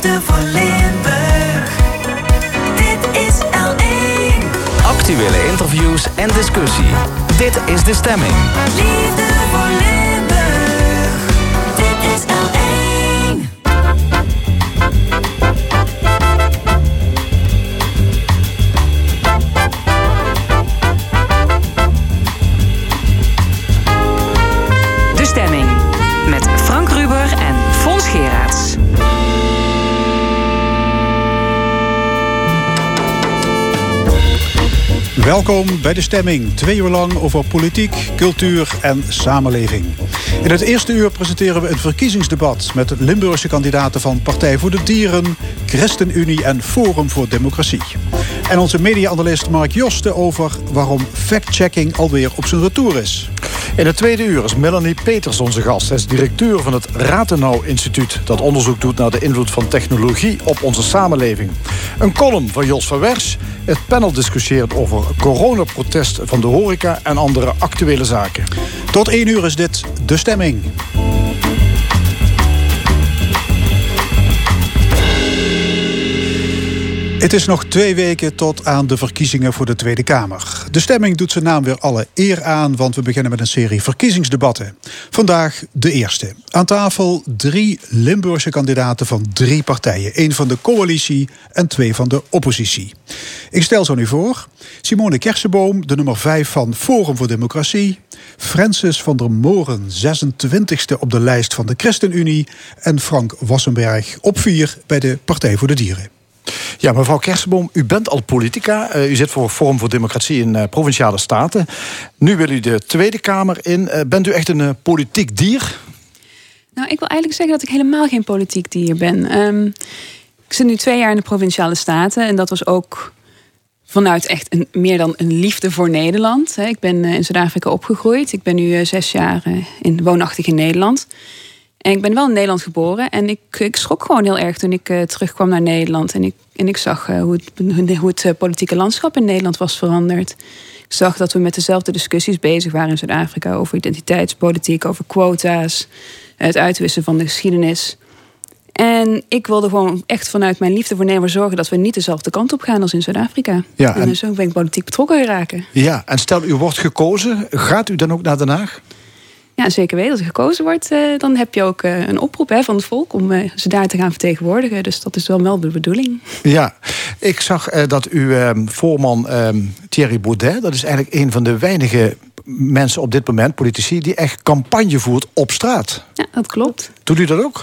Liefde voor Limburg. Dit is L1. Actuele interviews en discussie. Dit is De Stemming. Liefde voor Limburg. Dit is L1. De Stemming. Met Frank Ruber en Fons Geraerts. Welkom bij De Stemming. 2 uur lang over politiek, cultuur en samenleving. In het eerste uur presenteren we een verkiezingsdebat met Limburgse kandidaten van Partij voor de Dieren, ChristenUnie en Forum voor Democratie. En onze media-analyst Mark Josten over waarom fact-checking alweer op zijn retour is. In het tweede uur is Melanie Peters onze gast. Zij is directeur van het Rathenau-instituut, dat onderzoek doet naar de invloed van technologie op onze samenleving. Een column van Jos van Wersch. Het panel discussieert over coronaprotest van de horeca en andere actuele zaken. Tot 1 uur is dit De Stemming. Het is nog 2 weken tot aan de verkiezingen voor de Tweede Kamer. De Stemming doet zijn naam weer alle eer aan, want we beginnen met een serie verkiezingsdebatten. Vandaag de eerste. Aan tafel 3 Limburgse kandidaten van 3 partijen. 1 van de coalitie en 2 van de oppositie. Ik stel zo nu voor: Simone Kersenboom, de nummer 5 van Forum voor Democratie. Francis van der Moren, 26e op de lijst van de ChristenUnie. En Frank Wassenberg op 4 bij de Partij voor de Dieren. Ja, mevrouw Kersenboom, u bent al politica. U zit voor Forum voor Democratie in Provinciale Staten. Nu wil u de Tweede Kamer in. Bent u echt een politiek dier? Nou, ik wil eigenlijk zeggen dat ik helemaal geen politiek dier ben. Ik zit nu 2 jaar in de Provinciale Staten. En dat was ook vanuit echt meer dan een liefde voor Nederland. Ik ben in Zuid-Afrika opgegroeid. Ik ben nu 6 jaar woonachtig in Nederland. En ik ben wel in Nederland geboren. En ik schrok gewoon heel erg toen ik terugkwam naar Nederland. En ik zag hoe het politieke landschap in Nederland was veranderd. Ik zag dat we met dezelfde discussies bezig waren in Zuid-Afrika. Over identiteitspolitiek, over quota's. Het uitwissen van de geschiedenis. En ik wilde gewoon echt vanuit mijn liefde voor Nederland zorgen dat we niet dezelfde kant op gaan als in Zuid-Afrika. Ja, en zo ben ik politiek betrokken geraken. Ja, en stel u wordt gekozen, gaat u dan ook naar Den Haag? Ja, zeker weten. Als er gekozen wordt, dan heb je ook een oproep van het volk om ze daar te gaan vertegenwoordigen. Dus dat is wel de bedoeling. Ja, ik zag dat uw voorman Thierry Baudet, dat is eigenlijk een van de weinige mensen op dit moment, politici, die echt campagne voert op straat. Ja, dat klopt. Doet u dat ook?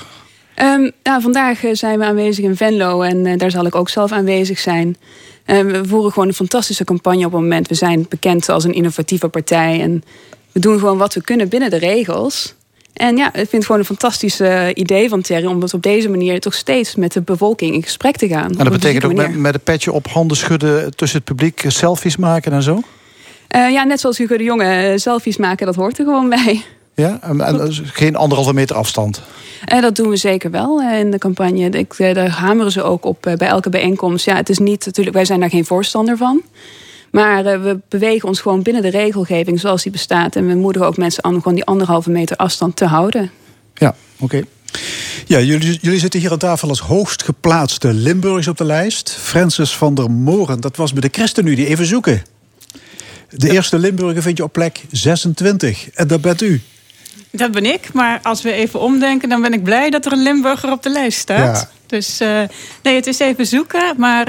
Vandaag zijn we aanwezig in Venlo en daar zal ik ook zelf aanwezig zijn. We voeren gewoon een fantastische campagne op het moment. We zijn bekend als een innovatieve partij en we doen gewoon wat we kunnen binnen de regels. En ja, ik vind het gewoon een fantastisch idee van Thierry om op deze manier toch steeds met de bevolking in gesprek te gaan. En dat betekent ook met een petje op, handen schudden tussen het publiek, selfies maken en zo? Net zoals Hugo de Jonge, selfies maken, dat hoort er gewoon bij. Ja, en geen 1,5 meter afstand? Dat doen we zeker wel in de campagne. Daar hameren ze ook op bij elke bijeenkomst. Ja, het is niet, natuurlijk, wij zijn daar geen voorstander van. Maar we bewegen ons gewoon binnen de regelgeving zoals die bestaat. En we moedigen ook mensen aan om gewoon die 1,5 meter afstand te houden. Ja, oké. Ja, jullie zitten hier aan tafel als hoogst geplaatste Limburgers op de lijst. Francis van der Moren, dat was bij de ChristenUnie. Even zoeken. De eerste Limburger vind je op plek 26. En dat bent u. Dat ben ik, maar als we even omdenken, dan ben ik blij dat er een Limburger op de lijst staat. Ja. Dus nee, het is even zoeken. Maar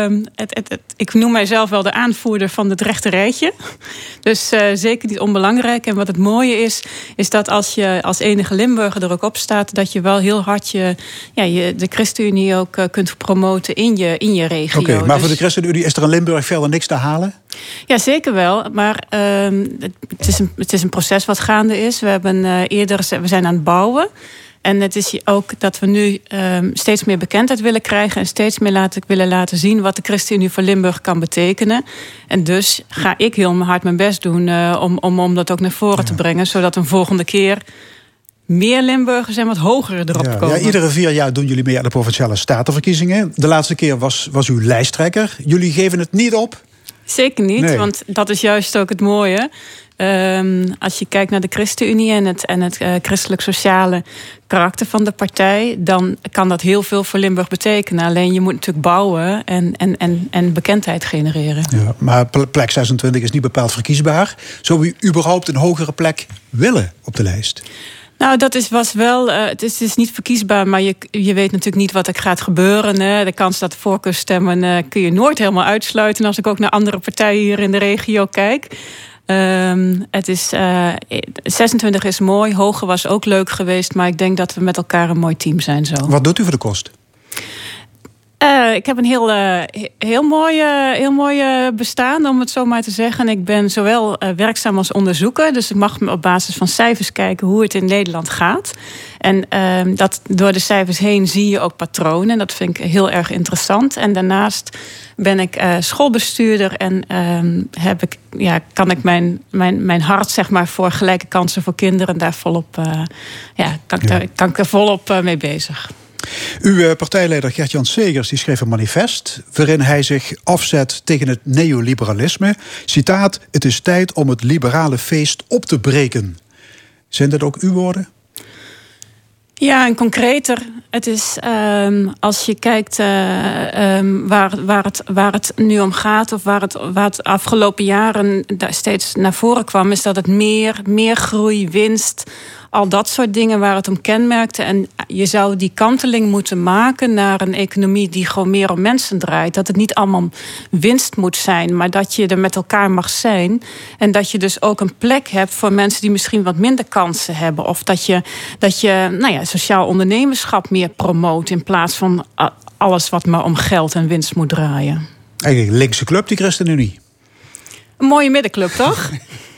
ik noem mijzelf wel de aanvoerder van het rechte rijtje. Dus zeker niet onbelangrijk. En wat het mooie is dat als je als enige Limburger er ook op staat, dat je wel heel hard de ChristenUnie ook kunt promoten in je regio. Oké, maar voor de ChristenUnie is er in Limburg verder niks te halen? Ja, zeker wel. Maar het is een proces wat gaande is. We zijn aan het bouwen. En het is ook dat we nu steeds meer bekendheid willen krijgen en steeds meer willen laten zien wat de ChristenUnie voor Limburg kan betekenen. En dus ga ik heel hard mijn best doen om dat ook naar voren te brengen, zodat een volgende keer meer Limburgers en wat hoger erop komen. Ja, iedere 4 jaar doen jullie mee aan de Provinciale Statenverkiezingen. De laatste keer was u lijsttrekker. Jullie geven het niet op? Zeker niet, want dat is juist ook het mooie. Als je kijkt naar de ChristenUnie en het christelijk-sociale karakter van de partij, dan kan dat heel veel voor Limburg betekenen. Alleen je moet natuurlijk bouwen en bekendheid genereren. Ja, maar plek 26 is niet bepaald verkiesbaar. Zou u überhaupt een hogere plek willen op de lijst? Nou, was wel. Het is niet verkiesbaar, maar je weet natuurlijk niet wat er gaat gebeuren. Hè. De kans dat voorkeurstemmen kun je nooit helemaal uitsluiten. Als ik ook naar andere partijen hier in de regio kijk. 26 is mooi, hoger was ook leuk geweest, maar ik denk dat we met elkaar een mooi team zijn zo. Wat doet u voor de kost? Ik heb een heel mooi bestaan, om het zo maar te zeggen. Ik ben zowel werkzaam als onderzoeker. Dus ik mag op basis van cijfers kijken hoe het in Nederland gaat. En dat door de cijfers heen zie je ook patronen. Dat vind ik heel erg interessant. En daarnaast ben ik schoolbestuurder en kan ik mijn hart, zeg maar, voor gelijke kansen voor kinderen daar volop, kan ik er volop mee bezig. Uw partijleider Gert-Jan Segers die schreef een manifest waarin hij zich afzet tegen het neoliberalisme. Citaat: "Het is tijd om het liberale feest op te breken." Zijn dat ook uw woorden? Ja, en concreter. Het is, als je kijkt waar het nu om gaat, of waar het afgelopen jaren daar steeds naar voren kwam, is dat het meer groei, winst, al dat soort dingen waar het om kenmerkte. En je zou die kanteling moeten maken naar een economie die gewoon meer om mensen draait. Dat het niet allemaal winst moet zijn, maar dat je er met elkaar mag zijn. En dat je dus ook een plek hebt voor mensen die misschien wat minder kansen hebben. Of dat je sociaal ondernemerschap meer promoot in plaats van alles wat maar om geld en winst moet draaien. Eigenlijk een linkse club, die ChristenUnie. Een mooie middenclub, toch?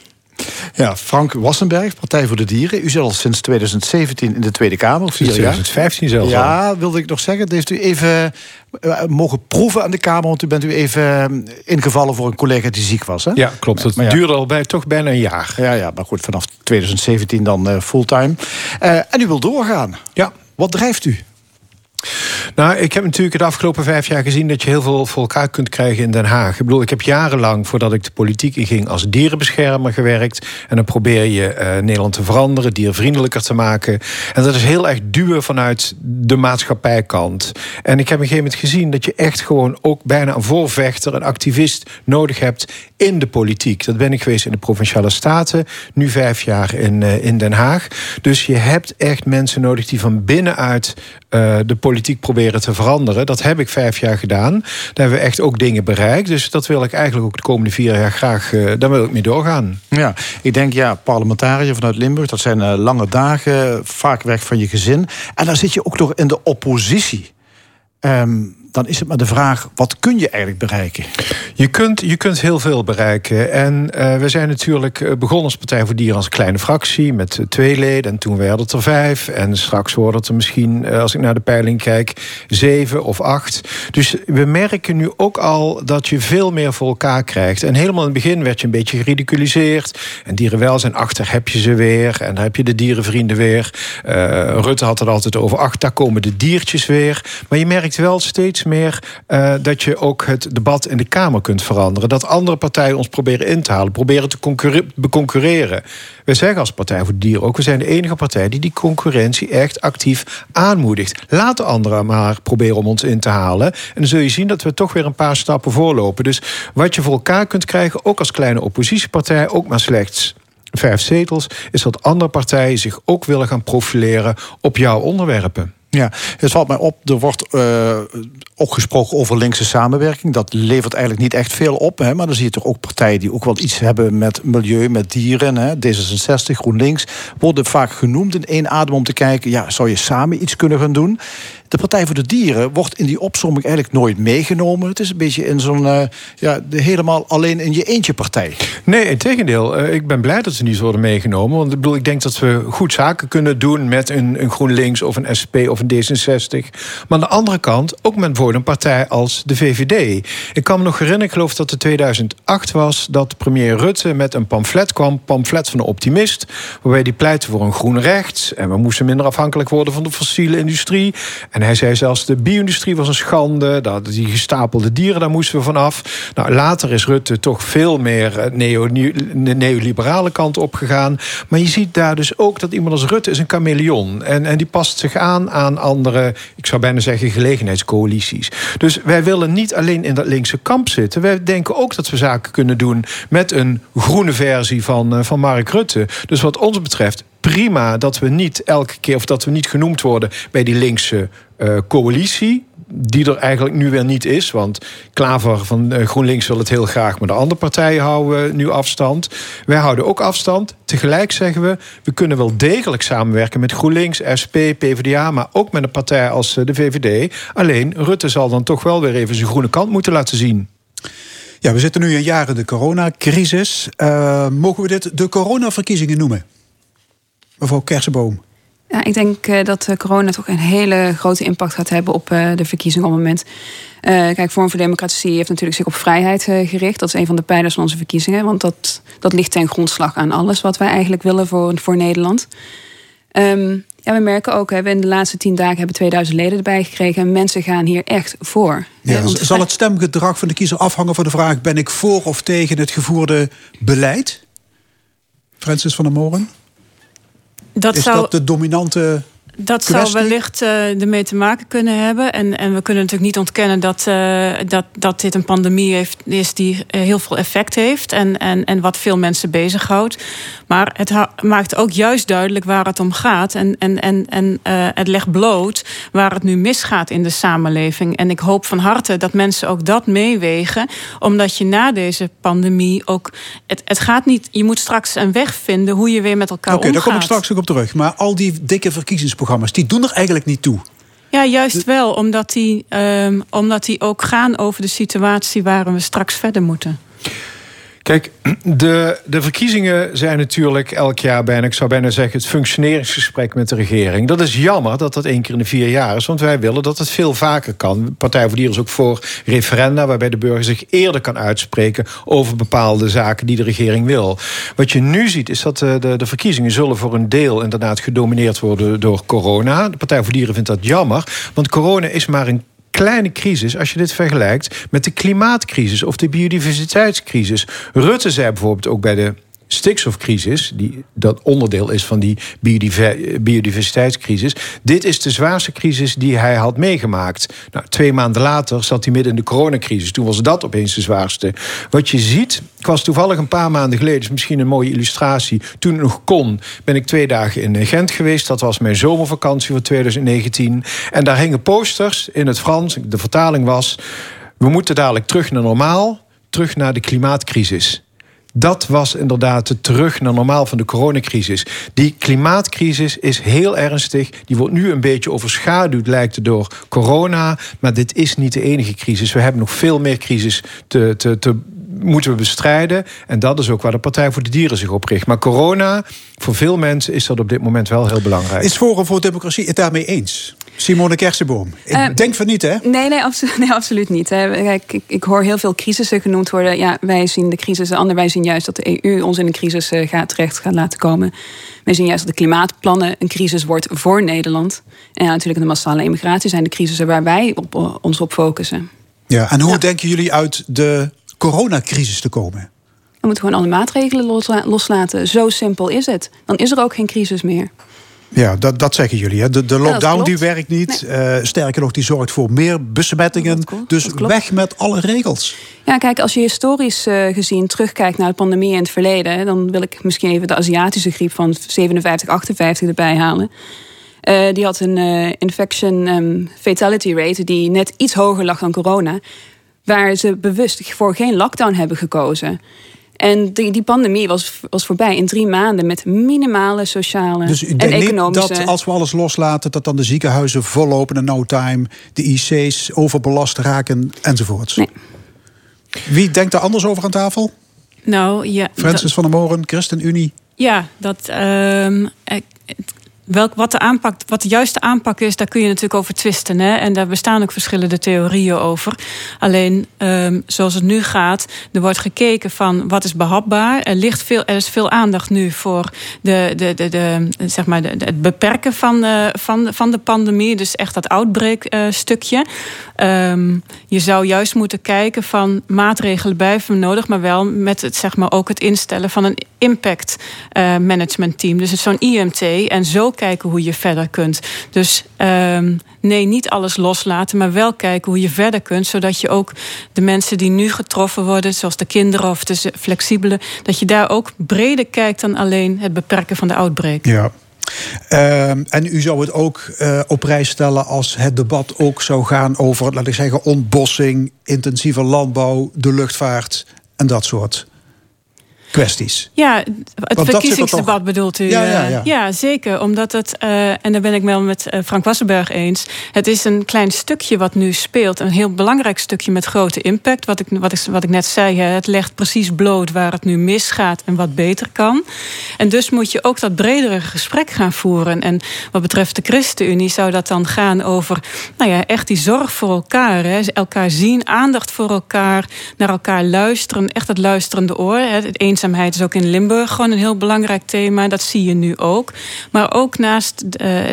Ja, Frank Wassenberg, Partij voor de Dieren. U zit al sinds 2017 in de Tweede Kamer. 2015 zelfs. Ja, wilde ik nog zeggen. Dat heeft u even mogen proeven aan de Kamer, want u bent u ingevallen voor een collega die ziek was. Hè? Ja, klopt. Het duurde al toch bijna een jaar. Ja, maar goed, vanaf 2017 dan fulltime. En u wil doorgaan. Ja. Wat drijft u? Nou, ik heb natuurlijk de afgelopen 5 jaar gezien dat je heel veel voor elkaar kunt krijgen in Den Haag. Ik bedoel, ik heb jarenlang, voordat ik de politiek inging, als dierenbeschermer gewerkt. En dan probeer je Nederland te veranderen, diervriendelijker te maken. En dat is heel erg duwen vanuit de maatschappijkant. En ik heb op een gegeven moment gezien dat je echt gewoon ook bijna een voorvechter, een activist nodig hebt in de politiek. Dat ben ik geweest in de Provinciale Staten, nu 5 jaar in Den Haag. Dus je hebt echt mensen nodig die van binnenuit de politiek proberen te veranderen. Dat heb ik 5 jaar gedaan. Daar hebben we echt ook dingen bereikt. Dus dat wil ik eigenlijk ook de komende 4 jaar graag, daar wil ik mee doorgaan. Ja, ik denk, parlementariër vanuit Limburg, dat zijn lange dagen, vaak weg van je gezin. En dan zit je ook nog in de oppositie. Dan is het maar de vraag, wat kun je eigenlijk bereiken? Je kunt heel veel bereiken. En we zijn natuurlijk begonnen als Partij voor Dieren als kleine fractie met 2 leden. En toen werden het er 5. En straks worden het er misschien, als ik naar de peiling kijk, 7 of 8. Dus we merken nu ook al dat je veel meer voor elkaar krijgt. En helemaal in het begin werd je een beetje geridiculiseerd. En dierenwelzijn, daar heb je ze weer. En daar heb je de dierenvrienden weer. Rutte had het altijd over, daar komen de diertjes weer. Maar je merkt wel steeds meer dat je ook het debat in de Kamer kunt veranderen. Dat andere partijen ons proberen in te halen, proberen te concurreren. We zeggen als Partij voor de Dieren ook, we zijn de enige partij die concurrentie echt actief aanmoedigt. Laat de anderen maar proberen om ons in te halen. En dan zul je zien dat we toch weer een paar stappen voorlopen. Dus wat je voor elkaar kunt krijgen, ook als kleine oppositiepartij, ook maar slechts 5 zetels, is dat andere partijen zich ook willen gaan profileren op jouw onderwerpen. Ja, het valt mij op, er wordt ook gesproken over linkse samenwerking. Dat levert eigenlijk niet echt veel op. Hè, maar dan zie je toch ook partijen die ook wel iets hebben met milieu, met dieren. Hè, D66, GroenLinks, worden vaak genoemd in één adem om te kijken, zou je samen iets kunnen gaan doen? De Partij voor de Dieren wordt in die opsomming eigenlijk nooit meegenomen. Het is een beetje in zo'n helemaal alleen in je eentje partij. Nee, integendeel. Ik ben blij dat ze niet worden meegenomen. Want ik denk dat we goed zaken kunnen doen met een GroenLinks of een SP of een D66. Maar aan de andere kant ook met bijvoorbeeld een partij als de VVD. Ik kan me nog herinneren, ik geloof dat het 2008 was, dat premier Rutte met een pamflet kwam, pamflet van de Optimist, waarbij die pleitte voor een groen rechts. En we moesten minder afhankelijk worden van de fossiele industrie. En hij zei zelfs, de bio-industrie was een schande, die gestapelde dieren, daar moesten we vanaf. Nou, later is Rutte toch veel meer neoliberale kant opgegaan. Maar je ziet daar dus ook dat iemand als Rutte is een chameleon. En die past zich aan andere, ik zou bijna zeggen, gelegenheidscoalities. Dus wij willen niet alleen in dat linkse kamp zitten. Wij denken ook dat we zaken kunnen doen met een groene versie van Mark Rutte. Dus wat ons betreft prima dat we niet elke keer, of dat we niet genoemd worden bij die linkse coalitie, die er eigenlijk nu weer niet is. Want Klaver van GroenLinks wil het heel graag, maar de andere partijen houden nu afstand. Wij houden ook afstand. Tegelijk zeggen we kunnen wel degelijk samenwerken met GroenLinks, SP, PvdA, maar ook met een partij als de VVD. Alleen, Rutte zal dan toch wel weer even zijn groene kant moeten laten zien. Ja, we zitten nu een jaar in de coronacrisis. Mogen we dit de coronaverkiezingen noemen? Mevrouw Kersenboom. Ja, ik denk dat corona toch een hele grote impact gaat hebben op de verkiezingen op het moment. Kijk, Forum voor Democratie heeft natuurlijk zich op vrijheid gericht. Dat is een van de pijlers van onze verkiezingen. Want dat ligt ten grondslag aan alles wat wij eigenlijk willen voor Nederland. Ja, we merken ook, we in de laatste 10 dagen hebben 2000 leden erbij gekregen. En mensen gaan hier echt voor. Ja, zal het stemgedrag van de kiezer afhangen van de vraag, ben ik voor of tegen het gevoerde beleid? Francis van der Moren? Is dat de dominante Dat kwestie? zou wellicht ermee te maken kunnen hebben. En we kunnen natuurlijk niet ontkennen dat dit een pandemie is die heel veel effect heeft. En wat veel mensen bezighoudt. Maar het maakt ook juist duidelijk waar het om gaat. En het legt bloot waar het nu misgaat in de samenleving. En ik hoop van harte dat mensen ook dat meewegen. Omdat je na deze pandemie ook... Het gaat niet... Je moet straks een weg vinden hoe je weer met elkaar omgaat. Daar kom ik straks ook op terug. Maar al die dikke verkiezingsprogramma's, die doen er eigenlijk niet toe. Ja, juist wel. Omdat die ook gaan over de situatie waar we straks verder moeten. Kijk, de verkiezingen zijn natuurlijk elk jaar bijna, ik zou bijna zeggen, het functioneringsgesprek met de regering. Dat is jammer dat dat 1 keer in de 4 jaar is, want wij willen dat het veel vaker kan. Partij voor Dieren is ook voor referenda, waarbij de burger zich eerder kan uitspreken over bepaalde zaken die de regering wil. Wat je nu ziet is dat de verkiezingen zullen voor een deel inderdaad gedomineerd worden door corona. De Partij voor Dieren vindt dat jammer, want corona is maar een kleine crisis als je dit vergelijkt met de klimaatcrisis of de biodiversiteitscrisis. Rutte zei bijvoorbeeld ook bij de stikstofcrisis, dat onderdeel is van die biodiversiteitscrisis. Dit is de zwaarste crisis die hij had meegemaakt. Nou, 2 maanden later zat hij midden in de coronacrisis. Toen was dat opeens de zwaarste. Wat je ziet, ik was toevallig een paar maanden geleden, is misschien een mooie illustratie. Toen het nog kon, ben ik 2 dagen in Gent geweest. Dat was mijn zomervakantie voor 2019. En daar hingen posters in het Frans. De vertaling was: we moeten dadelijk terug naar normaal, terug naar de klimaatcrisis. Dat was inderdaad de terug naar normaal van de coronacrisis. Die klimaatcrisis is heel ernstig. Die wordt nu een beetje overschaduwd, lijkt het, door corona. Maar dit is niet de enige crisis. We hebben nog veel meer crisis moeten we bestrijden. En dat is ook waar de Partij voor de Dieren zich op richt. Maar corona, voor veel mensen is dat op dit moment wel heel belangrijk. Is Forum voor Democratie het daarmee eens? Simone Kersenboom. Ik denk van niet, hè? Nee, absoluut niet. Kijk, ik hoor heel veel crisissen genoemd worden. Ja, wij zien de crisis, anderen wij zien juist dat de EU ons in een crisis terecht gaat laten komen. Wij zien juist dat de klimaatplannen een crisis wordt voor Nederland. En ja, natuurlijk de massale immigratie zijn de crisissen waar wij ons op focussen. Ja, en hoe denken jullie uit de coronacrisis te komen? We moeten gewoon alle maatregelen loslaten. Zo simpel is het. Dan is er ook geen crisis meer. Ja, dat zeggen jullie. Hè? De lockdown die werkt niet. Nee. Sterker nog, die zorgt voor meer besmettingen. Dus weg met alle regels. Ja, kijk, als je historisch gezien terugkijkt naar de pandemie in het verleden, dan wil ik misschien even de Aziatische griep van 57, 58 erbij halen. Die had een infection fatality rate die net iets hoger lag dan corona, waar ze bewust voor geen lockdown hebben gekozen. En die pandemie was voorbij in 3 maanden met minimale sociale dus en economische... Dus dat als we alles loslaten, dat dan de ziekenhuizen vollopen in no time, de IC's overbelast raken enzovoorts? Nee. Wie denkt daar anders over aan tafel? Nou, ja, Francis van der Moren, ChristenUnie. Ja, Wat de juiste aanpak is, daar kun je natuurlijk over twisten. Hè? En daar bestaan ook verschillende theorieën over. Alleen, zoals het nu gaat, er wordt gekeken van wat is behapbaar. Er is veel aandacht nu voor het beperken van de pandemie. Dus echt dat outbreak stukje. Je zou juist moeten kijken van maatregelen blijven nodig, maar wel met het, ook het instellen van een impact management team. Dus zo'n IMT en zo kijken hoe je verder kunt. Dus nee, niet alles loslaten, maar wel kijken hoe je verder kunt, zodat je ook de mensen die nu getroffen worden, zoals de kinderen of de flexibelen, dat je daar ook breder kijkt dan alleen het beperken van de outbreak. Ja. En u zou het ook op prijs stellen als het debat ook zou gaan over, laat ik zeggen, ontbossing, intensieve landbouw, de luchtvaart en dat soort kwesties. Ja, het verkiezingsdebat bedoelt u? Ja, zeker. Omdat het, en daar ben ik wel met Frank Wassenberg eens, het is een klein stukje wat nu speelt. Een heel belangrijk stukje met grote impact. Wat ik net zei, het legt precies bloot waar het nu misgaat en wat beter kan. En dus moet je ook dat bredere gesprek gaan voeren. En wat betreft de ChristenUnie zou dat dan gaan over echt die zorg voor elkaar. Hè. Elkaar zien, aandacht voor elkaar, naar elkaar luisteren. Echt het luisterende oor. Het eenzaamheid is ook in Limburg gewoon een heel belangrijk thema. Dat zie je nu ook. Maar ook naast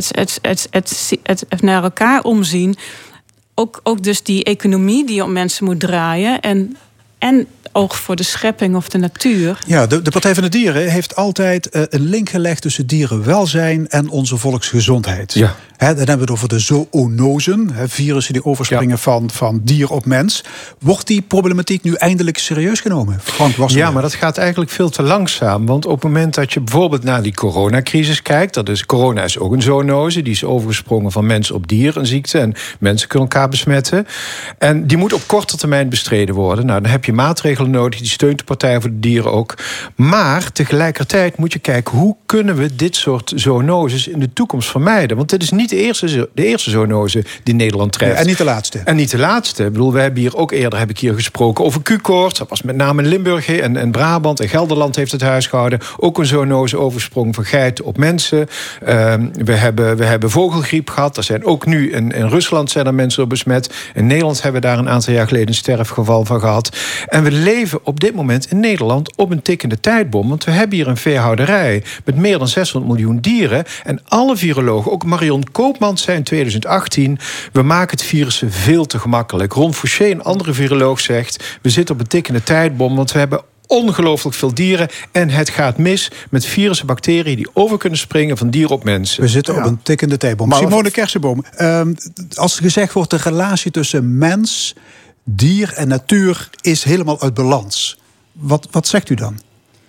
het naar elkaar omzien, ook dus die economie die op mensen moet draaien en oog voor de schepping of de natuur. Ja, de Partij van de Dieren heeft altijd een link gelegd tussen dierenwelzijn en onze volksgezondheid. Ja. Dan hebben we het over de zoonosen, virussen die overspringen van dier op mens. Wordt die problematiek nu eindelijk serieus genomen? Frank Wassenberg. Ja, maar dat gaat eigenlijk veel te langzaam. Want op het moment dat je bijvoorbeeld naar die coronacrisis kijkt, corona is ook een zoonose, die is overgesprongen van mens op dier, een ziekte, en mensen kunnen elkaar besmetten. En die moet op korte termijn bestreden worden. Nou, dan heb je maatregelen nodig, die steunt de Partij voor de Dieren ook. Maar tegelijkertijd moet je kijken, hoe kunnen we dit soort zoonoses in de toekomst vermijden? Want dit is niet de eerste zoonose die Nederland treft. Ja, en niet de laatste. En niet de laatste. Ik bedoel, we hebben hier ook eerder gesproken over Q-koorts. Dat was met name in Limburg en Brabant en Gelderland heeft het huis gehouden. Ook een zoonose oversprong van geiten op mensen. We hebben vogelgriep gehad. Er zijn ook nu in Rusland zijn er mensen door besmet. In Nederland hebben we daar een aantal jaar geleden een sterfgeval van gehad. En we leven op dit moment in Nederland op een tikkende tijdbom. Want we hebben hier een veehouderij met meer dan 600 miljoen dieren. En alle virologen, ook Marion Koopmans zei in 2018... we maken het virus veel te gemakkelijk. Ron Fouché, een andere viroloog, zegt, we zitten op een tikkende tijdbom, want we hebben ongelooflijk veel dieren en het gaat mis met virussen, bacteriën die over kunnen springen van dier op mensen. We zitten op een tikkende tijdbom. Simone Kersenboom, als er gezegd wordt, de relatie tussen mens, dier en natuur is helemaal uit balans. Wat zegt u dan?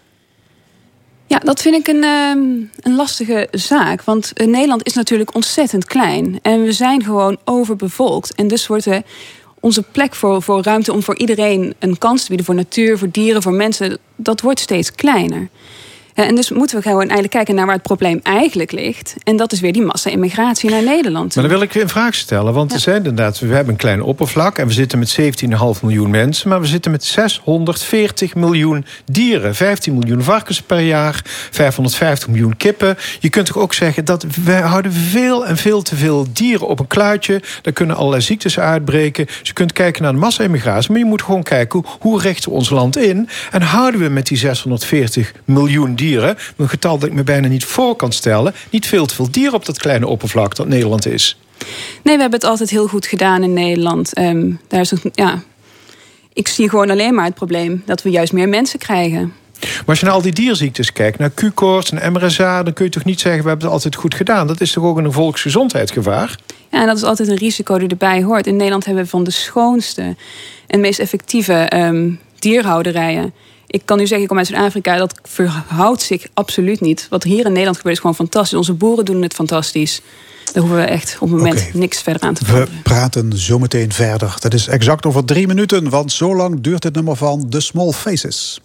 Ja, dat vind ik een lastige zaak. Want Nederland is natuurlijk ontzettend klein. En we zijn gewoon overbevolkt. En dus wordt onze plek voor ruimte om voor iedereen een kans te bieden, voor natuur, voor dieren, voor mensen, dat wordt steeds kleiner. En dus moeten we gewoon eigenlijk kijken naar waar het probleem eigenlijk ligt. En dat is weer die massa-immigratie naar Nederland. Maar dan wil ik weer een vraag stellen. Want er zijn inderdaad, we hebben een klein oppervlak en we zitten met 17,5 miljoen mensen. Maar we zitten met 640 miljoen dieren. 15 miljoen varkens per jaar. 550 miljoen kippen. Je kunt toch ook zeggen dat we houden veel en veel te veel dieren op een kluitje. Daar kunnen allerlei ziektes uitbreken. Dus je kunt kijken naar de massa-immigratie. Maar je moet gewoon kijken, hoe richten we ons land in? En houden we met die 640 miljoen dieren, een getal dat ik me bijna niet voor kan stellen, niet veel te veel dieren op dat kleine oppervlak dat Nederland is? Nee, we hebben het altijd heel goed gedaan in Nederland. Daar is ik zie gewoon alleen maar het probleem dat we juist meer mensen krijgen. Maar als je naar al die dierziektes kijkt, naar Q-koorts en MRSA, dan kun je toch niet zeggen, we hebben het altijd goed gedaan. Dat is toch ook een volksgezondheidsgevaar? Ja, en dat is altijd een risico die erbij hoort. In Nederland hebben we van de schoonste en meest effectieve dierhouderijen. Ik kan nu zeggen, ik kom uit Zuid-Afrika, dat verhoudt zich absoluut niet. Wat hier in Nederland gebeurt is gewoon fantastisch. Onze boeren doen het fantastisch. Daar hoeven we echt op het moment niks verder aan te veranderen. We praten zometeen verder. Dat is exact over 3 minuten, want zo lang duurt het nummer van The Small Faces.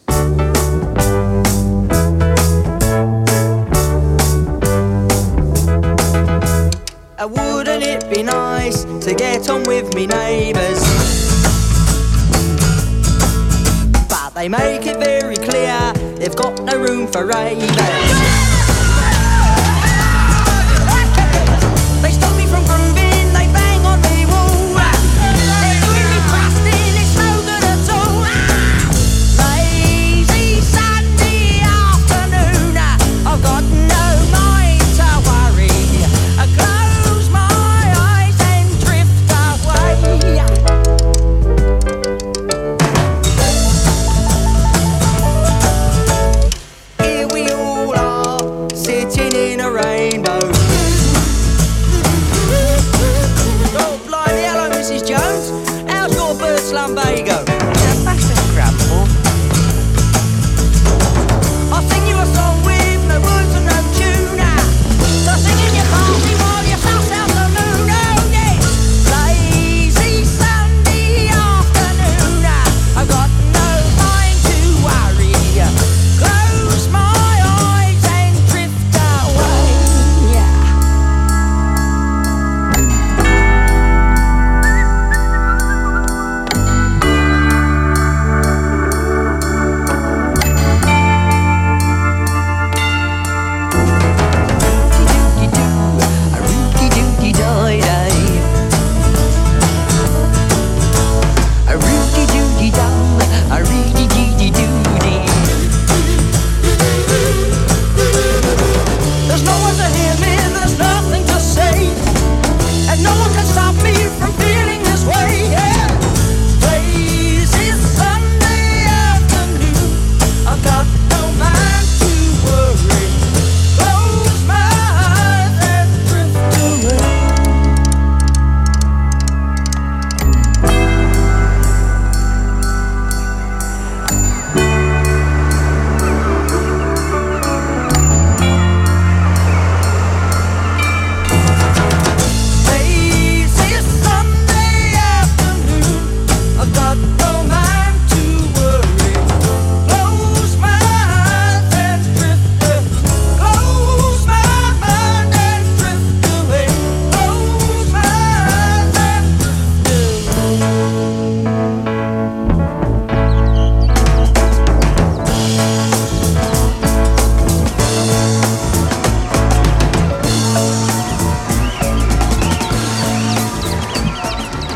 Wouldn't it be nice to get on with me neighbours? They make it very clear they've got no room for ravers.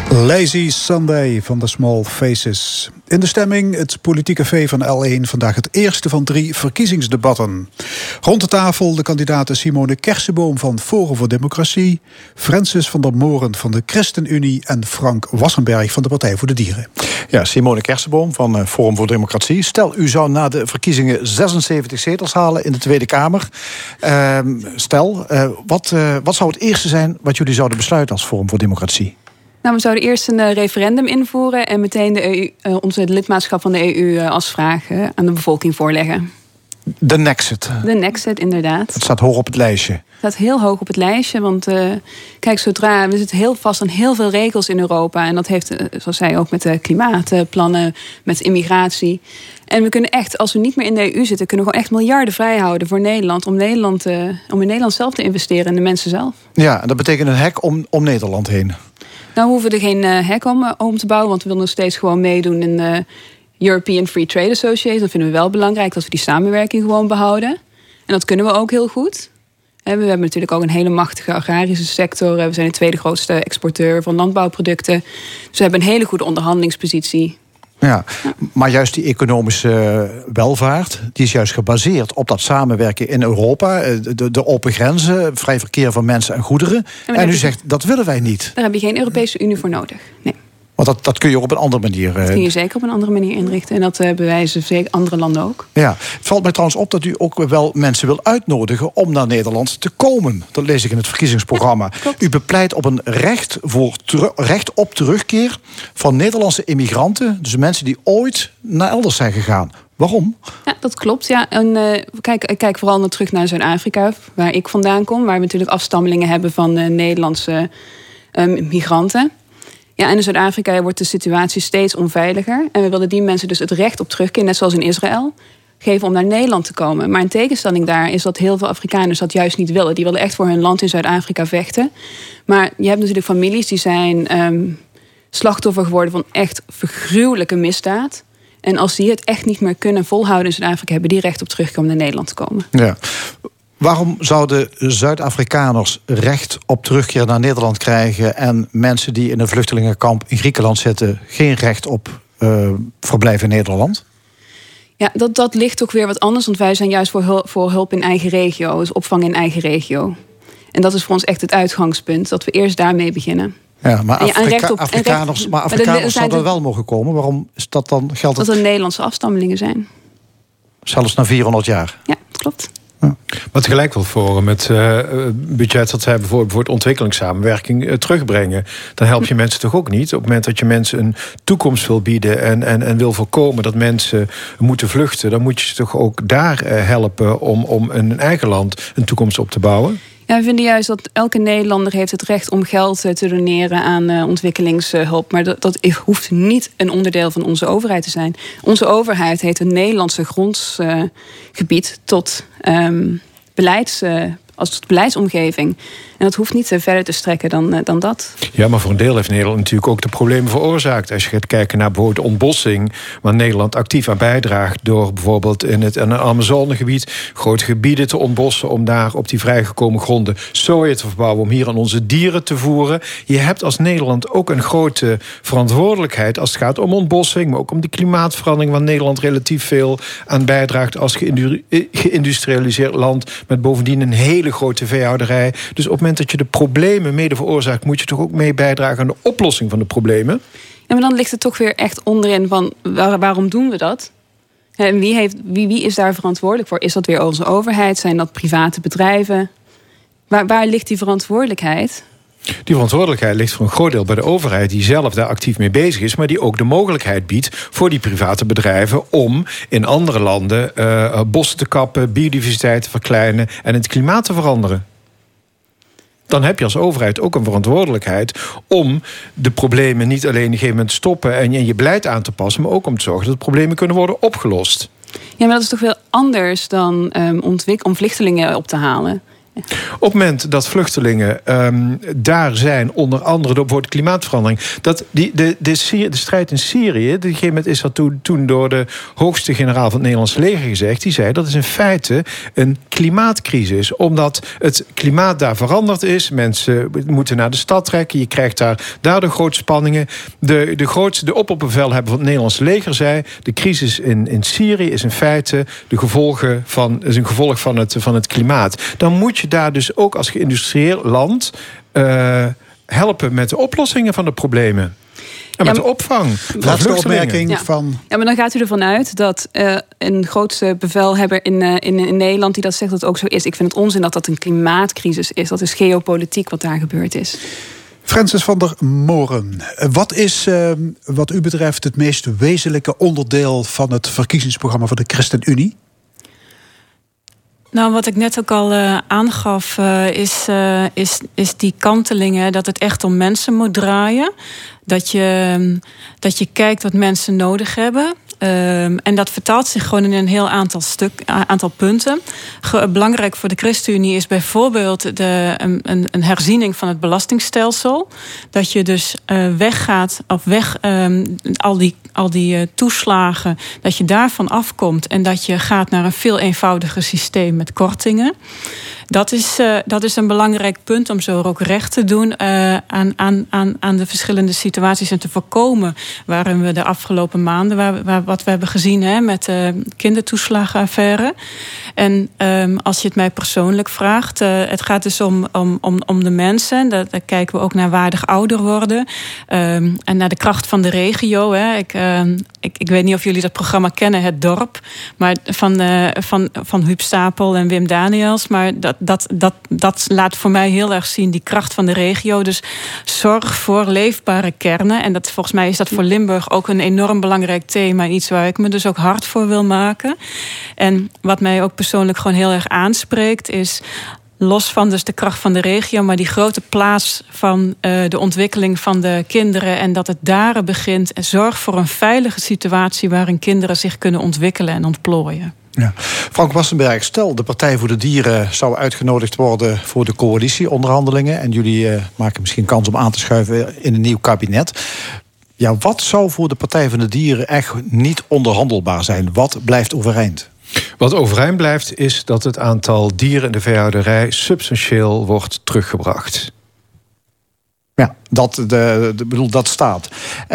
Lazy Sunday van The Small Faces. In de stemming het politieke café van L1. Vandaag het eerste van 3 verkiezingsdebatten. Rond de tafel de kandidaten Simone Kersenboom van Forum voor Democratie, Francis van der Moren van de ChristenUnie en Frank Wassenberg van de Partij voor de Dieren. Ja, Simone Kersenboom van Forum voor Democratie. Stel, u zou na de verkiezingen 76 zetels halen in de Tweede Kamer. Wat zou het eerste zijn wat jullie zouden besluiten als Forum voor Democratie? Nou, we zouden eerst een referendum invoeren en meteen de EU, onze lidmaatschap van de EU als vraag aan de bevolking voorleggen. De Nexit. De Nexit, inderdaad. Het staat hoog op het lijstje. Het staat heel hoog op het lijstje, want kijk, we zitten heel vast aan heel veel regels in Europa. En dat heeft, zoals zij ook met de klimaatplannen, met immigratie. En we kunnen echt, als we niet meer in de EU zitten, kunnen we gewoon echt miljarden vrijhouden voor Nederland. Om in Nederland zelf te investeren in de mensen zelf. Ja, en dat betekent een hek om Nederland heen. Nou, we hoeven er geen hek om te bouwen, want we willen nog steeds gewoon meedoen in de European Free Trade Association. Dat vinden we wel belangrijk, dat we die samenwerking gewoon behouden. En dat kunnen we ook heel goed. We hebben natuurlijk ook een hele machtige agrarische sector. We zijn de tweede grootste exporteur van landbouwproducten. Dus we hebben een hele goede onderhandelingspositie. Ja, maar juist die economische welvaart, die is juist gebaseerd op dat samenwerken in Europa. De open grenzen, vrij verkeer van mensen en goederen. En u zegt, dat willen wij niet. Daar heb je geen Europese Unie voor nodig. Nee. Want dat kun je ook op een andere manier. Dat kun je zeker op een andere manier inrichten. En dat bewijzen zeker andere landen ook. Ja, het valt mij trouwens op dat u ook wel mensen wil uitnodigen om naar Nederland te komen. Dat lees ik in het verkiezingsprogramma. Ja, u bepleit op een recht op terugkeer van Nederlandse immigranten. Dus mensen die ooit naar elders zijn gegaan. Waarom? Ja, dat klopt. Ja. En, ik kijk vooral terug naar Zuid-Afrika, waar ik vandaan kom. Waar we natuurlijk afstammelingen hebben van Nederlandse migranten. Ja, en in Zuid-Afrika wordt de situatie steeds onveiliger. En we willen die mensen dus het recht op terugkeer, net zoals in Israël, geven om naar Nederland te komen. Maar in tegenstelling daar is dat heel veel Afrikaners dat juist niet willen. Die willen echt voor hun land in Zuid-Afrika vechten. Maar je hebt natuurlijk families die zijn slachtoffer geworden van echt vergruwelijke misdaad. En als die het echt niet meer kunnen volhouden in Zuid-Afrika, hebben die recht op terugkomen naar Nederland te komen. Ja. Waarom zouden Zuid-Afrikaners recht op terugkeer naar Nederland krijgen en mensen die in een vluchtelingenkamp in Griekenland zitten geen recht op verblijf in Nederland? Ja, dat ligt ook weer wat anders, want wij zijn juist voor hulp in eigen regio, dus opvang in eigen regio. En dat is voor ons echt het uitgangspunt, dat we eerst daarmee beginnen. Ja, maar Afrikaners zouden wel mogen komen. Waarom is dat dan? Geldt dat er Nederlandse afstammelingen zijn. Zelfs na 400 jaar? Ja, dat klopt. Ja. Maar tegelijk wil Forum het budget dat zij bijvoorbeeld voor ontwikkelingssamenwerking terugbrengen. Dan help je mensen toch ook niet? Op het moment dat je mensen een toekomst wil bieden en wil voorkomen dat mensen moeten vluchten, dan moet je ze toch ook daar helpen om in hun eigen land een toekomst op te bouwen? Ja, we vinden juist dat elke Nederlander heeft het recht om geld te doneren aan ontwikkelingshulp. Maar dat hoeft niet een onderdeel van onze overheid te zijn. Onze overheid heeft een Nederlandse grondsgebied tot beleidsomgeving. En dat hoeft niet verder te strekken dan dat. Ja, maar voor een deel heeft Nederland natuurlijk ook de problemen veroorzaakt. Als je gaat kijken naar bijvoorbeeld de ontbossing, waar Nederland actief aan bijdraagt door bijvoorbeeld in het Amazonegebied grote gebieden te ontbossen om daar op die vrijgekomen gronden soja te verbouwen, om hier aan onze dieren te voeren. Je hebt als Nederland ook een grote verantwoordelijkheid als het gaat om ontbossing, maar ook om die klimaatverandering, waar Nederland relatief veel aan bijdraagt als geïndustrialiseerd land met bovendien een hele grote veehouderij. Dus op het moment dat je de problemen mede veroorzaakt, moet je toch ook mee bijdragen aan de oplossing van de problemen? Ja, maar dan ligt het toch weer echt onderin van waarom doen we dat? En wie is daar verantwoordelijk voor? Is dat weer onze overheid? Zijn dat private bedrijven? Waar ligt die verantwoordelijkheid? Die verantwoordelijkheid ligt voor een groot deel bij de overheid, die zelf daar actief mee bezig is, maar die ook de mogelijkheid biedt voor die private bedrijven om in andere landen bossen te kappen, biodiversiteit te verkleinen en het klimaat te veranderen. Dan heb je als overheid ook een verantwoordelijkheid om de problemen niet alleen op een gegeven moment te stoppen en je beleid aan te passen, maar ook om te zorgen dat de problemen kunnen worden opgelost. Ja, maar dat is toch veel anders dan om vluchtelingen op te halen. Op het moment dat vluchtelingen daar zijn, onder andere door bijvoorbeeld klimaatverandering, dat de strijd in Syrië, op een gegeven moment is dat toen door de hoogste generaal van het Nederlandse leger gezegd, die zei dat is in feite een klimaatcrisis, omdat het klimaat daar veranderd is, mensen moeten naar de stad trekken, je krijgt daardoor grote spanningen. De opperbevelhebber van het Nederlandse leger zei, de crisis in Syrië is in feite een gevolg van het klimaat. Dan moet je daar dus ook als geïndustrieerd land helpen met de oplossingen van de problemen. En met de opvang. Laatste opmerking van... Ja, maar dan gaat u ervan uit dat een grootste bevelhebber in Nederland die dat zegt dat het ook zo is. Ik vind het onzin dat dat een klimaatcrisis is. Dat is geopolitiek wat daar gebeurd is. Francis van der Moren, wat is wat u betreft het meest wezenlijke onderdeel van het verkiezingsprogramma van de ChristenUnie? Nou, wat ik net ook al aangaf, is die kantelingen, dat het echt om mensen moet draaien. Dat je kijkt wat mensen nodig hebben. En dat vertaalt zich gewoon in een heel aantal punten. Belangrijk voor de ChristenUnie is bijvoorbeeld een herziening van het belastingstelsel. Dat je dus weggaat, al die toeslagen, dat je daarvan afkomt en dat je gaat naar een veel eenvoudiger systeem met kortingen. Dat is een belangrijk punt om zo ook recht te doen aan de verschillende situaties en te voorkomen waarin we de afgelopen maanden, wat we hebben gezien met de kindertoeslagenaffaire. En als je het mij persoonlijk vraagt, het gaat dus om de mensen. Daar kijken we ook naar waardig ouder worden. En naar de kracht van de regio. Ik weet niet of jullie dat programma kennen, Het Dorp. Maar van Huub Stapel en Wim Daniels. Maar dat laat voor mij heel erg zien die kracht van de regio. Dus zorg voor leefbare kernen. En volgens mij is dat voor Limburg ook een enorm belangrijk thema. Iets waar ik me dus ook hard voor wil maken. En wat mij ook persoonlijk gewoon heel erg aanspreekt is, los van dus de kracht van de regio, maar die grote plaats van de ontwikkeling van de kinderen en dat het daar begint. En zorg voor een veilige situatie waarin kinderen zich kunnen ontwikkelen en ontplooien. Ja. Frank Wassenberg, stel de Partij voor de Dieren zou uitgenodigd worden voor de coalitieonderhandelingen en jullie maken misschien kans om aan te schuiven in een nieuw kabinet. Ja, wat zou voor de Partij van de Dieren echt niet onderhandelbaar zijn? Wat blijft overeind? Wat overeind blijft is dat het aantal dieren in de veehouderij substantieel wordt teruggebracht. Ja, dat staat.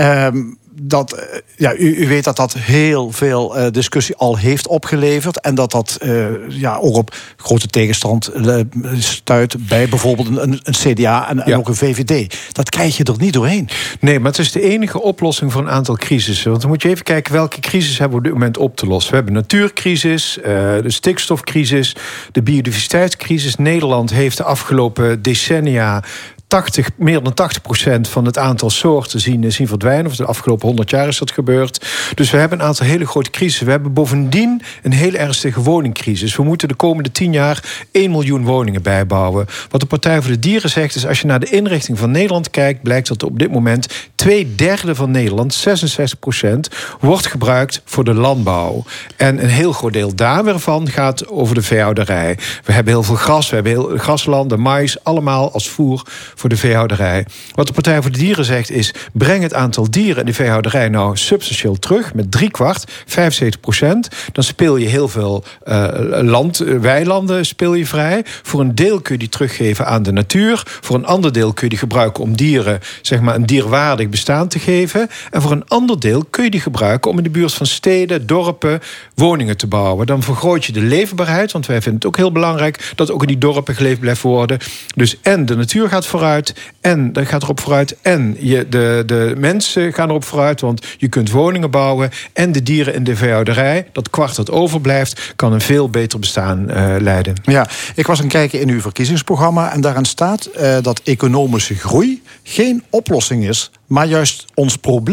U weet dat heel veel discussie al heeft opgeleverd en dat ook op grote tegenstand stuit bij bijvoorbeeld een CDA en ook een VVD. Dat krijg je er niet doorheen. Nee, maar het is de enige oplossing voor een aantal crisissen. Want dan moet je even kijken welke crisis hebben we op dit moment op te lossen. We hebben natuurcrisis, de stikstofcrisis, de biodiversiteitscrisis. Nederland heeft de afgelopen decennia meer dan 80% van het aantal soorten zien verdwijnen. Of de afgelopen 100 jaar is dat gebeurd. Dus we hebben een aantal hele grote crisissen. We hebben bovendien een heel ernstige woningcrisis. We moeten de komende 10 jaar 1 miljoen woningen bijbouwen. Wat de Partij voor de Dieren zegt is, als je naar de inrichting van Nederland kijkt, blijkt dat op dit moment 2/3 van Nederland, 66%, wordt gebruikt voor de landbouw. En een heel groot deel daar weer van gaat over de veehouderij. We hebben heel veel gras, we hebben heel graslanden, mais, allemaal als voer voor de veehouderij. Wat de Partij voor de Dieren zegt is, breng het aantal dieren in de veehouderij nou substantieel terug, met 3/4, 75%. Dan speel je heel veel weilanden speel je vrij. Voor een deel kun je die teruggeven aan de natuur. Voor een ander deel kun je die gebruiken om dieren, zeg maar, een dierwaardig bestaan te geven. En voor een ander deel kun je die gebruiken om in de buurt van steden, dorpen, woningen te bouwen. Dan vergroot je de leefbaarheid, want wij vinden het ook heel belangrijk dat ook in die dorpen geleefd blijft worden. Dus en de natuur gaat vooruit, en dat gaat erop vooruit, en de mensen gaan erop vooruit, want je kunt woningen bouwen, en de dieren in de veehouderij, dat kwart dat overblijft, kan een veel beter bestaan leiden. Ja, ik was aan het kijken in uw verkiezingsprogramma en daarin staat dat economische groei geen oplossing is, maar juist ons probleem.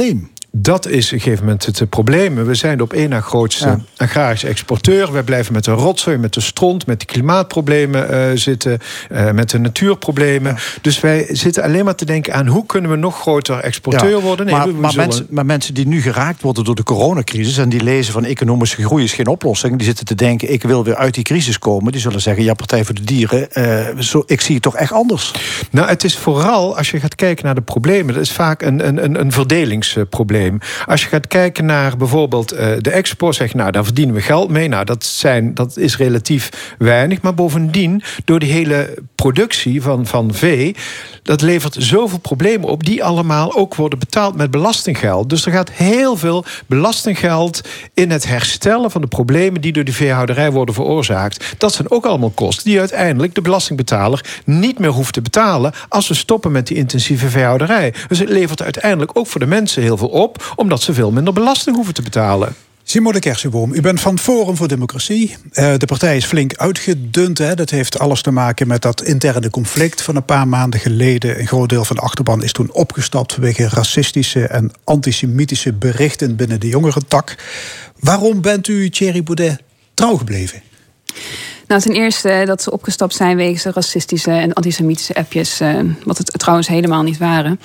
Dat is op een gegeven moment het probleem. We zijn de op één na grootste agrarische exporteur. We blijven met de rotzooi, met de stront, met de klimaatproblemen zitten, met de natuurproblemen. Ja. Dus wij zitten alleen maar te denken aan hoe kunnen we nog groter exporteur worden. Nee, maar mensen die nu geraakt worden door de coronacrisis en die lezen van economische groei is geen oplossing, die zitten te denken ik wil weer uit die crisis komen. Die zullen zeggen, ja, Partij voor de Dieren, ik zie het toch echt anders. Nou, het is vooral, als je gaat kijken naar de problemen, dat is vaak een verdelingsprobleem. Als je gaat kijken naar bijvoorbeeld de export, zeg je, nou, daar verdienen we geld mee. Nou, dat is relatief weinig. Maar bovendien, door die hele productie van vee, dat levert zoveel problemen op, die allemaal ook worden betaald met belastinggeld. Dus er gaat heel veel belastinggeld in het herstellen van de problemen die door de veehouderij worden veroorzaakt. Dat zijn ook allemaal kosten die uiteindelijk de belastingbetaler niet meer hoeft te betalen als we stoppen met die intensieve veehouderij. Dus het levert uiteindelijk ook voor de mensen heel veel op, omdat ze veel minder belasting hoeven te betalen. Simone Kersenboom, u bent van Forum voor Democratie. De partij is flink uitgedund. Hè. Dat heeft alles te maken met dat interne conflict van een paar maanden geleden. Een groot deel van de achterban is toen opgestapt vanwege racistische en antisemitische berichten binnen de jongerentak. Waarom bent u Thierry Baudet trouw gebleven? Nou, ten eerste dat ze opgestapt zijn wegens racistische en antisemitische appjes, wat het trouwens helemaal niet waren.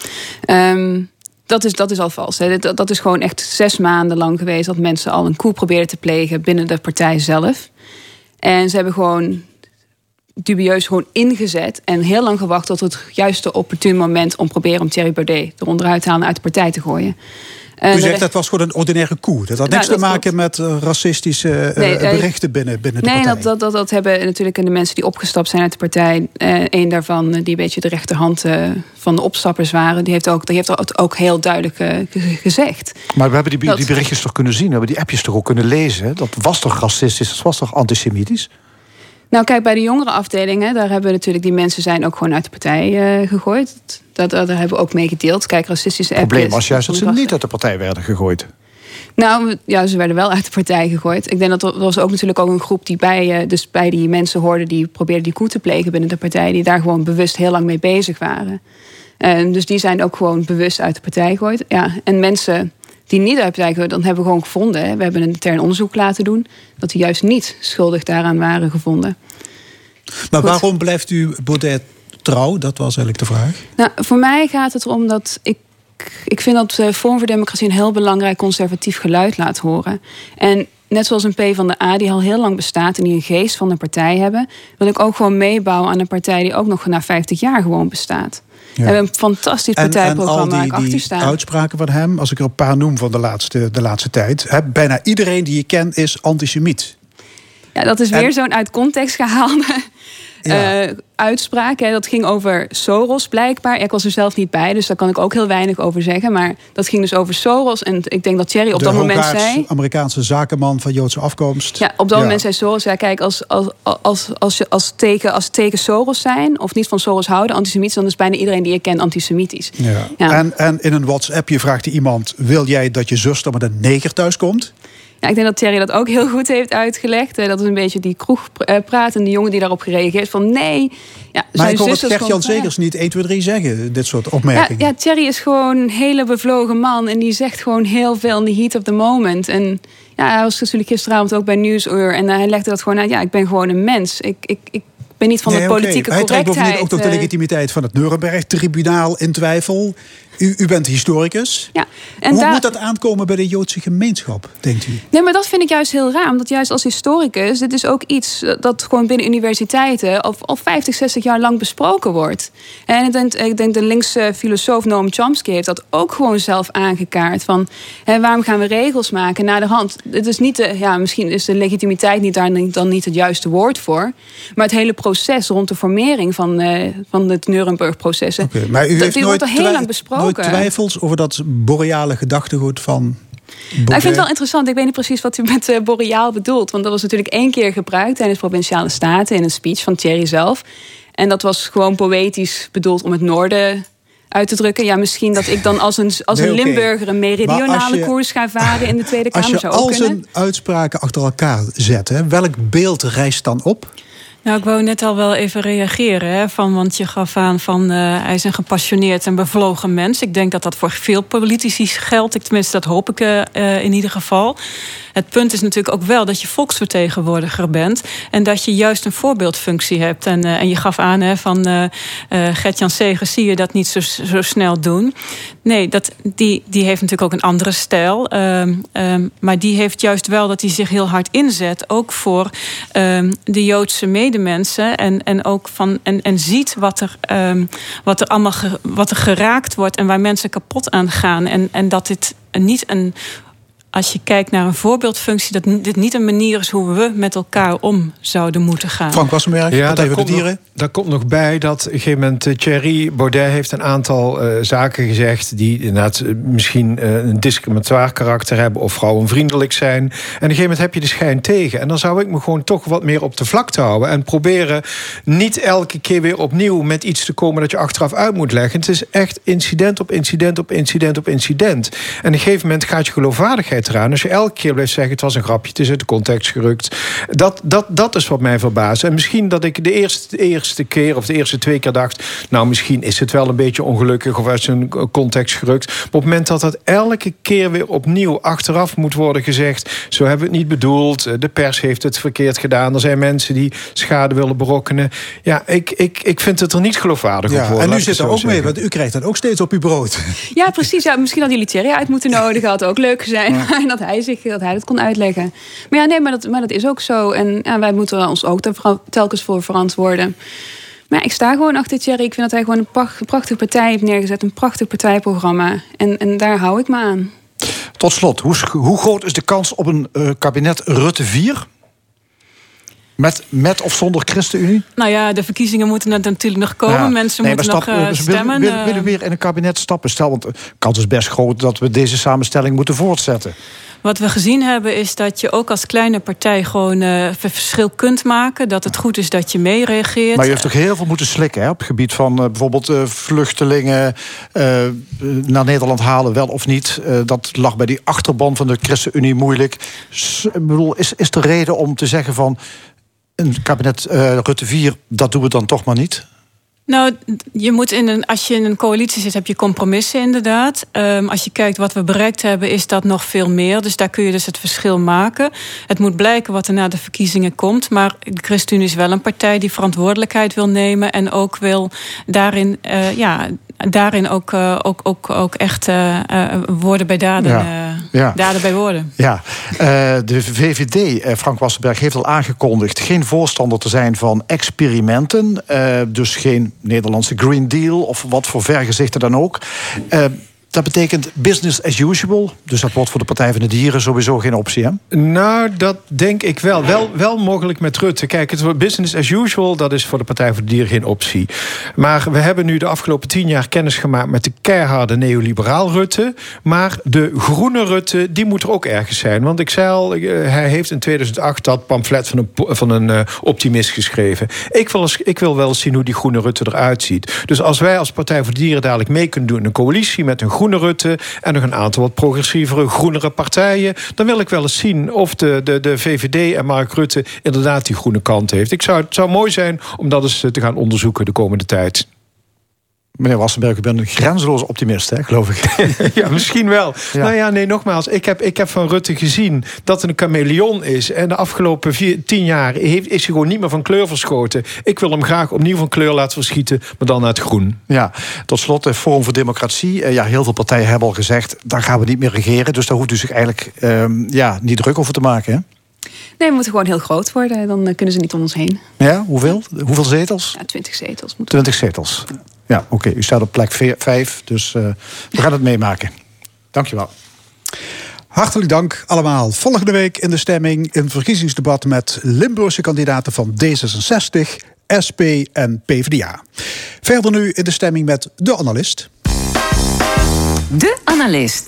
Dat is al vals. Hè. Dat is gewoon echt 6 maanden lang geweest dat mensen al een coup probeerden te plegen binnen de partij zelf. En ze hebben gewoon dubieus gewoon ingezet en heel lang gewacht tot het juiste opportun moment om proberen om Thierry Baudet eronder uit te halen en uit de partij te gooien. U zegt dat was gewoon een ordinaire coup. Dat had niks te maken met racistische berichten binnen de partij. Nee, dat hebben natuurlijk de mensen die opgestapt zijn uit de partij. Een daarvan, die een beetje de rechterhand van de opstappers waren, die heeft dat ook heel duidelijk gezegd. Maar we hebben die berichtjes toch kunnen zien? We hebben die appjes toch ook kunnen lezen? Dat was toch racistisch? Dat was toch antisemitisch? Nou, kijk, bij de jongere afdelingen, daar hebben natuurlijk die mensen zijn ook gewoon uit de partij gegooid. Daar hebben we ook mee gedeeld. Kijk, racistische appjes. Het probleem was juist dat ze niet uit de partij werden gegooid. Nou, ja, ze werden wel uit de partij gegooid. Ik denk dat er was ook natuurlijk ook een groep die bij die mensen hoorden die probeerden die coup te plegen binnen de partij, die daar gewoon bewust heel lang mee bezig waren. Dus die zijn ook gewoon bewust uit de partij gegooid. Ja, en mensen die niet uit de partij gegooid, dan hebben we gewoon gevonden. We hebben een intern onderzoek laten doen dat die juist niet schuldig daaraan waren gevonden. Maar waarom blijft u Baudet trouw? Dat was eigenlijk de vraag. Nou, voor mij gaat het erom dat ik vind dat Forum voor Democratie een heel belangrijk conservatief geluid laat horen. En net zoals een PvdA die al heel lang bestaat en die een geest van een partij hebben, wil ik ook gewoon meebouwen aan een partij die ook nog na 50 jaar gewoon bestaat. Ja. We hebben een fantastisch partijprogramma waar ik achter sta. En al die uitspraken van hem, als ik er een paar noem van de laatste tijd, bijna iedereen die je kent is antisemiet. Ja, dat is weer zo'n uit context gehaalde uitspraak. Hè. Dat ging over Soros blijkbaar. Ik was er zelf niet bij, dus daar kan ik ook heel weinig over zeggen. Maar dat ging dus over Soros. En ik denk dat Thierry op dat moment zei, de Amerikaanse zakenman van Joodse afkomst. Ja, op dat moment zei Soros, ja, kijk, als tegen Soros zijn, of niet van Soros houden, antisemitisch, dan is bijna iedereen die je kent antisemitisch. Ja. Ja. En in een WhatsAppje vraagt iemand, wil jij dat je zuster met een neger thuis komt? Ja, ik denk dat Thierry dat ook heel goed heeft uitgelegd. Dat is een beetje die kroegpraat en die jongen die daarop gereageerd van nee. Ja, maar ik hoor het Gert-Jan Segers niet 1, 2, 3 zeggen, dit soort opmerkingen. Ja, Thierry is gewoon een hele bevlogen man en die zegt gewoon heel veel in the heat of the moment. En ja, hij was natuurlijk gisteravond ook bij Nieuwsuur en hij legde dat gewoon uit. Ja, ik ben gewoon een mens. Ik ben niet van de politieke correctheid. Hij trekt bovendien ook nog de legitimiteit van het Nuremberg-tribunaal in twijfel. U bent historicus. Ja, en hoe moet dat aankomen bij de Joodse gemeenschap, denkt u? Nee, maar dat vind ik juist heel raar. Omdat juist als historicus, dit is ook iets dat gewoon binnen universiteiten al 50, 60 jaar lang besproken wordt. En ik denk de linkse filosoof Noam Chomsky heeft dat ook gewoon zelf aangekaart. Van waarom gaan we regels maken naar de hand? Het is niet misschien is de legitimiteit dan niet het juiste woord voor. Maar het hele proces rond de formering van het Nuremberg-proces. Okay, maar u heeft wordt al heel lang besproken. Nooit twijfels over dat boreale gedachtegoed van Baudet? Nou, ik vind het wel interessant. Ik weet niet precies wat u met boreaal bedoelt. Want dat was natuurlijk 1 keer gebruikt tijdens Provinciale Staten in een speech van Thierry zelf. En dat was gewoon poëtisch bedoeld om het noorden uit te drukken. Ja, misschien dat ik dan als een Limburger een meridionale koers ga varen in de Tweede Kamer. Als je al zijn uitspraken achter elkaar zet, welk beeld rijst dan op? Nou, ik wou net al wel even reageren. Hè, want je gaf aan van hij is een gepassioneerd en bevlogen mens. Ik denk dat dat voor veel politici geldt. Tenminste, dat hoop ik in ieder geval. Het punt is natuurlijk ook wel dat je volksvertegenwoordiger bent. En dat je juist een voorbeeldfunctie hebt. En je gaf aan van Gert-Jan Segers zie je dat niet zo snel doen. Nee, die heeft natuurlijk ook een andere stijl. Maar die heeft juist wel dat hij zich heel hard inzet. Ook voor de Joodse medemensen. En ook en ziet wat er geraakt wordt. En waar mensen kapot aan gaan. En dat dit niet een... Als je kijkt naar een voorbeeldfunctie, dat dit niet een manier is hoe we met elkaar om zouden moeten gaan. Frank Wassenberg, Partij voor de Dieren. Daar komt nog bij dat op een gegeven moment Thierry Baudet heeft een aantal zaken gezegd die inderdaad misschien een discriminatoire karakter hebben of vrouwenvriendelijk zijn. En op een gegeven moment heb je de schijn tegen. En dan zou ik me gewoon toch wat meer op de vlakte houden en proberen niet elke keer weer opnieuw met iets te komen dat je achteraf uit moet leggen. Het is echt incident op incident op incident op incident. En op een gegeven moment gaat je geloofwaardigheid eraan. Als je elke keer blijft zeggen het was een grapje, het is uit de context gerukt. Dat is wat mij verbaast. En misschien dat ik de eerste keer of de eerste 2 keer dacht, nou misschien is het wel een beetje ongelukkig of uit zijn context gerukt. Maar op het moment dat dat elke keer weer opnieuw achteraf moet worden gezegd, zo hebben we het niet bedoeld, de pers heeft het verkeerd gedaan, er zijn mensen die schade willen berokkenen. Ja, ik vind het er niet geloofwaardig op worden. En nu zit er ook mee, want u krijgt dat ook steeds op uw brood. Ja, precies. Ja, misschien had jullie Thierry uit moeten nodigen, had ook leuk zijn. Ja. En dat hij dat kon uitleggen. Maar ja, nee, maar dat is ook zo. En ja, wij moeten ons ook telkens voor verantwoorden. Maar ja, ik sta gewoon achter Thierry. Ik vind dat hij gewoon een prachtige partij heeft neergezet. Een prachtig partijprogramma. En daar hou ik me aan. Tot slot, hoe groot is de kans op een kabinet Rutte 4? Met of zonder ChristenUnie? Nou ja, de verkiezingen moeten natuurlijk nog komen. Ja. Mensen moeten nog stemmen. Willen we weer in een kabinet stappen? Stel, want de kans is best groot dat we deze samenstelling moeten voortzetten. Wat we gezien hebben is dat je ook als kleine partij gewoon verschil kunt maken. Dat het goed is dat je mee reageert. Maar je heeft toch heel veel moeten slikken, hè? Op het gebied van bijvoorbeeld vluchtelingen naar Nederland halen, wel of niet. Dat lag bij die achterban van de ChristenUnie moeilijk. Ik bedoel, is er reden om te zeggen van een kabinet Rutte 4, dat doen we dan toch maar niet? Nou, je moet als je in een coalitie zit, heb je compromissen inderdaad. Als je kijkt wat we bereikt hebben, is dat nog veel meer. Dus daar kun je dus het verschil maken. Het moet blijken wat er na de verkiezingen komt. Maar de ChristenUnie is wel een partij die verantwoordelijkheid wil nemen en ook wil daarin ook echt woorden bij daden. Daden bij woorden. Ja, de VVD, Frank Wassenberg, heeft al aangekondigd geen voorstander te zijn van experimenten. Dus geen Nederlandse Green Deal of wat voor vergezichten dan ook. Dat betekent business as usual. Dus dat wordt voor de Partij van de Dieren sowieso geen optie, hè? Nou, dat denk ik wel. Wel mogelijk met Rutte. Kijk, het wordt business as usual, dat is voor de Partij voor de Dieren geen optie. Maar we hebben nu de afgelopen 10 jaar kennis gemaakt met de keiharde neoliberaal Rutte. Maar de groene Rutte, die moet er ook ergens zijn. Want ik zei al, hij heeft in 2008 dat pamflet van een optimist geschreven. Ik wil wel eens zien hoe die groene Rutte eruit ziet. Dus als wij als Partij voor de Dieren dadelijk mee kunnen doen in een coalitie met een groene Rutte en nog een aantal wat progressievere, groenere partijen, dan wil ik wel eens zien of de VVD en Mark Rutte inderdaad die groene kant heeft. Het zou mooi zijn om dat eens te gaan onderzoeken de komende tijd. Meneer Wassenberg, u bent een grenzeloos optimist, hè, geloof ik. Ja, misschien wel. Ja. Nou ja, nee, nogmaals. Ik heb van Rutte gezien dat het een chameleon is. En de afgelopen 10 jaar is hij gewoon niet meer van kleur verschoten. Ik wil hem graag opnieuw van kleur laten verschieten, maar dan naar het groen. Ja, tot slot, de Forum voor Democratie. Heel veel partijen hebben al gezegd, daar gaan we niet meer regeren. Dus daar hoeft u zich eigenlijk niet druk over te maken, hè? Nee, we moeten gewoon heel groot worden. Dan kunnen ze niet om ons heen. Ja, hoeveel? Hoeveel zetels? Ja, 20 zetels. 20 zetels. Ja, oké. U staat op plek 5, dus we gaan het meemaken. Dankjewel. Hartelijk dank allemaal. Volgende week in de stemming een verkiezingsdebat met Limburgse kandidaten van D66, SP en PvdA. Verder nu in de stemming met de analist. De analist.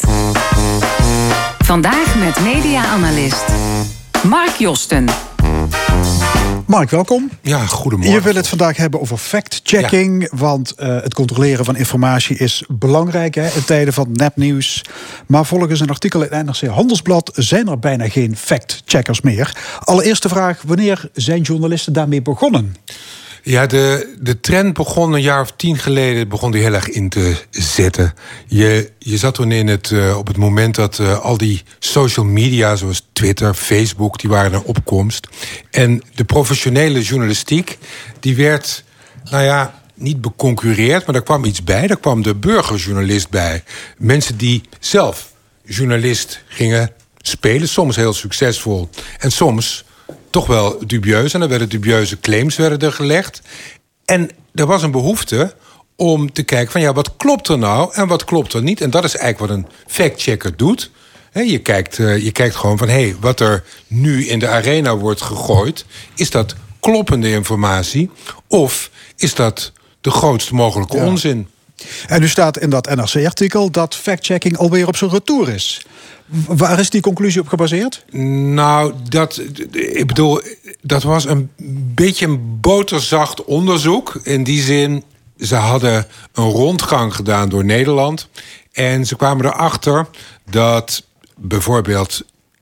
Vandaag met media-analyst Mark Josten. Mark, welkom. Ja, goedemorgen. Je wil het vandaag hebben over fact-checking. Want het controleren van informatie is belangrijk in tijden van nepnieuws. Maar volgens een artikel in NRC Handelsblad zijn er bijna geen fact-checkers meer. Allereerste vraag, wanneer zijn journalisten daarmee begonnen? Ja, de trend begon een jaar of 10 geleden, begon die heel erg in te zetten. Je zat toen op het moment dat al die social media, zoals Twitter, Facebook, die waren in opkomst. En de professionele journalistiek, die werd, niet beconcurreerd, maar daar kwam iets bij. Daar kwam de burgerjournalist bij. Mensen die zelf journalist gingen spelen, soms heel succesvol en soms toch wel dubieus. En er werden dubieuze claims er gelegd. En er was een behoefte om te kijken van wat klopt er nou en wat klopt er niet. En dat is eigenlijk wat een fact-checker doet. Je kijkt gewoon van wat er nu in de arena wordt gegooid, is dat kloppende informatie of is dat de grootste mogelijke onzin? En nu staat in dat NRC-artikel dat fact-checking alweer op zijn retour is. Waar is die conclusie op gebaseerd? Nou, dat was een beetje een boterzacht onderzoek. In die zin, ze hadden een rondgang gedaan door Nederland. En ze kwamen erachter dat bijvoorbeeld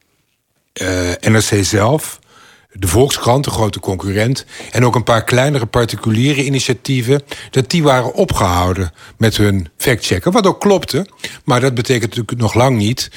NRC zelf, de Volkskrant, de grote concurrent, en ook een paar kleinere particuliere initiatieven, dat die waren opgehouden met hun factchecken. Wat ook klopte, maar dat betekent natuurlijk nog lang niet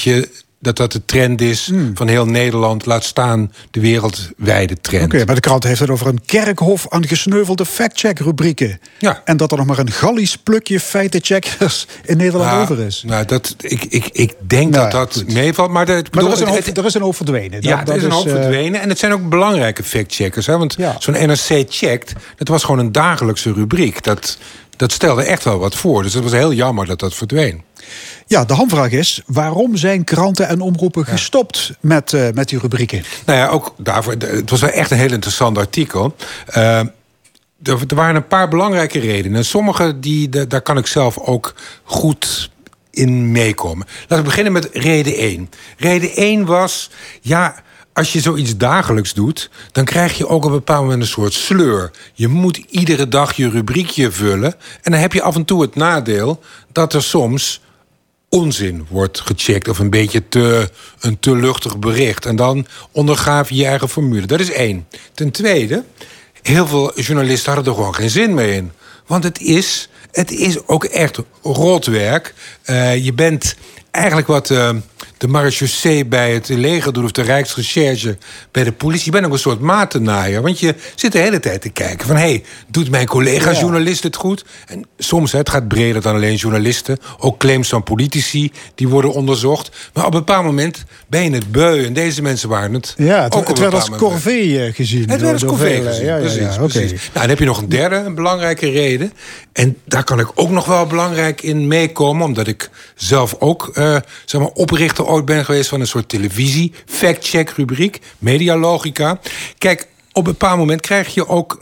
dat de trend is van heel Nederland, laat staan de wereldwijde trend. Oké, maar de krant heeft het over een kerkhof aan gesneuvelde fact-check-rubrieken. Ja. En dat er nog maar een Gallisch plukje feitencheckers in Nederland over is. Nou, ik denk dat meevalt. Maar er is een hoop verdwenen. Er is een hoop verdwenen. En het zijn ook belangrijke fact-checkers. Want zo'n NRC checkt, dat was gewoon een dagelijkse rubriek. Dat stelde echt wel wat voor. Dus het was heel jammer dat verdween. Ja, de hamvraag is, waarom zijn kranten en omroepen gestopt met die rubrieken? Nou ja, ook daarvoor. Het was wel echt een heel interessant artikel. Er waren een paar belangrijke redenen. En sommige, daar kan ik zelf ook goed in meekomen. Laten we beginnen met reden 1. Reden 1 was, als je zoiets dagelijks doet, dan krijg je ook op een bepaald moment een soort sleur. Je moet iedere dag je rubriekje vullen. En dan heb je af en toe het nadeel dat er soms onzin wordt gecheckt of een beetje een te luchtig bericht. En dan ondergraaf je je eigen formule. Dat is 1. Ten tweede, heel veel journalisten hadden er gewoon geen zin meer in. Want het is ook echt rotwerk. Je bent eigenlijk wat de marechaussee bij het leger doet, of de Rijksrecherche bij de politie. Je bent ook een soort matennaaier. Want je zit de hele tijd te kijken van, doet mijn collega-journalist het goed? En soms, het gaat breder dan alleen journalisten. Ook claims van politici, die worden onderzocht. Maar op een bepaald moment ben je het beu. En deze mensen waren het. Ja, het werd als corvée gezien. Het werd als corvée gezien, precies. Nou, dan heb je nog een derde, een belangrijke reden. En daar kan ik ook nog wel belangrijk in meekomen, omdat ik zelf ook oprichter ooit ben geweest van een soort televisie fact-check rubriek, Medialogica. Kijk, op een bepaald moment krijg je ook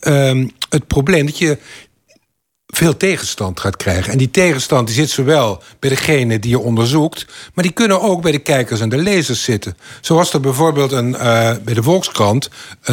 het probleem dat je veel tegenstand gaat krijgen. En die tegenstand die zit zowel bij degene die je onderzoekt, maar die kunnen ook bij de kijkers en de lezers zitten. Zo was er bijvoorbeeld bij de Volkskrant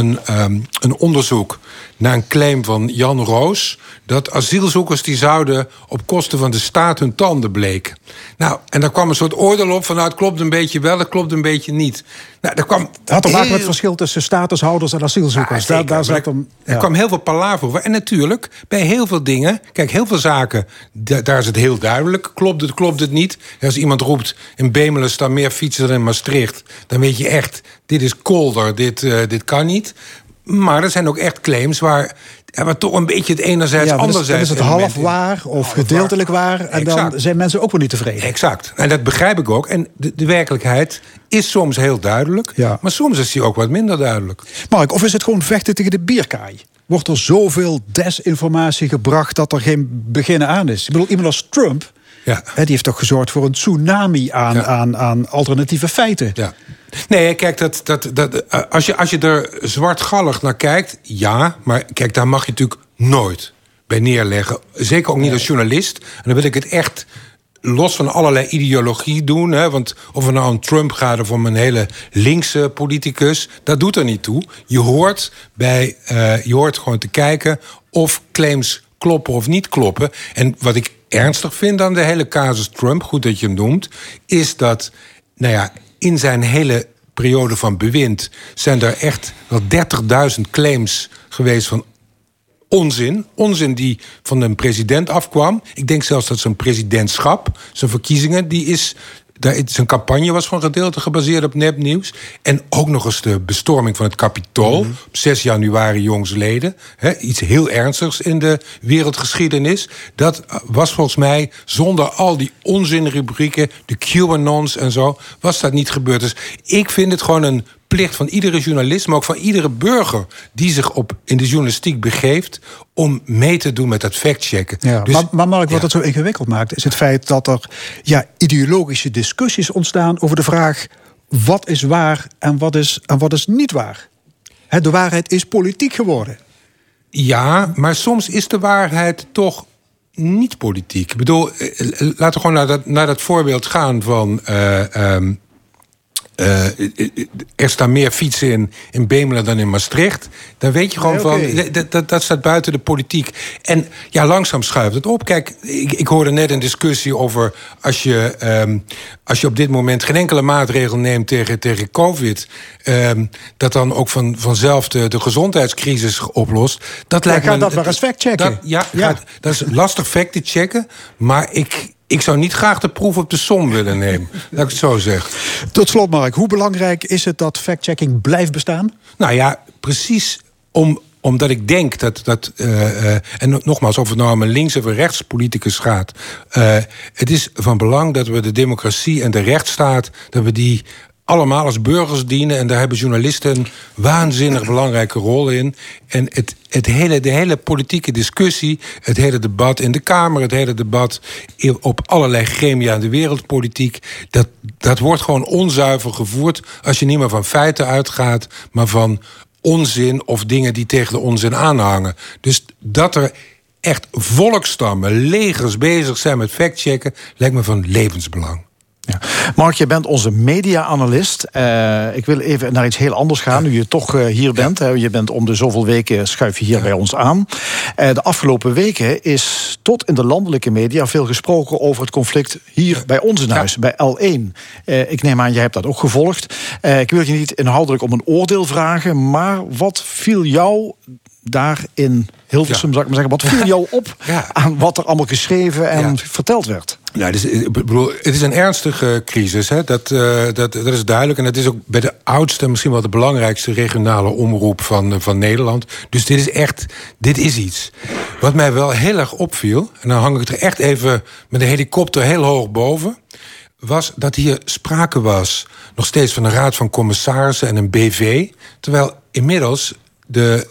een onderzoek naar een claim van Jan Roos dat asielzoekers die zouden op kosten van de staat hun tanden bleken. Nou, en daar kwam een soort oordeel op van, het klopt een beetje wel, het klopt een beetje niet. Nou, het had te maken met het verschil tussen statushouders en asielzoekers. Er kwam heel veel palaver over. En natuurlijk, bij heel veel dingen, kijk, heel veel zaken, daar is het heel duidelijk. Klopt het niet? Als iemand roept, in Bemelen staan meer fietsen dan in Maastricht, dan weet je echt, dit is kolder, dit kan niet. Maar er zijn ook echt claims waar toch een beetje het enerzijds anderzijds. Dan is het half waar of gedeeltelijk waar. En dan zijn mensen ook wel niet tevreden. Exact. En dat begrijp ik ook. En de werkelijkheid is soms heel duidelijk. Ja. Maar soms is die ook wat minder duidelijk. Mark, of is het gewoon vechten tegen de bierkaai? Wordt er zoveel desinformatie gebracht dat er geen beginnen aan is? Ik bedoel, iemand als Trump, die heeft toch gezorgd voor een tsunami aan alternatieve feiten. Ja. Nee, kijk, als je er zwartgallig naar kijkt, maar kijk, daar mag je natuurlijk nooit bij neerleggen. Zeker ook niet als journalist. En dan wil ik het echt los van allerlei ideologie doen. Hè, want of het nou om Trump gaat of om een hele linkse politicus, dat doet er niet toe. Je hoort gewoon te kijken of claims kloppen of niet kloppen. En wat ik ernstig vind aan de hele casus Trump, goed dat je hem noemt, is dat in zijn hele periode van bewind zijn er echt wel 30.000 claims geweest van onzin. Onzin die van een president afkwam. Ik denk zelfs dat zijn presidentschap, zijn verkiezingen, zijn campagne was van gedeelte gebaseerd op nepnieuws. En ook nog eens de bestorming van het Capitool op 6 januari jongsleden. Iets heel ernstigs in de wereldgeschiedenis. Dat was volgens mij, zonder al die onzinrubrieken, de QAnons en zo, was dat niet gebeurd. Dus ik vind het gewoon een plicht van iedere journalist, maar ook van iedere burger die zich in de journalistiek begeeft, om mee te doen met dat factchecken. Ja, dus, maar Mark, wat het zo ingewikkeld maakt, is het feit dat er ideologische discussies ontstaan over de vraag: wat is waar en wat is niet waar? De waarheid is politiek geworden. Ja, maar soms is de waarheid toch niet politiek. Ik bedoel, laten we gewoon naar dat voorbeeld gaan van er staan meer fietsen in Bemelen dan in Maastricht. Dan weet je gewoon van, dat staat buiten de politiek. En ja, langzaam schuift het op. Kijk, ik hoorde net een discussie over als je op dit moment geen enkele maatregel neemt tegen COVID, dat dan ook vanzelf de gezondheidscrisis oplost. Dat lijkt me, dat maar eens factchecken. Dat is lastig fact te checken, maar ik zou niet graag de proef op de som willen nemen. Laat ik het zo zeggen. Tot slot, Mark, hoe belangrijk is het dat factchecking blijft bestaan? Nou ja, precies omdat ik denk dat en nogmaals, of het nou om een links- of een rechtspoliticus gaat, het is van belang dat we de democratie en de rechtsstaat, dat we die allemaal als burgers dienen. En daar hebben journalisten een waanzinnig belangrijke rol in. En de hele politieke discussie, het hele debat in de Kamer, het hele debat op allerlei gremia in de wereldpolitiek, dat wordt gewoon onzuiver gevoerd als je niet meer van feiten uitgaat, maar van onzin of dingen die tegen de onzin aanhangen. Dus dat er echt volkstammen, legers bezig zijn met factchecken, lijkt me van levensbelang. Ja. Mark, je bent onze media-analyst. Ik wil even naar iets heel anders gaan, nu je toch hier bent. Je bent om de zoveel weken, schuif je hier bij ons aan. De afgelopen weken is tot in de landelijke media veel gesproken over het conflict hier bij ons in huis, bij L1. Ik neem aan, jij hebt dat ook gevolgd. Ik wil je niet inhoudelijk om een oordeel vragen, maar wat viel jou daar in Hilversum, zou ik maar zeggen, wat viel jou op aan wat er allemaal geschreven en verteld werd? Nou, het is een ernstige crisis, hè? Dat is duidelijk. En het is ook bij de oudste, misschien wel de belangrijkste regionale omroep van Nederland. Dus dit is iets. Wat mij wel heel erg opviel, en dan hang ik er echt even met de helikopter heel hoog boven, was dat hier sprake was nog steeds van een raad van commissarissen en een BV, terwijl inmiddels de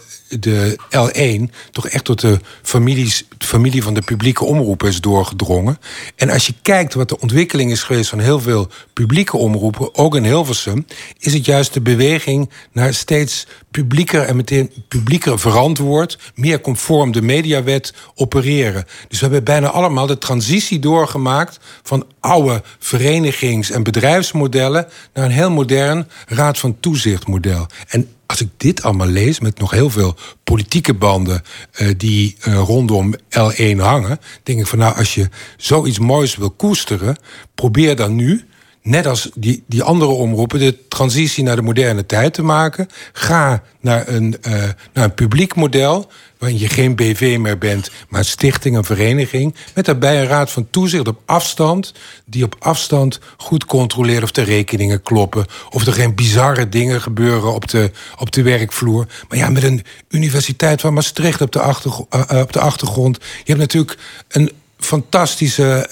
L1 toch echt tot de familie van de publieke omroepen is doorgedrongen. En als je kijkt wat de ontwikkeling is geweest van heel veel publieke omroepen, ook in Hilversum, is het juist de beweging naar steeds publieker en meteen publieker verantwoord, meer conform de mediawet opereren. Dus we hebben bijna allemaal de transitie doorgemaakt van oude verenigings- en bedrijfsmodellen naar een heel modern raad van toezichtmodel. En als ik dit allemaal lees, met nog heel veel politieke banden die rondom L1 hangen, denk ik van, nou, als je zoiets moois wil koesteren, probeer dan nu, net als die andere omroepen, de transitie naar de moderne tijd te maken. Ga naar een publiek model, waarin je geen BV meer bent, maar een stichting, een vereniging, met daarbij een raad van toezicht op afstand, die op afstand goed controleert of de rekeningen kloppen, of er geen bizarre dingen gebeuren op de werkvloer. Maar ja, met een Universiteit van Maastricht op de achtergrond. Je hebt natuurlijk een fantastische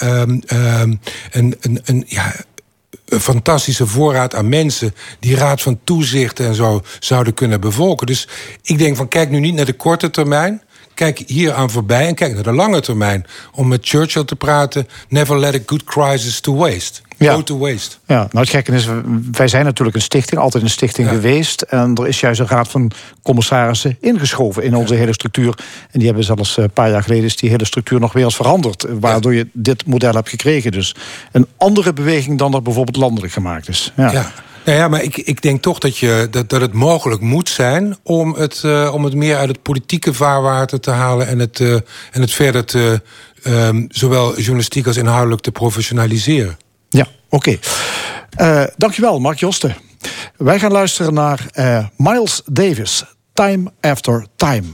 een fantastische voorraad aan mensen die raad van toezicht en zo zouden kunnen bevolken. Dus ik denk van, kijk nu niet naar de korte termijn, kijk hier aan voorbij en kijk naar de lange termijn. Om met Churchill te praten, never let a good crisis to waste. Ja. Go to waste. Ja, nou het gekke is, wij zijn natuurlijk een stichting, altijd een stichting geweest. En er is juist een raad van commissarissen ingeschoven in onze hele structuur. En die hebben zelfs een paar jaar geleden is die hele structuur nog weer eens veranderd. Waardoor je dit model hebt gekregen. Dus een andere beweging dan er bijvoorbeeld landelijk gemaakt is. Ja. Nou ja, maar ik denk toch dat het mogelijk moet zijn om het meer uit het politieke vaarwater te halen en het verder te zowel journalistiek als inhoudelijk te professionaliseren. Ja, oké. Dankjewel, Mark Josten. Wij gaan luisteren naar Miles Davis, Time After Time.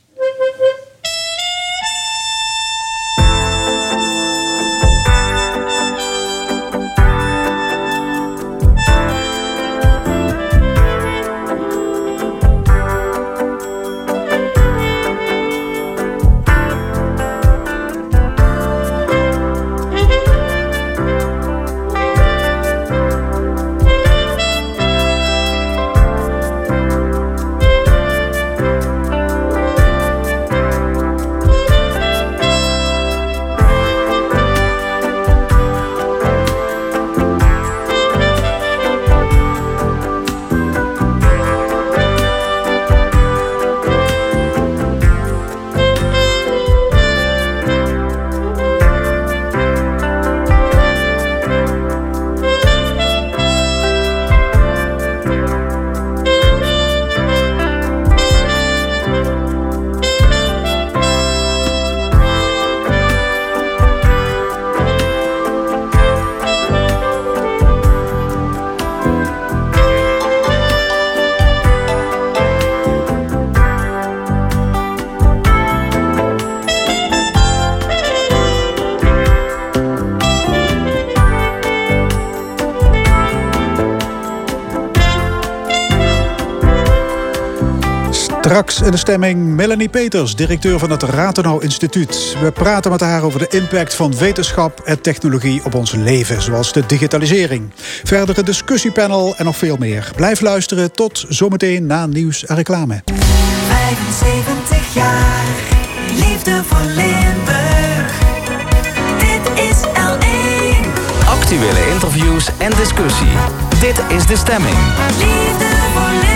Straks in de stemming Melanie Peters, directeur van het Rathenau Instituut. We praten met haar over de impact van wetenschap en technologie op ons leven, zoals de digitalisering. Verder een discussiepanel en nog veel meer. Blijf luisteren, tot zometeen na nieuws en reclame. 75 jaar, liefde voor Limburg. Dit is L1. Actuele interviews en discussie. Dit is de stemming. Liefde voor Limburg.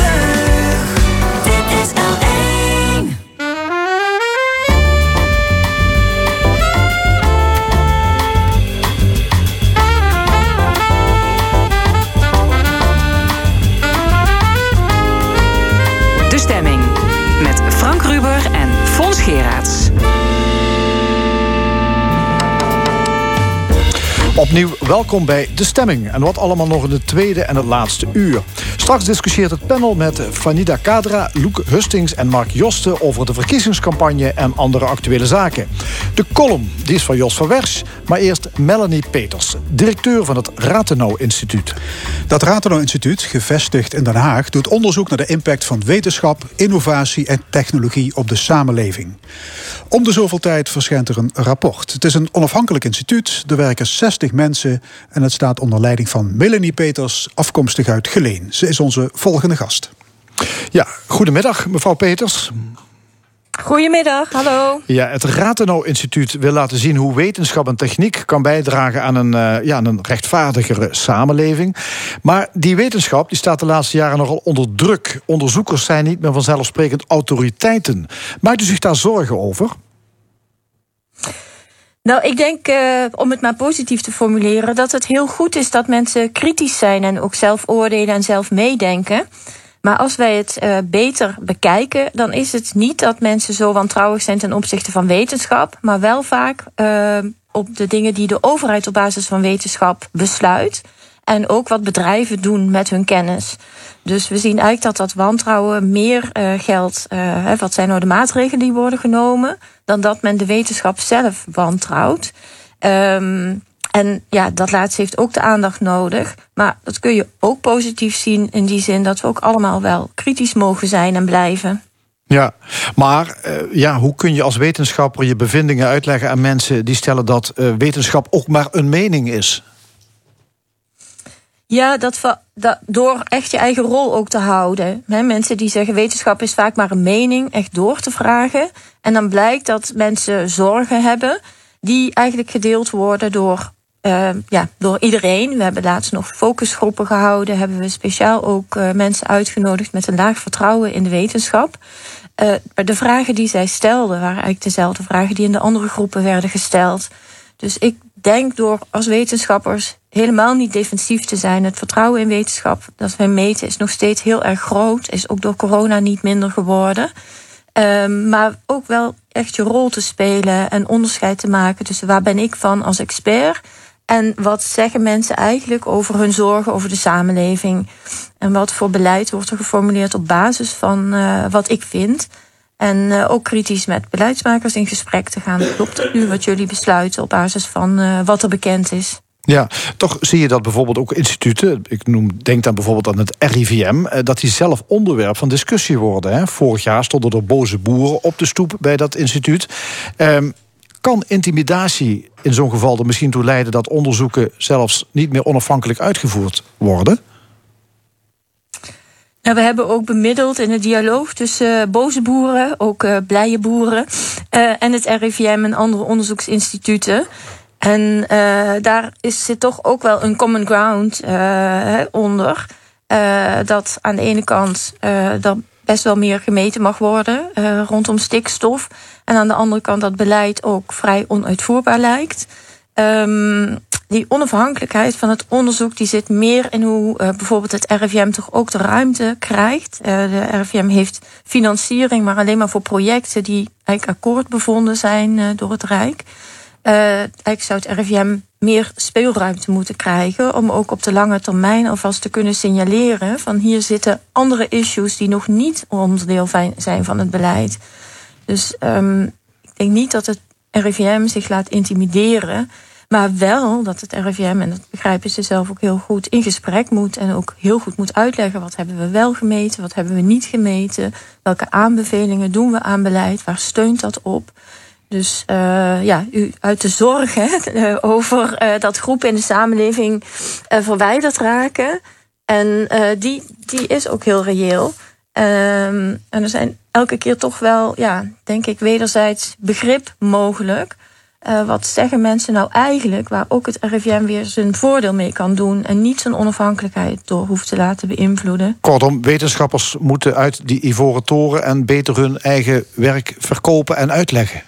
Dit is L1. De stemming met Frank Ruber en Fons Geraerts. Opnieuw welkom bij De Stemming. En wat allemaal nog in het tweede en het laatste uur. Straks discussieert het panel met Vanida Kadra, Loek Hustings en Mark Josten over de verkiezingscampagne en andere actuele zaken. De column die is van Jos van Wersch, maar eerst Melanie Peters, directeur van het Rathenau Instituut. Dat Rathenau Instituut, gevestigd in Den Haag, doet onderzoek naar de impact van wetenschap, innovatie en technologie op de samenleving. Om de zoveel tijd verschijnt er een rapport. Het is een onafhankelijk instituut, er werken 60 mensen en het staat onder leiding van Melanie Peters, afkomstig uit Geleen. Ze is onze volgende gast. Ja, goedemiddag mevrouw Peters. Goedemiddag, hallo. Ja, het Rathenau Instituut wil laten zien hoe wetenschap en techniek kan bijdragen aan een rechtvaardigere samenleving. Maar die wetenschap die staat de laatste jaren nogal onder druk. Onderzoekers zijn niet meer vanzelfsprekend autoriteiten. Maakt u zich daar zorgen over? Nou, ik denk, om het maar positief te formuleren, dat het heel goed is dat mensen kritisch zijn en ook zelf oordelen en zelf meedenken. Maar als wij het beter bekijken, dan is het niet dat mensen zo wantrouwig zijn ten opzichte van wetenschap, maar wel vaak op de dingen die de overheid op basis van wetenschap besluit. En ook wat bedrijven doen met hun kennis. Dus we zien eigenlijk dat wantrouwen meer geldt. Wat zijn nou de maatregelen die worden genomen, dan dat men de wetenschap zelf wantrouwt. En ja, dat laatste heeft ook de aandacht nodig. Maar dat kun je ook positief zien in die zin dat we ook allemaal wel kritisch mogen zijn en blijven. Ja, maar hoe kun je als wetenschapper je bevindingen uitleggen aan mensen die stellen dat wetenschap ook maar een mening is? Ja, door echt je eigen rol ook te houden. Mensen die zeggen wetenschap is vaak maar een mening, echt door te vragen. En dan blijkt dat mensen zorgen hebben die eigenlijk gedeeld worden door iedereen. We hebben laatst nog focusgroepen gehouden. Hebben we speciaal ook mensen uitgenodigd met een laag vertrouwen in de wetenschap. De vragen die zij stelden waren eigenlijk dezelfde vragen die in de andere groepen werden gesteld. Dus ik denk door als wetenschappers helemaal niet defensief te zijn. Het vertrouwen in wetenschap dat wij meten is nog steeds heel erg groot. Is ook door corona niet minder geworden. Maar ook wel echt je rol te spelen en onderscheid te maken tussen waar ben ik van als expert en wat zeggen mensen eigenlijk over hun zorgen over de samenleving. En wat voor beleid wordt er geformuleerd op basis van wat ik vind. En ook kritisch met beleidsmakers in gesprek te gaan. Klopt het nu wat jullie besluiten op basis van wat er bekend is? Ja, toch zie je dat bijvoorbeeld ook instituten, denk dan bijvoorbeeld aan het RIVM, dat die zelf onderwerp van discussie worden. Hè. Vorig jaar stonden er boze boeren op de stoep bij dat instituut. Kan intimidatie in zo'n geval er misschien toe leiden dat onderzoeken zelfs niet meer onafhankelijk uitgevoerd worden? Nou, we hebben ook bemiddeld in het dialoog tussen boze boeren, ook blije boeren, en het RIVM en andere onderzoeksinstituten. En daar zit toch ook wel een common ground onder. Dat aan de ene kant er best wel meer gemeten mag worden rondom stikstof. En aan de andere kant dat beleid ook vrij onuitvoerbaar lijkt. Die onafhankelijkheid van het onderzoek die zit meer in hoe bijvoorbeeld het RIVM toch ook de ruimte krijgt. De RIVM heeft financiering, maar alleen maar voor projecten die eigenlijk akkoord bevonden zijn door het Rijk. Eigenlijk zou het RIVM meer speelruimte moeten krijgen om ook op de lange termijn alvast te kunnen signaleren van hier zitten andere issues die nog niet onderdeel zijn van het beleid. Dus ik denk niet dat het RIVM zich laat intimideren, maar wel dat het RIVM, en dat begrijpen ze zelf ook heel goed, in gesprek moet en ook heel goed moet uitleggen wat hebben we wel gemeten, wat hebben we niet gemeten, welke aanbevelingen doen we aan beleid, waar steunt dat op. Dus u uit de zorg over dat groepen in de samenleving verwijderd raken. En die is ook heel reëel. En er zijn elke keer toch wel, denk ik, wederzijds begrip mogelijk. Wat zeggen mensen nou eigenlijk, waar ook het RIVM weer zijn voordeel mee kan doen en niet zijn onafhankelijkheid door hoeft te laten beïnvloeden. Kortom, wetenschappers moeten uit die ivoren toren en beter hun eigen werk verkopen en uitleggen.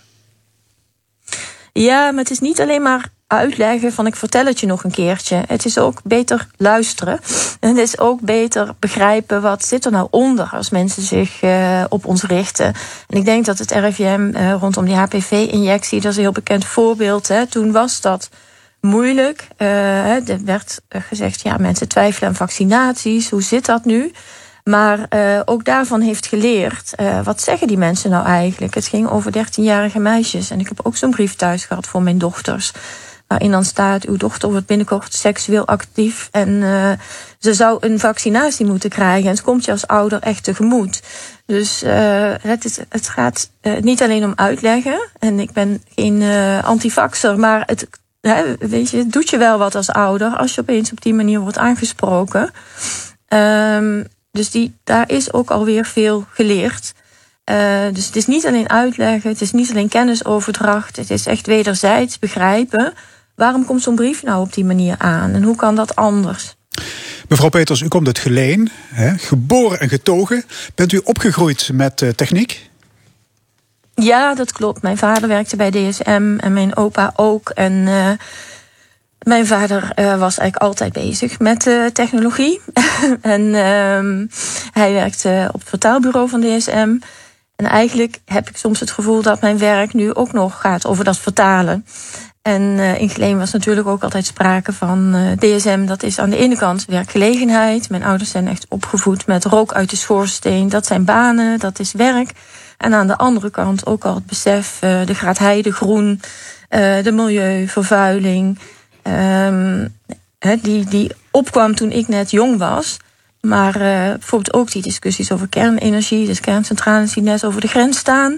Ja, maar het is niet alleen maar uitleggen van ik vertel het je nog een keertje. Het is ook beter luisteren. En het is ook beter begrijpen wat zit er nou onder als mensen zich op ons richten. En ik denk dat het RIVM rondom die HPV-injectie, dat is een heel bekend voorbeeld. Toen was dat moeilijk. Er werd gezegd, mensen twijfelen aan vaccinaties. Hoe zit dat nu? Maar ook daarvan heeft geleerd, wat zeggen die mensen nou eigenlijk? Het ging over 13-jarige meisjes. En ik heb ook zo'n brief thuis gehad voor mijn dochters. Waarin dan staat, uw dochter wordt binnenkort seksueel actief. En ze zou een vaccinatie moeten krijgen. En het komt je als ouder echt tegemoet. Dus het gaat niet alleen om uitleggen. En ik ben geen antivaxer, maar het doet je wel wat als ouder als je opeens op die manier wordt aangesproken. Dus daar is ook alweer veel geleerd. Dus het is niet alleen uitleggen, het is niet alleen kennisoverdracht. Het is echt wederzijds begrijpen. Waarom komt zo'n brief nou op die manier aan? En hoe kan dat anders? Mevrouw Peters, u komt uit Geleen, geboren en getogen. Bent u opgegroeid met techniek? Ja, dat klopt. Mijn vader werkte bij DSM en mijn opa ook. En mijn vader was eigenlijk altijd bezig met technologie. En hij werkte op het vertaalbureau van DSM. En eigenlijk heb ik soms het gevoel dat mijn werk nu ook nog gaat over dat vertalen. En in Geleen was natuurlijk ook altijd sprake van DSM. Dat is aan de ene kant werkgelegenheid. Mijn ouders zijn echt opgevoed met rook uit de schoorsteen. Dat zijn banen, dat is werk. En aan de andere kant ook al het besef, de graad heide, groen, de milieuvervuiling. Die opkwam toen ik net jong was. Maar bijvoorbeeld ook die discussies over kernenergie, dus kerncentrales die net over de grens staan.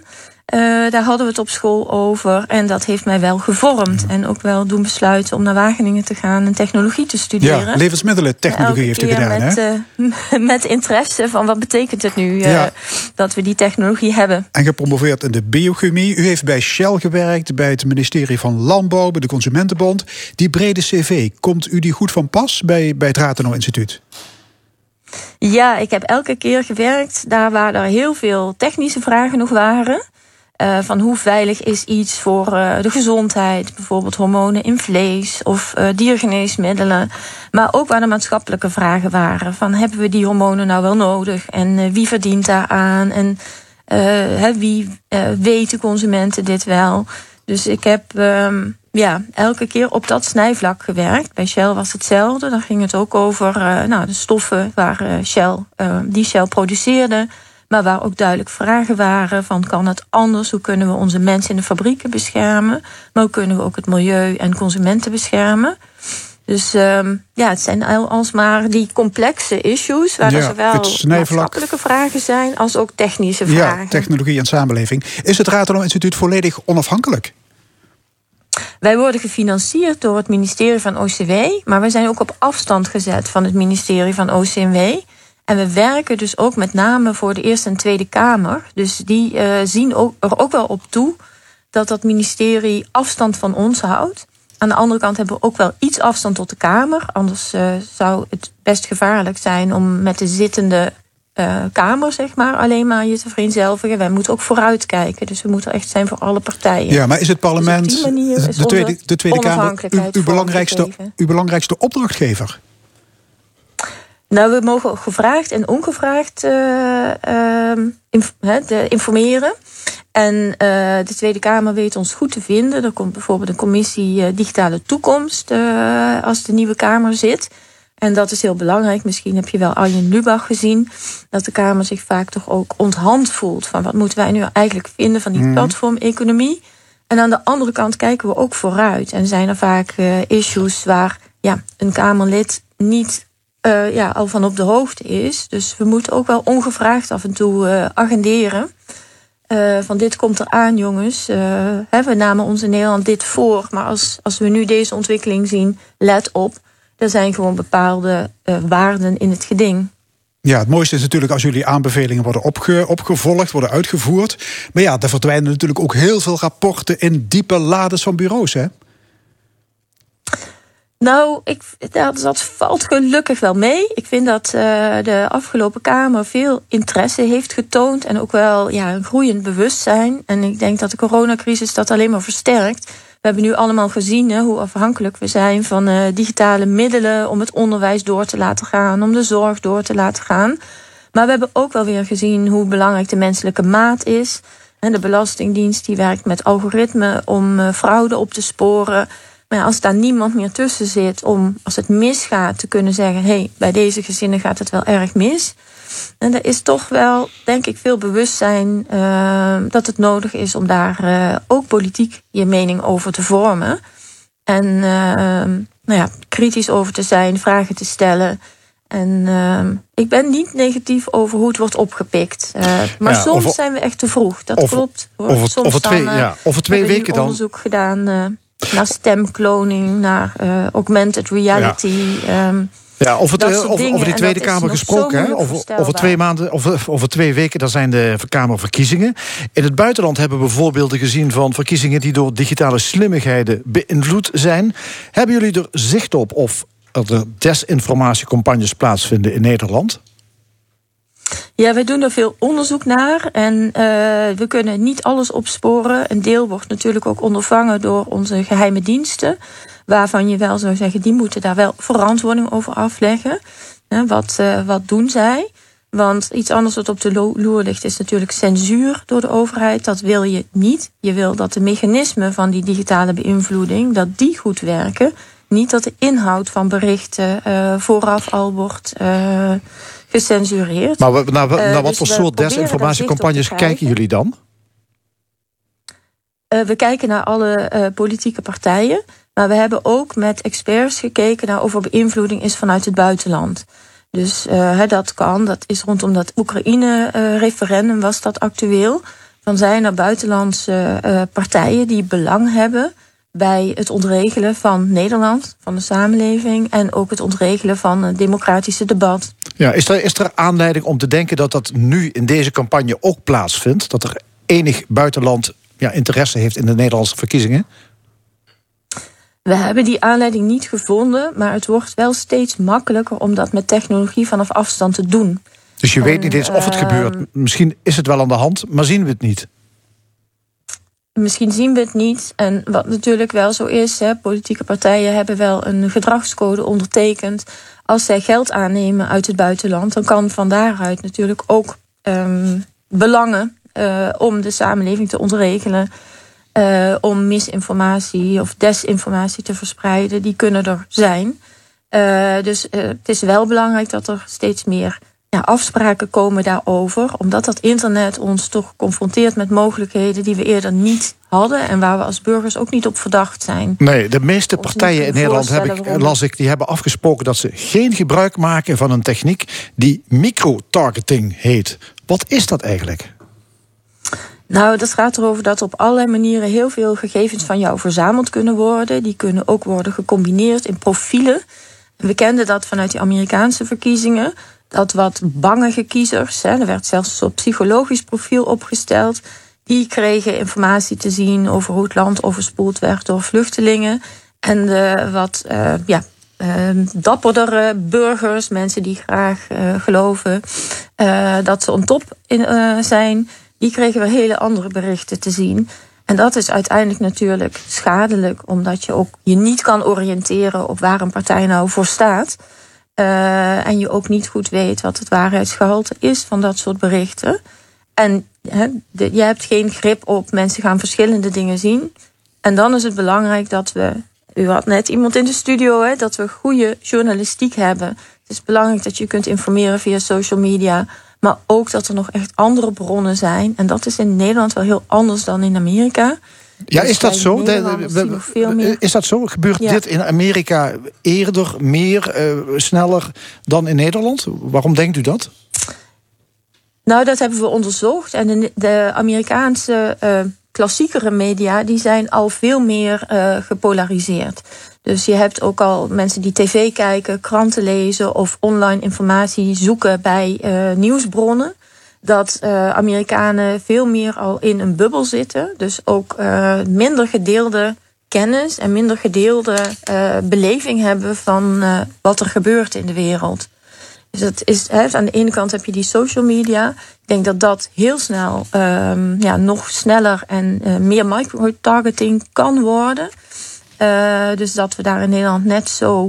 Daar hadden we het op school over. En dat heeft mij wel gevormd. En ook wel doen besluiten om naar Wageningen te gaan en technologie te studeren. Ja, levensmiddelentechnologie heeft u gedaan, hè? Met interesse van wat betekent het nu dat we die technologie hebben. En gepromoveerd in de biochemie. U heeft bij Shell gewerkt, bij het ministerie van Landbouw, bij de Consumentenbond. Die brede cv, komt u die goed van pas bij het Rathenau Instituut? Ja, ik heb elke keer gewerkt daar waar er heel veel technische vragen nog waren. Van hoe veilig is iets voor de gezondheid, bijvoorbeeld hormonen in vlees of diergeneesmiddelen. Maar ook waar de maatschappelijke vragen waren. Van hebben we die hormonen nou wel nodig en wie verdient daaraan en wie weten consumenten dit wel. Dus ik heb elke keer op dat snijvlak gewerkt. Bij Shell was hetzelfde. Dan ging het ook over de stoffen waar Shell produceerde. Maar waar ook duidelijk vragen waren van kan het anders? Hoe kunnen we onze mensen in de fabrieken beschermen? Maar hoe kunnen we ook het milieu en consumenten beschermen? Dus het zijn alsmaar die complexe issues waar er zowel maatschappelijke vragen zijn als ook technische vragen. Ja, technologie en samenleving. Is het Rathenau Instituut volledig onafhankelijk? Wij worden gefinancierd door het ministerie van OCW, maar wij zijn ook op afstand gezet van het ministerie van OCMW. En we werken dus ook met name voor de Eerste en Tweede Kamer. Dus die zien er ook wel op toe dat ministerie afstand van ons houdt. Aan de andere kant hebben we ook wel iets afstand tot de Kamer. Anders zou het best gevaarlijk zijn om met de zittende Kamer, zeg maar, alleen maar je te vereenzelvigen. Wij moeten ook vooruitkijken. Dus we moeten echt zijn voor alle partijen. Ja, maar is het parlement, dus op die manier is de Tweede Kamer, uw belangrijkste opdrachtgever? Nou, we mogen gevraagd en ongevraagd informeren. En de Tweede Kamer weet ons goed te vinden. Er komt bijvoorbeeld een commissie Digitale Toekomst als de nieuwe Kamer zit. En dat is heel belangrijk. Misschien heb je wel Arjen Lubach gezien. Dat de Kamer zich vaak toch ook onthand voelt. Van wat moeten wij nu eigenlijk vinden van die platformeconomie. En aan de andere kant kijken we ook vooruit. En zijn er vaak issues waar een Kamerlid niet al van op de hoogte is. Dus we moeten ook wel ongevraagd af en toe agenderen. Van dit komt er aan, jongens. We namen ons in Nederland dit voor. Maar als we nu deze ontwikkeling zien, let op. Er zijn gewoon bepaalde waarden in het geding. Ja, het mooiste is natuurlijk als jullie aanbevelingen worden opgevolgd, worden uitgevoerd. Maar ja, er verdwijnen natuurlijk ook heel veel rapporten in diepe lades van bureaus, hè? Nou, dat valt gelukkig wel mee. Ik vind dat de afgelopen Kamer veel interesse heeft getoond. En ook wel een groeiend bewustzijn. En ik denk dat de coronacrisis dat alleen maar versterkt. We hebben nu allemaal gezien hoe afhankelijk we zijn van digitale middelen om het onderwijs door te laten gaan, om de zorg door te laten gaan. Maar we hebben ook wel weer gezien hoe belangrijk de menselijke maat is. En de Belastingdienst die werkt met algoritmen om fraude op te sporen. Maar als daar niemand meer tussen zit om, als het misgaat, te kunnen zeggen, bij deze gezinnen gaat het wel erg mis. En er is toch wel, denk ik, veel bewustzijn dat het nodig is om daar ook politiek je mening over te vormen. En kritisch over te zijn, vragen te stellen. En ik ben niet negatief over hoe het wordt opgepikt. Maar soms zijn we echt te vroeg. Dat klopt. Over 2 weken dan. Onderzoek gedaan naar stemkloning, naar augmented reality. Over die Tweede Kamer gesproken. Over 2 maanden, over 2 weken, dan zijn de Kamerverkiezingen. In het buitenland hebben we voorbeelden gezien van verkiezingen die door digitale slimmigheden beïnvloed zijn. Hebben jullie er zicht op of er desinformatiecampagnes plaatsvinden in Nederland? Ja, wij doen er veel onderzoek naar en we kunnen niet alles opsporen. Een deel wordt natuurlijk ook ondervangen door onze geheime diensten, waarvan je wel zou zeggen, die moeten daar wel verantwoording over afleggen. Wat doen zij? Want iets anders wat op de loer ligt is natuurlijk censuur door de overheid. Dat wil je niet. Je wil dat de mechanismen van die digitale beïnvloeding, dat die goed werken. Niet dat de inhoud van berichten vooraf al wordt gecensureerd. Maar naar wat voor soort desinformatiecampagnes kijken jullie dan? We kijken naar alle politieke partijen. Maar we hebben ook met experts gekeken naar of er beïnvloeding is vanuit het buitenland. Dus dat kan. Dat is rondom dat Oekraïne-referendum was dat actueel. dan zijn er buitenlandse partijen die belang hebben bij het ontregelen van Nederland, van de samenleving, en ook het ontregelen van een democratische debat. Ja, is er aanleiding om te denken dat dat nu in deze campagne ook plaatsvindt? Dat er enig buitenland interesse heeft in de Nederlandse verkiezingen? We hebben die aanleiding niet gevonden, maar het wordt wel steeds makkelijker om dat met technologie vanaf afstand te doen. Dus je weet niet eens of het gebeurt. Misschien is het wel aan de hand, maar zien we het niet. Misschien zien we het niet. En wat natuurlijk wel zo is, politieke partijen hebben wel een gedragscode ondertekend. Als zij geld aannemen uit het buitenland, dan kan van daaruit natuurlijk ook belangen om de samenleving te ontregelen, om misinformatie of desinformatie te verspreiden, die kunnen er zijn. Dus het is wel belangrijk dat er steeds meer afspraken komen daarover, omdat dat internet ons toch confronteert met mogelijkheden die we eerder niet hadden en waar we als burgers ook niet op verdacht zijn. Nee, de meeste partijen in Nederland, die hebben afgesproken dat ze geen gebruik maken van een techniek die microtargeting heet. Wat is dat eigenlijk? Nou, dat gaat erover dat op allerlei manieren heel veel gegevens van jou verzameld kunnen worden. Die kunnen ook worden gecombineerd in profielen. We kenden dat vanuit die Amerikaanse verkiezingen. Dat wat bangige kiezers, er werd zelfs een soort psychologisch profiel opgesteld, die kregen informatie te zien over hoe het land overspoeld werd door vluchtelingen. En de wat dapperdere burgers, mensen die graag geloven dat ze on top zijn, die kregen weer hele andere berichten te zien. En dat is uiteindelijk natuurlijk schadelijk, omdat je ook je niet kan oriënteren op waar een partij nou voor staat. En je ook niet goed weet wat het waarheidsgehalte is van dat soort berichten. En je hebt geen grip op, mensen gaan verschillende dingen zien. En dan is het belangrijk dat we, u had net iemand in de studio, dat we goede journalistiek hebben. Het is belangrijk dat je kunt informeren via social media, maar ook dat er nog echt andere bronnen zijn. En dat is in Nederland wel heel anders dan in Amerika. Ja, is dat zo? Is dat zo? Gebeurt dit in Amerika eerder, meer, sneller dan in Nederland? Waarom denkt u dat? Nou, dat hebben we onderzocht. En de Amerikaanse klassiekere media, die zijn al veel meer gepolariseerd. Dus je hebt ook al mensen die tv kijken, kranten lezen of online informatie zoeken bij nieuwsbronnen. Dat Amerikanen veel meer al in een bubbel zitten. Dus ook minder gedeelde kennis en minder gedeelde beleving hebben van wat er gebeurt in de wereld. Dus dat is, aan de ene kant heb je die social media. Ik denk dat dat heel snel, nog sneller en meer microtargeting kan worden. Dus dat we daar in Nederland net zo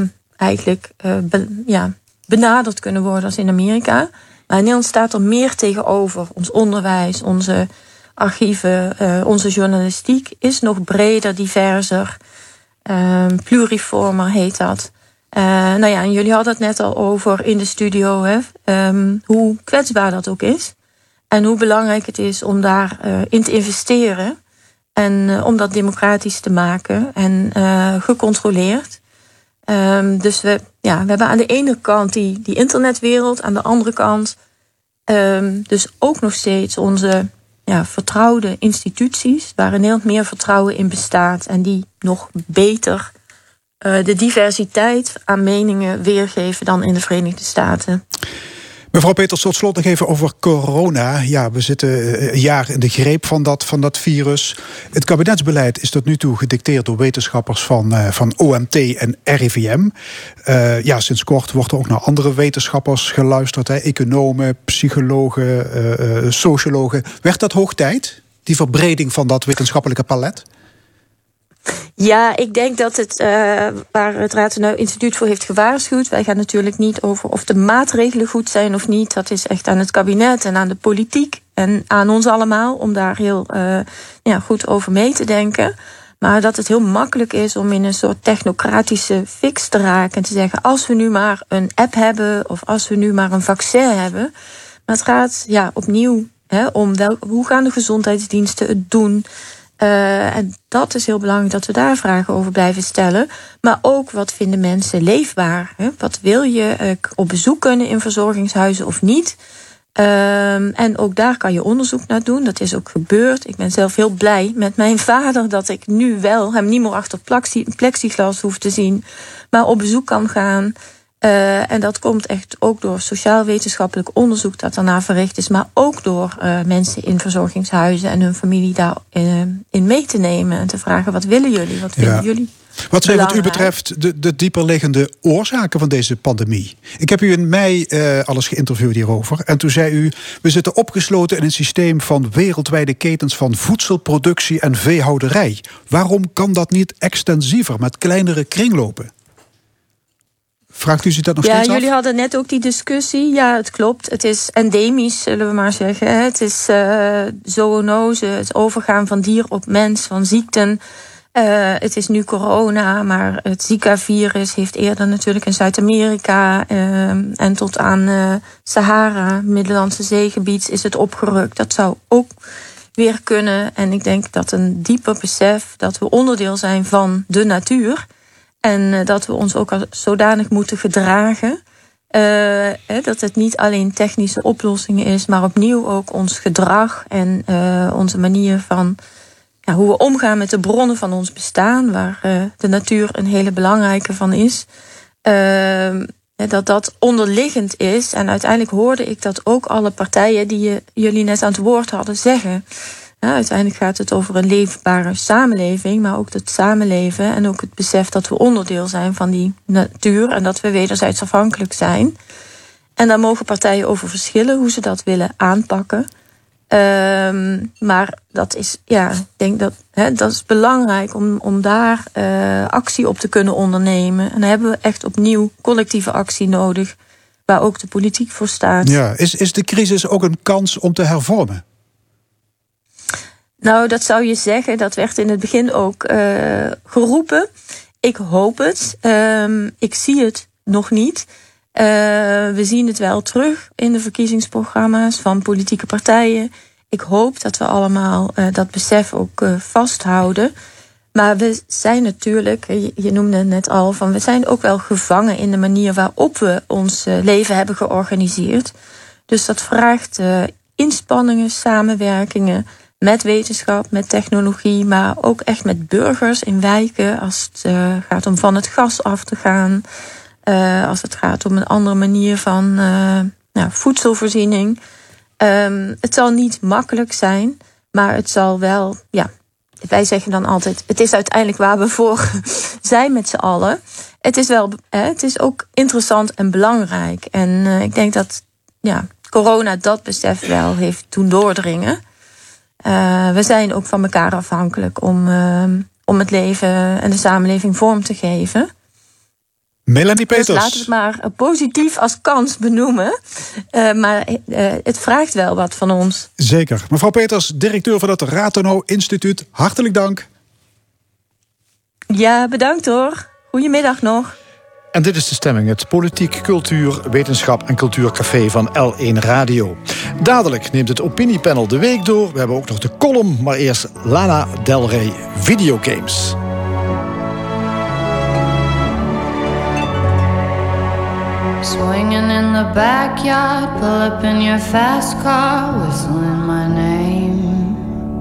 benaderd kunnen worden als in Amerika. Maar in Nederland staat er meer tegenover. Ons onderwijs, onze archieven, onze journalistiek is nog breder, diverser. Pluriformer heet dat. En jullie hadden het net al over in de studio, hoe kwetsbaar dat ook is. En hoe belangrijk het is om daarin te investeren. En om dat democratisch te maken en gecontroleerd. Dus we hebben aan de ene kant die internetwereld, aan de andere kant dus ook nog steeds onze vertrouwde instituties, waar in Nederland meer vertrouwen in bestaat en die nog beter de diversiteit aan meningen weergeven dan in de Verenigde Staten. Mevrouw Peters, tot slot nog even over corona. Ja, we zitten een jaar in de greep van dat virus. Het kabinetsbeleid is tot nu toe gedicteerd door wetenschappers van OMT en RIVM. Sinds kort wordt er ook naar andere wetenschappers geluisterd. Economen, psychologen, sociologen. Werd dat hoog tijd, die verbreding van dat wetenschappelijke palet? Ja, ik denk dat het waar het Rathenau Instituut voor heeft gewaarschuwd. Wij gaan natuurlijk niet over of de maatregelen goed zijn of niet. Dat is echt aan het kabinet en aan de politiek en aan ons allemaal om daar heel goed over mee te denken. Maar dat het heel makkelijk is om in een soort technocratische fix te raken en te zeggen, als we nu maar een app hebben of als we nu maar een vaccin hebben. Maar het gaat opnieuw om hoe gaan de gezondheidsdiensten het doen. En dat is heel belangrijk dat we daar vragen over blijven stellen. Maar ook, wat vinden mensen leefbaar? Wat wil je op bezoek kunnen in verzorgingshuizen of niet? En ook daar kan je onderzoek naar doen. Dat is ook gebeurd. Ik ben zelf heel blij met mijn vader dat ik nu wel hem niet meer achter plexiglas hoef te zien, maar op bezoek kan gaan. En dat komt echt ook door sociaal-wetenschappelijk onderzoek dat daarna verricht is, maar ook door mensen in verzorgingshuizen en hun familie daarin mee te nemen en te vragen: wat willen jullie? Wat vinden jullie? Wat zijn wat u betreft de dieperliggende oorzaken van deze pandemie? Ik heb u in mei alles geïnterviewd hierover. En toen zei u: we zitten opgesloten in een systeem van wereldwijde ketens van voedselproductie en veehouderij. Waarom kan dat niet extensiever met kleinere kringlopen? Vraagt u zich dat nog steeds af? Ja, jullie hadden net ook die discussie. Ja, het klopt. Het is endemisch, zullen we maar zeggen. Het is zoonose, het overgaan van dier op mens, van ziekten. Het is nu corona, maar het Zika-virus heeft eerder natuurlijk in Zuid-Amerika en tot aan Sahara, Middellandse Zeegebied, is het opgerukt. Dat zou ook weer kunnen. En ik denk dat een dieper besef dat we onderdeel zijn van de natuur en dat we ons ook als zodanig moeten gedragen. Dat het niet alleen technische oplossingen is, maar opnieuw ook ons gedrag en onze manier van hoe we omgaan met de bronnen van ons bestaan, waar de natuur een hele belangrijke van is. Dat onderliggend is. En uiteindelijk hoorde ik dat ook alle partijen die jullie net aan het woord hadden zeggen. Uiteindelijk gaat het over een leefbare samenleving, maar ook het samenleven en ook het besef dat we onderdeel zijn van die natuur en dat we wederzijds afhankelijk zijn. En daar mogen partijen over verschillen hoe ze dat willen aanpakken. Maar dat is, ik denk dat is belangrijk om daar actie op te kunnen ondernemen. En dan hebben we echt opnieuw collectieve actie nodig, waar ook de politiek voor staat. Ja, is de crisis ook een kans om te hervormen? Nou, dat zou je zeggen. Dat werd in het begin ook geroepen. Ik hoop het. Ik zie het nog niet. We zien het wel terug in de verkiezingsprogramma's van politieke partijen. Ik hoop dat we allemaal dat besef ook vasthouden. Maar we zijn natuurlijk, je noemde het net al, we zijn ook wel gevangen in de manier waarop we ons leven hebben georganiseerd. Dus dat vraagt inspanningen, samenwerkingen met wetenschap, met technologie, maar ook echt met burgers in wijken als het gaat om van het gas af te gaan. Als het gaat om een andere manier van voedselvoorziening. Het zal niet makkelijk zijn, maar het zal wel, wij zeggen dan altijd, het is uiteindelijk waar we voor zijn met z'n allen. Het is ook interessant en belangrijk. En ik denk dat corona dat besef wel heeft doen doordringen. We zijn ook van elkaar afhankelijk om het leven en de samenleving vorm te geven. Melanie Peters. Dus laten we het maar positief als kans benoemen. Maar het vraagt wel wat van ons. Zeker. Mevrouw Peters, directeur van het Rathenau Instituut. Hartelijk dank. Ja, bedankt hoor. Goedemiddag nog. En dit is De Stemming, het politiek, cultuur, wetenschap en cultuurcafé van L1 Radio. Dadelijk neemt het opiniepanel de week door. We hebben ook nog de column, maar eerst Lana Del Rey, videogames. Swinging in the backyard, pull up in your fast car, whistling my name.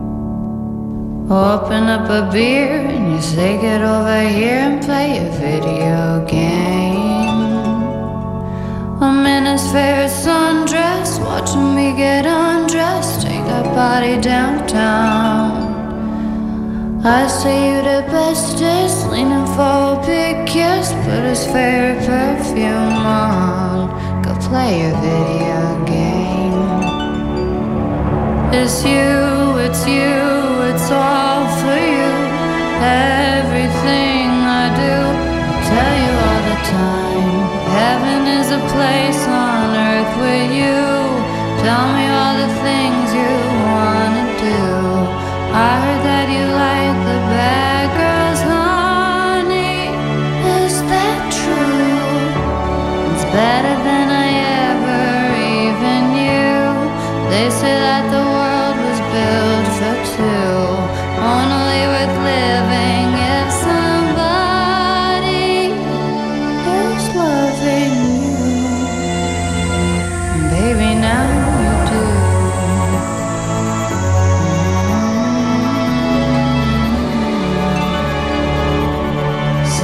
Open up a beer and you say get over here and play a video game. I'm in his favorite sundress, watching me get undressed, take that body downtown. I say you the bestest, leaning for a big kiss, put his favorite perfume on, go play your video game. It's you, it's all for you. Everything I do, tell you all the time. Heaven is a place on earth with you. Tell me all the things you wanna do. I heard that you like the bad girls, honey. Is that true? It's better than I ever even knew. They say that the world was built for two, only worth living if some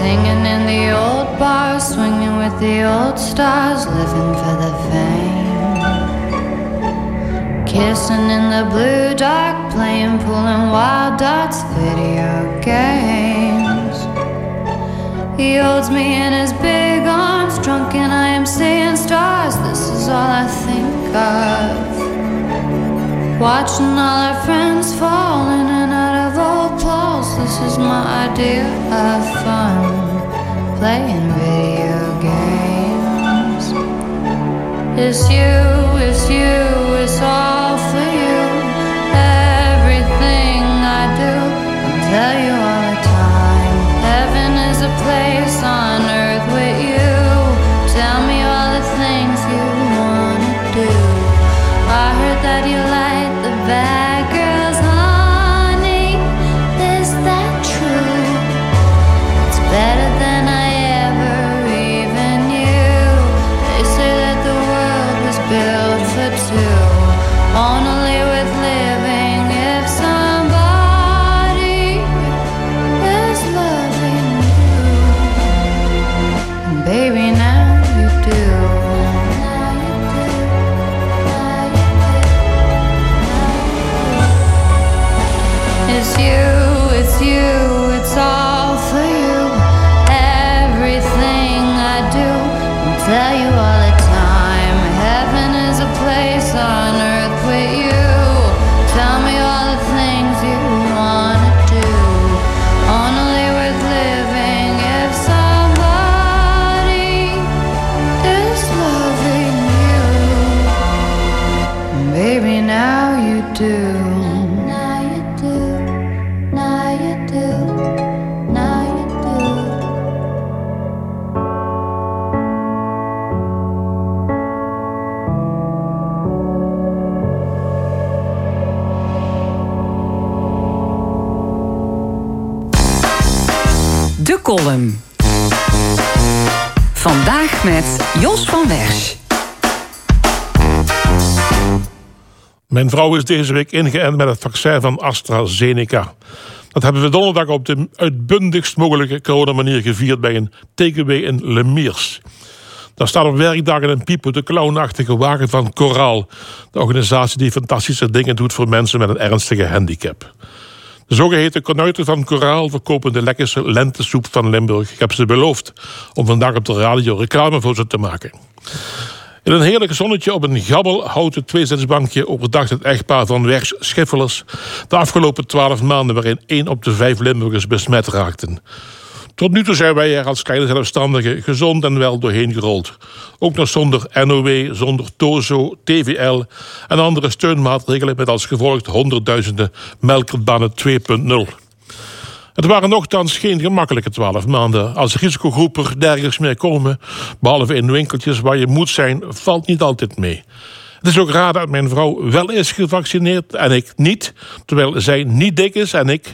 Singing in the old bars, swinging with the old stars, living for the fame. Kissing in the blue dark, playing pool and wild darts, video games. He holds me in his big arms, drunk and I am seeing stars. This is all I think of. Watching all our friends fall in and out of old clothes. This is my idea of fun, playing video games. It's you, it's you, it's all for you. Everything I do, I'll tell you all the time. Heaven is a place on earth with you. Tell me all the things you wanna do. I heard that you like the bad girls, honey. Is that true? It's better than I ever even knew. They say that the world was built for two, only with living if somebody is loving you. And baby, now you do. It's you, it's all for you. Everything I do, I'll tell you all the time. Heaven is a place on earth with you. Tell me all the things you wanna do, only worth living if somebody is loving you. And baby, now you do. De column. Vandaag met Jos van Wersch. Mijn vrouw is deze week ingeënt met het vaccin van AstraZeneca. Dat hebben we donderdag op de uitbundigst mogelijke coronamanier gevierd bij een takeaway in Lemiers. Daar staat op werkdagen een piep de clownachtige wagen van Coraal, de organisatie die fantastische dingen doet voor mensen met een ernstige handicap. De zogeheten konuiten van Coraal verkopen de lekkerste lentesoep van Limburg. Ik heb ze beloofd om vandaag op de radio reclame voor ze te maken. In een heerlijk zonnetje op een gabbelhouten tweezitsbankje overdacht het echtpaar van Wersch Schiffelers de afgelopen 12 maanden waarin 1 op de 5 Limburgers besmet raakten. Tot nu toe zijn wij er als kleine zelfstandigen gezond en wel doorheen gerold. Ook nog zonder NOW, zonder TOZO, TVL en andere steunmaatregelen met als gevolg honderdduizenden melkertbanen 2.0. Het waren nogthans geen gemakkelijke 12 maanden. Als risicogroepen nergens meer komen, behalve in winkeltjes waar je moet zijn, valt niet altijd mee. Het is ook raar dat mijn vrouw wel is gevaccineerd en ik niet, terwijl zij niet dik is en ik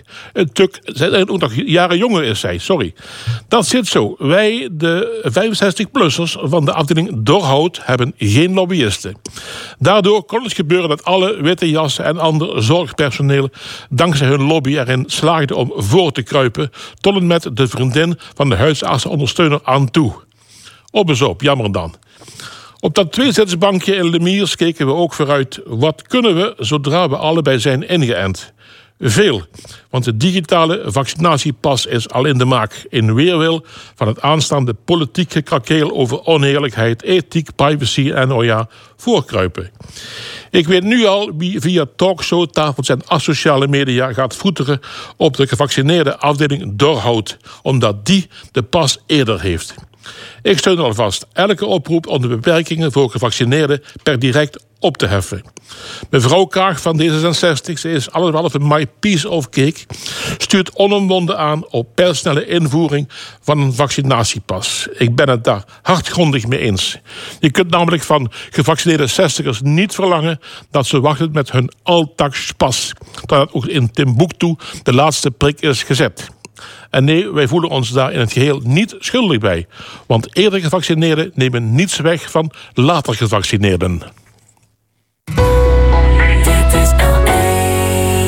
ook nog jaren jonger is zij, sorry. Dat zit zo. Wij, de 65-plussers van de afdeling Dorhout, hebben geen lobbyisten. Daardoor kon het gebeuren dat alle witte jassen en ander zorgpersoneel dankzij hun lobby erin slaagden om voor te kruipen, tot en met de vriendin van de huisartsenondersteuner aan toe. Op en op, jammer dan. Op dat tweezitsbankje in Lemiers keken we ook vooruit. Wat kunnen we zodra we allebei zijn ingeënt? Veel, want de digitale vaccinatiepas is al in de maak. In weerwil van het aanstaande politiek gekrakeel over oneerlijkheid, ethiek, privacy en voorkruipen. Ik weet nu al wie via talkshowtafels en asociale media gaat voeteren op de gevaccineerde afdeling Dorhout, omdat die de pas eerder heeft. Ik steun alvast elke oproep om de beperkingen voor gevaccineerden per direct op te heffen. Mevrouw Kaag van D66, ze is allesbehalve my piece of cake, stuurt onomwonden aan op pijlsnelle invoering van een vaccinatiepas. Ik ben het daar hardgrondig mee eens. Je kunt namelijk van gevaccineerde 60ers niet verlangen dat ze wachten met hun Altax-pas, dat ook in Timbuktu de laatste prik is gezet. En nee, wij voelen ons daar in het geheel niet schuldig bij. Want eerder gevaccineerden nemen niets weg van later gevaccineerden.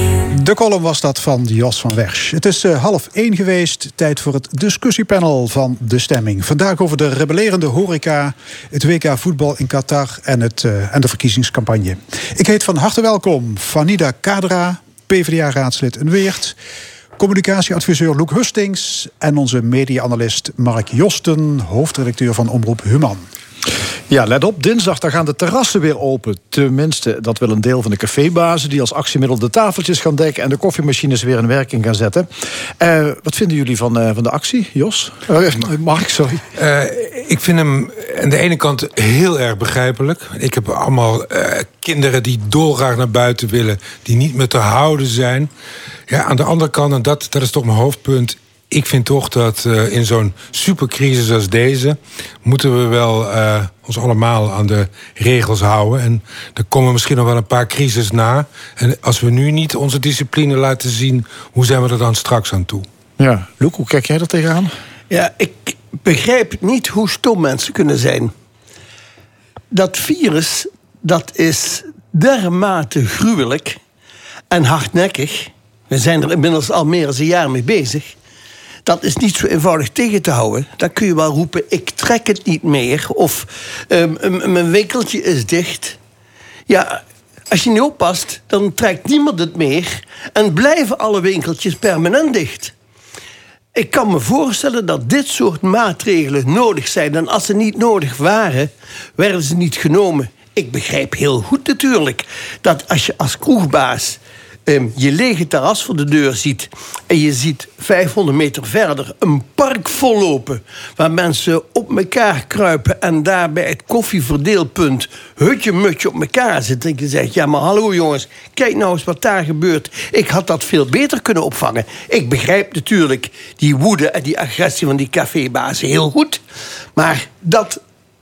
De column was dat van Jos van Wersch. Het is 12:30 geweest. Tijd voor het discussiepanel van De Stemming. Vandaag over de rebellerende horeca, het WK voetbal in Qatar en de verkiezingscampagne. Ik heet van harte welkom Vanida Kadra, PvdA-raadslid in Weert, communicatieadviseur Loek Hustings en onze media-analyst Mark Josten, hoofdredacteur van Omroep Human. Ja, let op, dinsdag daar gaan de terrassen weer open. Tenminste, dat wil een deel van de cafébazen die als actiemiddel de tafeltjes gaan dekken en de koffiemachines weer in werking gaan zetten. Wat vinden jullie van de actie, Jos? Mark, sorry. Ik vind hem aan de ene kant heel erg begrijpelijk. Ik heb allemaal kinderen die dolgraag naar buiten willen, die niet meer te houden zijn. Ja, aan de andere kant, en dat is toch mijn hoofdpunt, ik vind toch dat in zo'n supercrisis als deze moeten we wel ons allemaal aan de regels houden. En er komen misschien nog wel een paar crises na. En als we nu niet onze discipline laten zien, hoe zijn we er dan straks aan toe? Ja, Loek, hoe kijk jij er tegenaan? Ja, ik begrijp niet hoe stom mensen kunnen zijn. Dat virus, dat is dermate gruwelijk en hardnekkig. We zijn er inmiddels al meer dan een jaar mee bezig. Dat is niet zo eenvoudig tegen te houden. Dan kun je wel roepen, ik trek het niet meer. Of mijn winkeltje is dicht. Ja, als je niet oppast, dan trekt niemand het meer. En blijven alle winkeltjes permanent dicht. Ik kan me voorstellen dat dit soort maatregelen nodig zijn. En als ze niet nodig waren, werden ze niet genomen. Ik begrijp heel goed natuurlijk dat als je als kroegbaas je lege terras voor de deur ziet en je ziet 500 meter verder een park vollopen waar mensen op elkaar kruipen en daar bij het koffieverdeelpunt hutje-mutje op elkaar zitten. En je zegt, ja maar hallo jongens, kijk nou eens wat daar gebeurt. Ik had dat veel beter kunnen opvangen. Ik begrijp natuurlijk die woede en die agressie van die cafébazen heel goed. Maar dat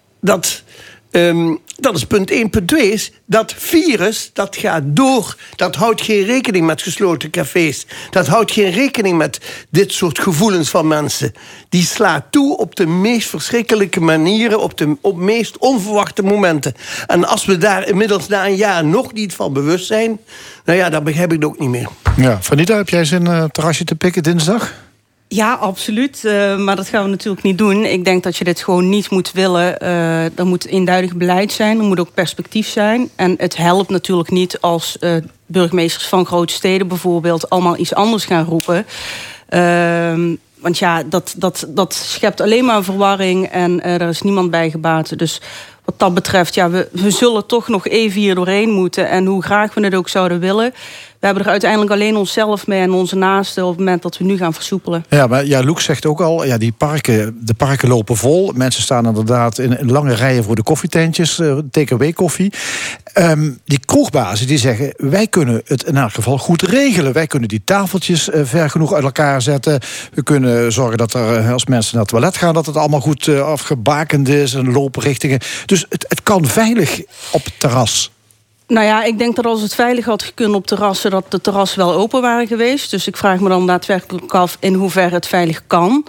is punt 1. Punt 2 is, dat virus, dat gaat door. Dat houdt geen rekening met gesloten cafés. Dat houdt geen rekening met dit soort gevoelens van mensen. Die slaat toe op de meest verschrikkelijke manieren, op de meest onverwachte momenten. En als we daar inmiddels na een jaar nog niet van bewust zijn, nou ja, dan begrijp ik het ook niet meer. Ja, Vanita, heb jij zin een terrasje te pikken dinsdag? Ja, absoluut. Maar dat gaan we natuurlijk niet doen. Ik denk dat je dit gewoon niet moet willen. Er moet eenduidig beleid zijn. Er moet ook perspectief zijn. En het helpt natuurlijk niet als burgemeesters van grote steden bijvoorbeeld allemaal iets anders gaan roepen. Want ja, dat schept alleen maar verwarring en er is niemand bij gebaat. Dus wat dat betreft, ja, we zullen toch nog even hier doorheen moeten. En hoe graag we het ook zouden willen, we hebben er uiteindelijk alleen onszelf mee en onze naasten op het moment dat we nu gaan versoepelen. Ja, maar ja, Loek zegt ook al, ja, de parken lopen vol. Mensen staan inderdaad in lange rijen voor de koffietentjes, TKW-koffie. Die kroegbazen die zeggen, wij kunnen het in elk geval goed regelen. Wij kunnen die tafeltjes ver genoeg uit elkaar zetten. We kunnen zorgen dat er, als mensen naar het toilet gaan, dat het allemaal goed afgebakend is en looprichtingen. Dus het kan veilig op het terras. Nou ja, ik denk dat als het veilig had gekund op terrassen, dat de terrassen wel open waren geweest. Dus ik vraag me dan daadwerkelijk af in hoeverre het veilig kan.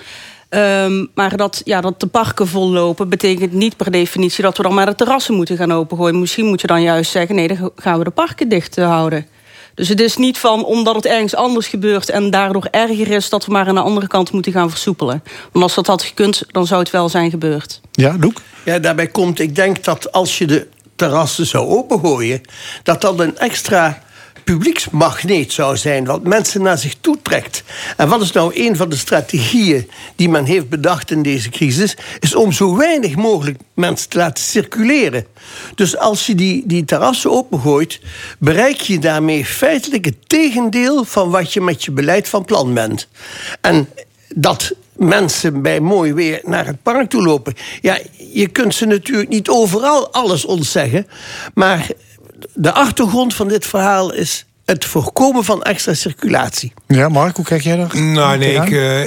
Maar dat de parken vollopen betekent niet per definitie dat we dan maar de terrassen moeten gaan opengooien. Misschien moet je dan juist zeggen, nee, dan gaan we de parken dicht houden. Dus het is niet van, omdat het ergens anders gebeurt en daardoor erger is, dat we maar aan de andere kant moeten gaan versoepelen. Want als dat had gekund, dan zou het wel zijn gebeurd. Ja, Loek? Ja, daarbij komt, ik denk dat als je de terrassen zou opengooien, dat dat een extra publieksmagneet zou zijn, wat mensen naar zich toe trekt. En wat is nou een van de strategieën die men heeft bedacht in deze crisis, is om zo weinig mogelijk mensen te laten circuleren. Dus als je die terrassen opengooit, bereik je daarmee feitelijk het tegendeel van wat je met je beleid van plan bent. En dat mensen bij mooi weer naar het park toe lopen, ja, je kunt ze natuurlijk niet overal alles ontzeggen, maar de achtergrond van dit verhaal is het voorkomen van extra circulatie. Ja, Mark, hoe kijk jij daar? Nou, nee,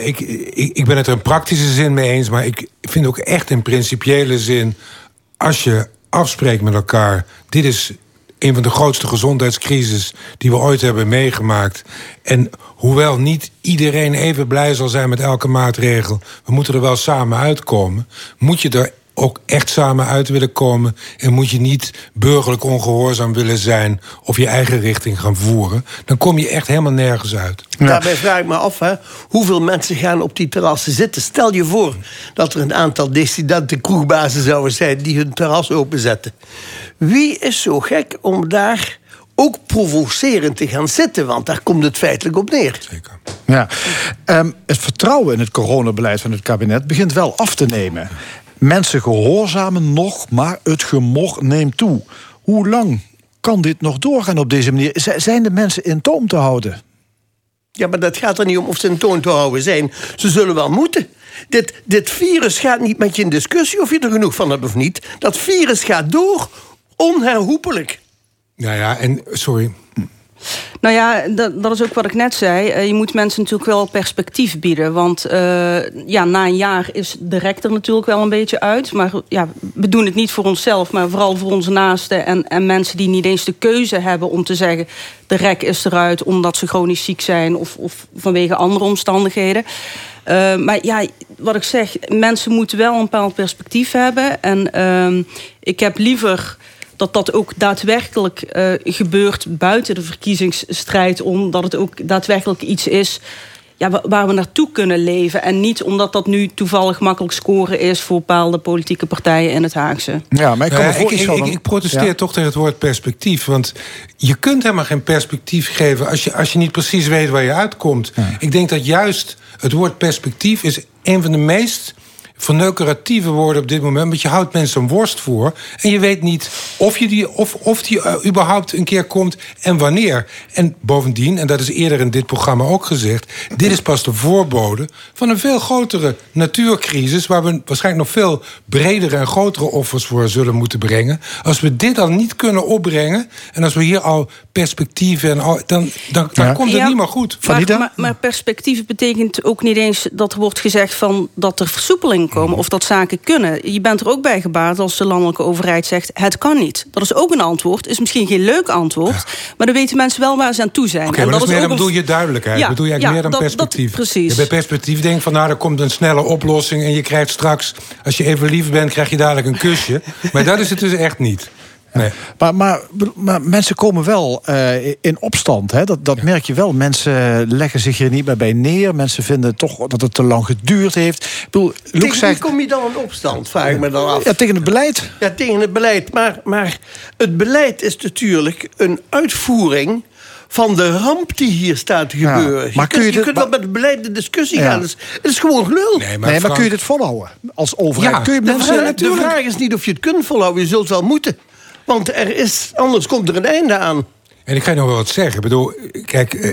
ik ben het er in praktische zin mee eens, maar ik vind ook echt in principiële zin, als je afspreekt met elkaar, dit is een van de grootste gezondheidscrisis die we ooit hebben meegemaakt. En hoewel niet iedereen even blij zal zijn met elke maatregel, we moeten er wel samen uitkomen, moet je er ook echt samen uit willen komen. En moet je niet burgerlijk ongehoorzaam willen zijn of je eigen richting gaan voeren. Dan kom je echt helemaal nergens uit. Ja. Daarbij vraag ik me af, hoeveel mensen gaan op die terrassen zitten. Stel je voor dat er een aantal dissidente kroegbazen zouden zijn die hun terras openzetten. Wie is zo gek om daar ook provocerend te gaan zitten? Want daar komt het feitelijk op neer. Zeker. Ja. Het vertrouwen in het coronabeleid van het kabinet begint wel af te nemen. Mensen gehoorzamen nog, maar het gemor neemt toe. Hoe lang kan dit nog doorgaan op deze manier? Zijn de mensen in toom te houden? Ja, maar dat gaat er niet om of ze in toom te houden zijn. Ze zullen wel moeten. Dit virus gaat niet met je in discussie of je er genoeg van hebt of niet. Dat virus gaat door, onherroepelijk. Nou ja, en sorry. Nou ja, dat is ook wat ik net zei. Je moet mensen natuurlijk wel perspectief bieden. Want na een jaar is de rek er natuurlijk wel een beetje uit. Maar ja, we doen het niet voor onszelf, maar vooral voor onze naasten. En mensen die niet eens de keuze hebben om te zeggen, de rek is eruit omdat ze chronisch ziek zijn of vanwege andere omstandigheden. Maar ja, wat ik zeg, mensen moeten wel een bepaald perspectief hebben. En ik heb liever dat ook daadwerkelijk gebeurt buiten de verkiezingsstrijd, omdat het ook daadwerkelijk iets is waar we naartoe kunnen leven. En niet omdat dat nu toevallig makkelijk scoren is voor bepaalde politieke partijen in het Haagse. Ja, maar ik protesteer toch tegen het woord perspectief. Want je kunt helemaal geen perspectief geven als je niet precies weet waar je uitkomt. Ja. Ik denk dat juist het woord perspectief is een van de meest verneukeratieve woorden op dit moment. Want je houdt mensen een worst voor. En je weet niet of die überhaupt een keer komt en wanneer. En bovendien, en dat is eerder in dit programma ook gezegd, dit is pas de voorbode van een veel grotere natuurcrisis, waar we waarschijnlijk nog veel bredere en grotere offers voor zullen moeten brengen. Als we dit al niet kunnen opbrengen, en als we hier al perspectieven en al, dan komt het niet meer goed. Maar perspectief betekent ook niet eens dat er wordt gezegd van dat er versoepeling komen of dat zaken kunnen. Je bent er ook bij gebaat als de landelijke overheid zegt het kan niet. Dat is ook een antwoord. Is misschien geen leuk antwoord, maar dan weten mensen wel waar ze aan toe zijn. Oké, maar dat is meer, dan bedoel je duidelijkheid. Bedoel je eigenlijk meer dan perspectief. Precies. Je bij perspectief denkt van er komt een snelle oplossing en je krijgt straks, als je even lief bent, krijg je dadelijk een kusje. Maar dat is het dus echt niet. Nee. Maar mensen komen wel in opstand. Hè? Dat merk je wel. Mensen leggen zich hier niet meer bij neer. Mensen vinden toch dat het te lang geduurd heeft. Tegen wie kom je dan in opstand, vraag ik me dan af. Ja, tegen het beleid. Ja, tegen het beleid. Maar het beleid is natuurlijk een uitvoering van de ramp die hier staat te gebeuren. Ja, maar je kunt wel met het beleid de discussie gaan. Het is gewoon gelul. Nee, maar kun je dit volhouden als overheid? Ja, kun je de vraag is niet of je het kunt volhouden. Je zult het wel moeten. Want anders komt er een einde aan. En ik ga je nog wel wat zeggen. Ik bedoel, kijk,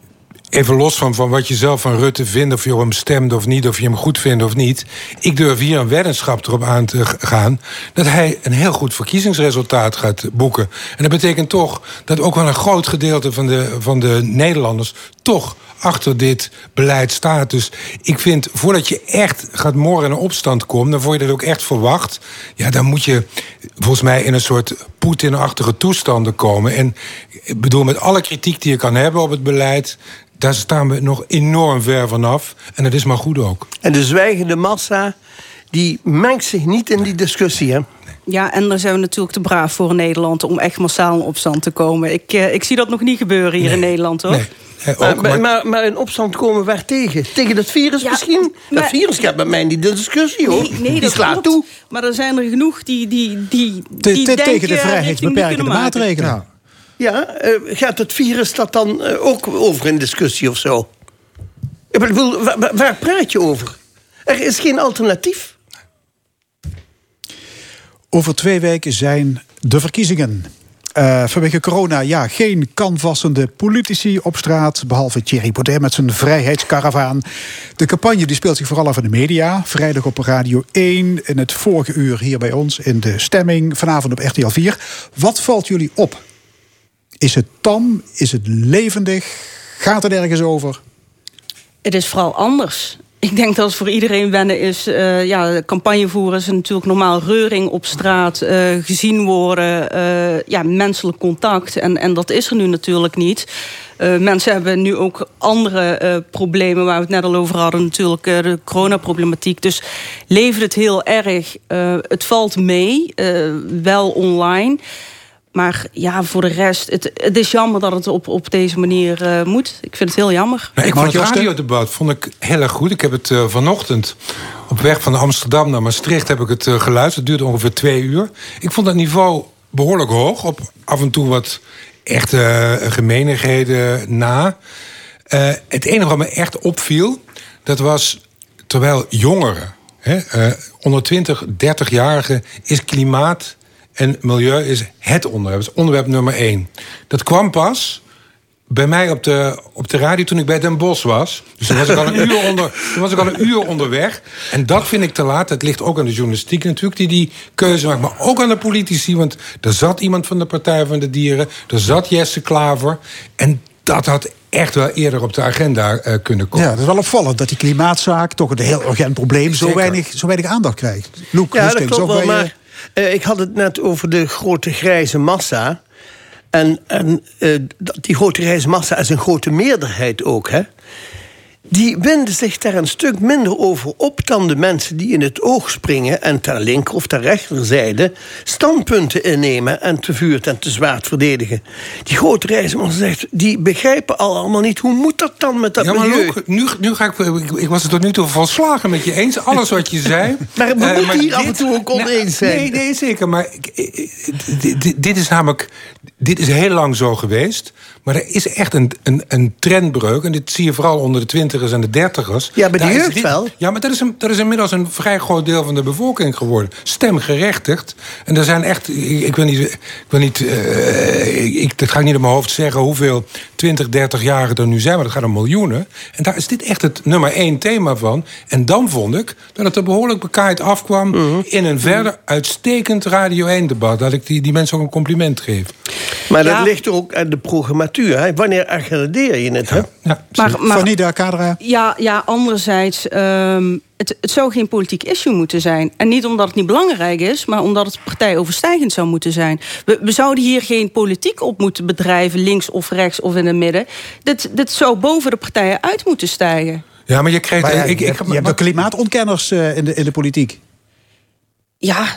even los van wat je zelf van Rutte vindt, of je op hem stemt of niet, of je hem goed vindt of niet. Ik durf hier een weddenschap erop aan te gaan dat hij een heel goed verkiezingsresultaat gaat boeken. En dat betekent toch dat ook wel een groot gedeelte van de Nederlanders toch achter dit beleid staat. Dus ik vind, voordat je echt gaat morren in een opstand komt, dan word je dat ook echt verwacht. Ja, dan moet je volgens mij in een soort Poetin-achtige toestanden komen. En ik bedoel, met alle kritiek die je kan hebben op het beleid, daar staan we nog enorm ver vanaf. En dat is maar goed ook. En de zwijgende massa, die mengt zich niet in die discussie, hè? Ja, en daar zijn we natuurlijk te braaf voor in Nederland om echt massaal in opstand te komen. Ik zie dat nog niet gebeuren hier in Nederland, hoor. Nee. Maar in opstand komen waar tegen? Tegen dat virus misschien? Dat virus gaat bij mij niet in de discussie, hoor. Nee, die slaat toe. Maar er zijn er genoeg die tegen de vrijheidsbeperkende maatregelen. Ja, gaat het virus dat dan ook over in discussie of zo? Ik bedoel, waar praat je over? Er is geen alternatief. Over 2 weken zijn de verkiezingen. Vanwege corona, geen canvassende politici op straat, behalve Thierry Baudet met zijn vrijheidskaravaan. De campagne die speelt zich vooral af in de media. Vrijdag op Radio 1, in het vorige uur hier bij ons in de stemming. Vanavond op RTL 4. Wat valt jullie op? Is het tam? Is het levendig? Gaat het ergens over? Het is vooral anders. Ik denk dat het voor iedereen wennen is. Campagne voeren is natuurlijk normaal reuring op straat. Gezien worden. Menselijk contact. En dat is er nu natuurlijk niet. Mensen hebben nu ook andere problemen waar we het net al over hadden. Natuurlijk de coronaproblematiek. Dus levert het heel erg. Het valt mee. Wel online. Maar ja, voor de rest, het is jammer dat het op deze manier moet. Ik vind het heel jammer. Nou, ik vond het radiodebat heel erg goed. Ik heb het vanochtend op weg van Amsterdam naar Maastricht heb ik het geluisterd. Het duurde ongeveer 2 uur. Ik vond het niveau behoorlijk hoog. Op af en toe wat echte gemeenigheden na. Het enige wat me echt opviel, dat was terwijl jongeren, onder 20, 30-jarigen, is klimaat en milieu is het onderwerp. Dat is onderwerp nummer 1. Dat kwam pas bij mij op de radio toen ik bij Den Bosch was. Dus toen was ik al een uur onderweg. En dat vind ik te laat. Het ligt ook aan de journalistiek natuurlijk die keuze maakt. Maar ook aan de politici. Want er zat iemand van de Partij van de Dieren. Er zat Jesse Klaver. En dat had echt wel eerder op de agenda kunnen komen. Ja, dat is wel opvallend dat die klimaatzaak, toch een heel urgent probleem, zo weinig aandacht krijgt. Loek, ja, dat klopt wel, maar ik had het net over de grote grijze massa. En die grote grijze massa is een grote meerderheid ook, hè? Die winden zich daar een stuk minder over op dan de mensen die in het oog springen en ter linker of ter rechterzijde standpunten innemen en te vuurt en te zwaard verdedigen. Die grote grijze massa zegt, die begrijpen allemaal niet, hoe moet dat dan met dat milieu? Maar nu ga ik was het tot nu toe volslagen met je eens, alles wat je zei. Maar we moeten hier af en toe ook oneens zijn. Nee, zeker, maar dit is namelijk, dit is heel lang zo geweest. Maar er is echt een trendbreuk. En dit zie je vooral onder de 20ers en de 30ers. Ja, bij de jeugd wel. Ja, maar dat is inmiddels een vrij groot deel van de bevolking geworden. Stemgerechtigd. En er zijn echt, dat ga ik niet in mijn hoofd zeggen hoeveel 20, 30-jarigen er nu zijn. Maar dat gaat om miljoenen. En daar is dit echt het nummer 1 thema van. En dan vond ik dat het er behoorlijk bekaaid afkwam in een verder uitstekend Radio 1-debat. Dat ik die mensen ook een compliment geef. Maar dat ligt er ook aan de programmatuur. Hè? Wanneer agendeer je het? Hè? Ja, maar Vanida Kadra. Ja, anderzijds, het zou geen politiek issue moeten zijn. En niet omdat het niet belangrijk is, maar omdat het partijoverstijgend zou moeten zijn. We zouden hier geen politiek op moeten bedrijven, links of rechts of in het midden. Dit zou boven de partijen uit moeten stijgen. Ja, maar je krijgt... Je hebt de klimaatontkenners in de politiek. Ja,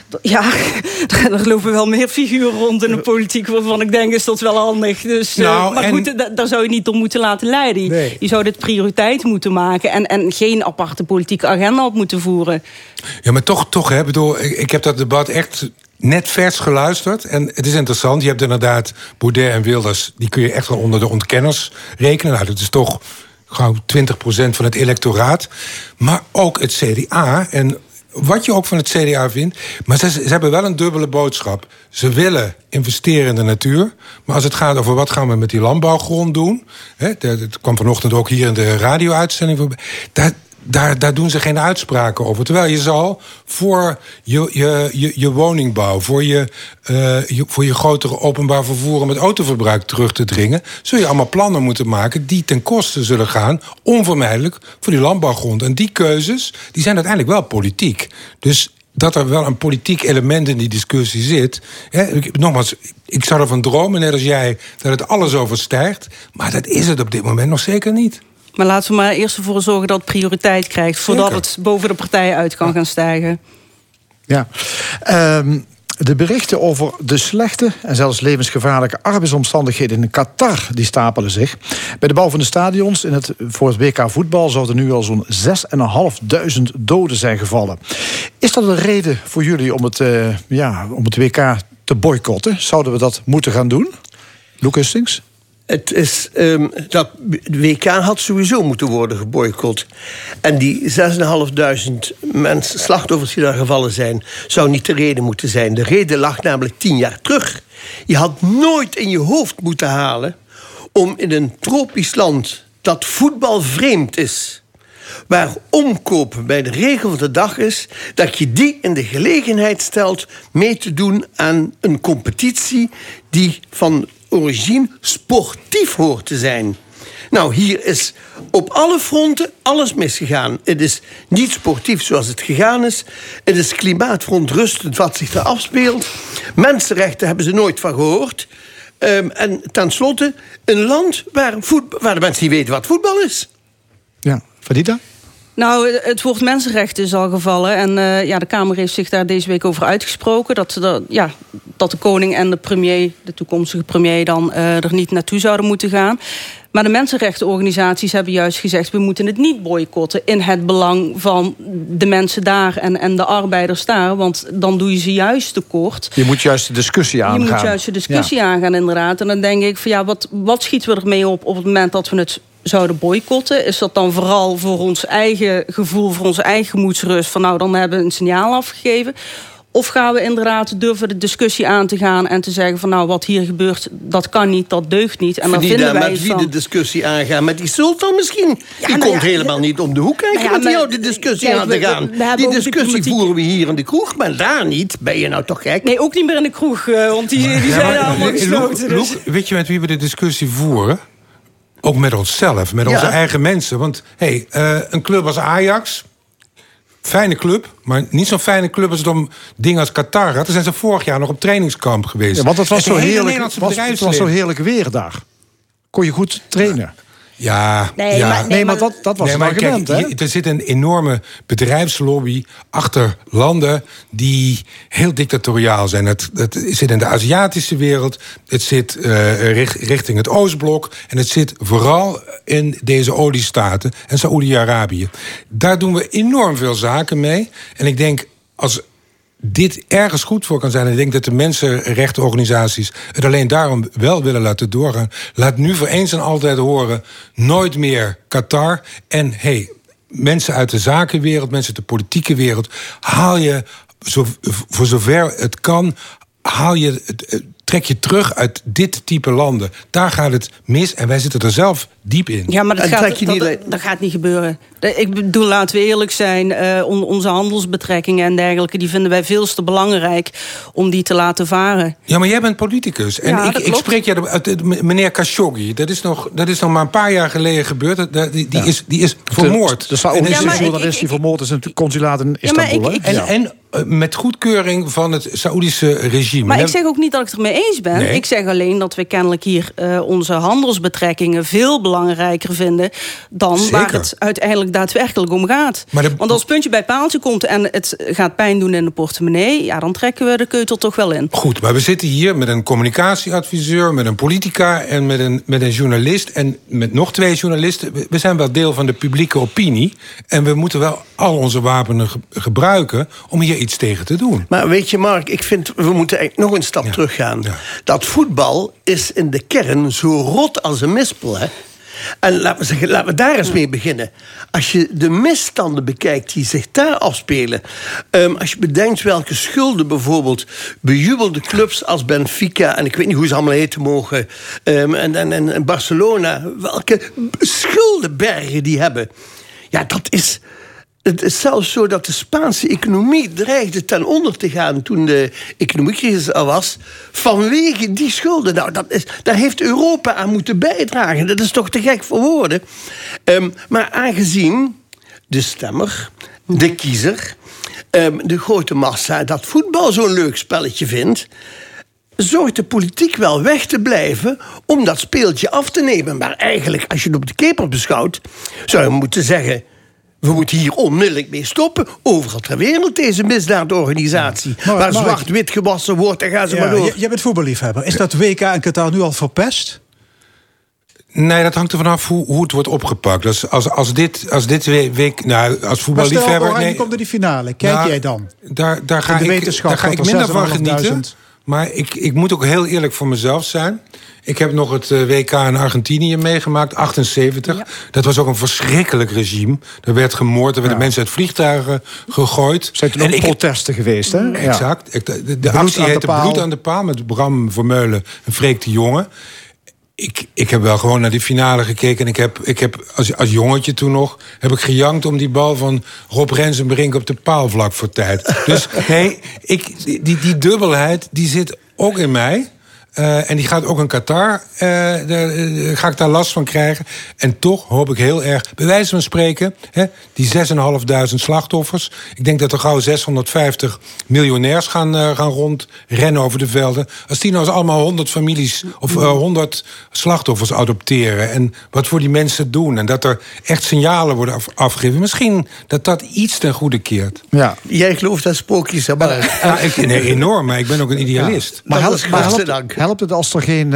er lopen wel meer figuren rond in de politiek waarvan ik denk, is dat wel handig. Dus, maar goed, daar zou je niet door moeten laten leiden. Nee. Je zou dit prioriteit moeten maken en geen aparte politieke agenda op moeten voeren. Ja, maar toch hè, ik heb dat debat echt net vers geluisterd. En het is interessant, je hebt inderdaad Baudet en Wilders, die kun je echt wel onder de ontkenners rekenen. Nou, dat is toch gauw 20% van het electoraat. Maar ook het CDA en wat je ook van het CDA vindt, maar ze hebben wel een dubbele boodschap. Ze willen investeren in de natuur, maar als het gaat over wat gaan we met die landbouwgrond doen, dat kwam vanochtend ook hier in de radio-uitzending voorbij, daar doen ze geen uitspraken over. Terwijl je zal voor je woningbouw, voor je grotere openbaar vervoer om het autoverbruik terug te dringen, zul je allemaal plannen moeten maken die ten koste zullen gaan, onvermijdelijk, voor die landbouwgrond. En die keuzes, die zijn uiteindelijk wel politiek. Dus dat er wel een politiek element in die discussie zit. Nogmaals, ik zou ervan dromen, net als jij, dat het alles overstijgt. Maar dat is het op dit moment nog zeker niet. Maar laten we maar eerst ervoor zorgen dat het prioriteit krijgt, voordat het boven de partijen uit kan gaan stijgen. Ja. De berichten over de slechte en zelfs levensgevaarlijke arbeidsomstandigheden in Qatar, die stapelen zich. Bij de bouw van de stadions voor het WK voetbal zouden nu al zo'n 6.500 doden zijn gevallen. Is dat een reden voor jullie om het WK te boycotten? Zouden we dat moeten gaan doen? Luc Hustings? Het is dat de WK had sowieso moeten worden geboycott. En die 6.500 mensen, slachtoffers die daar gevallen zijn, zou niet de reden moeten zijn. De reden lag namelijk 10 jaar terug. Je had nooit in je hoofd moeten halen om in een tropisch land dat voetbalvreemd is, waar omkopen bij de regel van de dag is, dat je die in de gelegenheid stelt mee te doen aan een competitie die van origine sportief hoort te zijn. Nou, hier is op alle fronten alles misgegaan. Het is niet sportief zoals het gegaan is. Het is klimaatverontrustend wat zich daar afspeelt. Mensenrechten hebben ze nooit van gehoord. En tenslotte een land waar de mensen niet weten wat voetbal is. Ja, Fadita? Nou, het woord mensenrechten is al gevallen. En de Kamer heeft zich daar deze week over uitgesproken. Dat de koning en de premier, de toekomstige premier, dan er niet naartoe zouden moeten gaan. Maar de mensenrechtenorganisaties hebben juist gezegd, we moeten het niet boycotten in het belang van de mensen daar en de arbeiders daar. Want dan doe je ze juist tekort. Je moet juist de discussie aangaan. Inderdaad. En dan denk ik van wat schieten we ermee op het moment dat we het zouden boycotten? Is dat dan vooral voor ons eigen gevoel, voor onze eigen gemoedsrust, van dan hebben we een signaal afgegeven? Of gaan we inderdaad durven de discussie aan te gaan en te zeggen van wat hier gebeurt, dat kan niet, dat deugt niet. En dan vinden wij met wie de discussie aangaan? Met die sultan misschien? Die komt helemaal niet om de hoek kijken met jou de discussie aan te gaan. Die discussie voeren we hier in de kroeg, maar daar niet. Ben je nou toch gek? Nee, ook niet meer in de kroeg, want die zijn allemaal gesloten. Loek, weet je met wie we de discussie voeren? Ook met onszelf, met onze eigen mensen. Want een club als Ajax, fijne club, maar niet zo'n fijne club als het om dingen als Qatar gaat. Daar zijn ze vorig jaar nog op trainingskamp geweest. Ja, want het was zo heerlijk weer daar. Kon je goed trainen. Maar dat was een argument. Er zit een enorme bedrijfslobby achter landen die heel dictatoriaal zijn. Het zit in de Aziatische wereld, het zit richting het Oostblok en het zit vooral in deze oliestaten en Saoedi-Arabië. Daar doen we enorm veel zaken mee. En ik denk, als dit ergens goed voor kan zijn, en ik denk dat de mensenrechtenorganisaties het alleen daarom wel willen laten doorgaan. Laat nu voor eens en altijd horen, nooit meer Qatar. En mensen uit de zakenwereld, mensen uit de politieke wereld, haal je voor zover het kan, trek je terug uit dit type landen. Daar gaat het mis en wij zitten er zelf diep in. Ja, maar dat gaat niet gebeuren. Ik bedoel, laten we eerlijk zijn, onze handelsbetrekkingen en dergelijke, die vinden wij veel te belangrijk om die te laten varen. Ja, maar jij bent politicus. En ik spreek je meneer Khashoggi. Dat is nog maar een paar jaar geleden gebeurd. Die is vermoord. De Saoedische journalist die vermoord is in het consulaat in Istanbul. En met goedkeuring van het Saoedische regime. Maar ik zeg ook niet dat ik het ermee eens ben. Nee. Ik zeg alleen dat we kennelijk hier onze handelsbetrekkingen veel belangrijker vinden dan waar het uiteindelijk daadwerkelijk om gaat. Want als puntje bij paaltje komt en het gaat pijn doen in de portemonnee, dan trekken we de keutel toch wel in. Goed, maar we zitten hier met een communicatieadviseur, met een politica en met een journalist en met nog 2 journalisten. We zijn wel deel van de publieke opinie en we moeten wel al onze wapenen gebruiken om hier iets tegen te doen. Maar weet je, Mark, ik vind we moeten eigenlijk nog een stap teruggaan. Ja. Dat voetbal is in de kern zo rot als een mispel, hè? En laten we daar eens mee beginnen. Als je de misstanden bekijkt die zich daar afspelen, als je bedenkt welke schulden bijvoorbeeld bejubelde clubs als Benfica, en ik weet niet hoe ze allemaal heten mogen, en Barcelona, welke schuldenbergen die hebben. Ja, het is zelfs zo dat de Spaanse economie dreigde ten onder te gaan toen de economiecrisis er was, vanwege die schulden. Nou, daar heeft Europa aan moeten bijdragen. Dat is toch te gek voor woorden. Maar aangezien de stemmer, de kiezer, de grote massa dat voetbal zo'n leuk spelletje vindt, zorgt de politiek wel weg te blijven om dat speeltje af te nemen. Maar eigenlijk, als je het op de keper beschouwt, zou je moeten zeggen, we moeten hier onmiddellijk mee stoppen. Overal ter wereld deze misdaadorganisatie. Waar zwart-wit gewassen wordt en gaan ze maar door. Jij bent voetballiefhebber. Is dat WK in Qatar nu al verpest? Nee, dat hangt er vanaf hoe het wordt opgepakt. Dus als dit week, als voetballiefhebber, maar stel, komt er die finale. Kijk jij dan? Daar ga ik minder van genieten. Maar ik moet ook heel eerlijk voor mezelf zijn. Ik heb nog het WK in Argentinië meegemaakt, 78. Ja. Dat was ook een verschrikkelijk regime. Er werd gemoord, er werden mensen uit vliegtuigen gegooid. Zijn er ook protesten geweest, hè? Exact. De actie heette Bloed aan de Paal met Bram Vermeulen en Freek de Jonge. Ik heb wel gewoon naar die finale gekeken. En ik heb als jongetje toen nog, heb ik gejankt om die bal van Rob Rensenbrink op de paal vlak voor tijd. Dus die dubbelheid, die zit ook in mij. En die gaat ook in Qatar. Ga ik daar last van krijgen. En toch hoop ik heel erg, bij wijze van spreken, die 6.500 slachtoffers. Ik denk dat er gauw 650 miljonairs gaan rondrennen over de velden. Als die nou eens allemaal 100 families of 100 slachtoffers adopteren. En wat voor die mensen doen. En dat er echt signalen worden afgegeven. Misschien dat iets ten goede keert. Ja. Jij gelooft aan sprookjes, hè? Nee, enorm, maar ik ben ook een idealist. Ja. Maar helpt het als er geen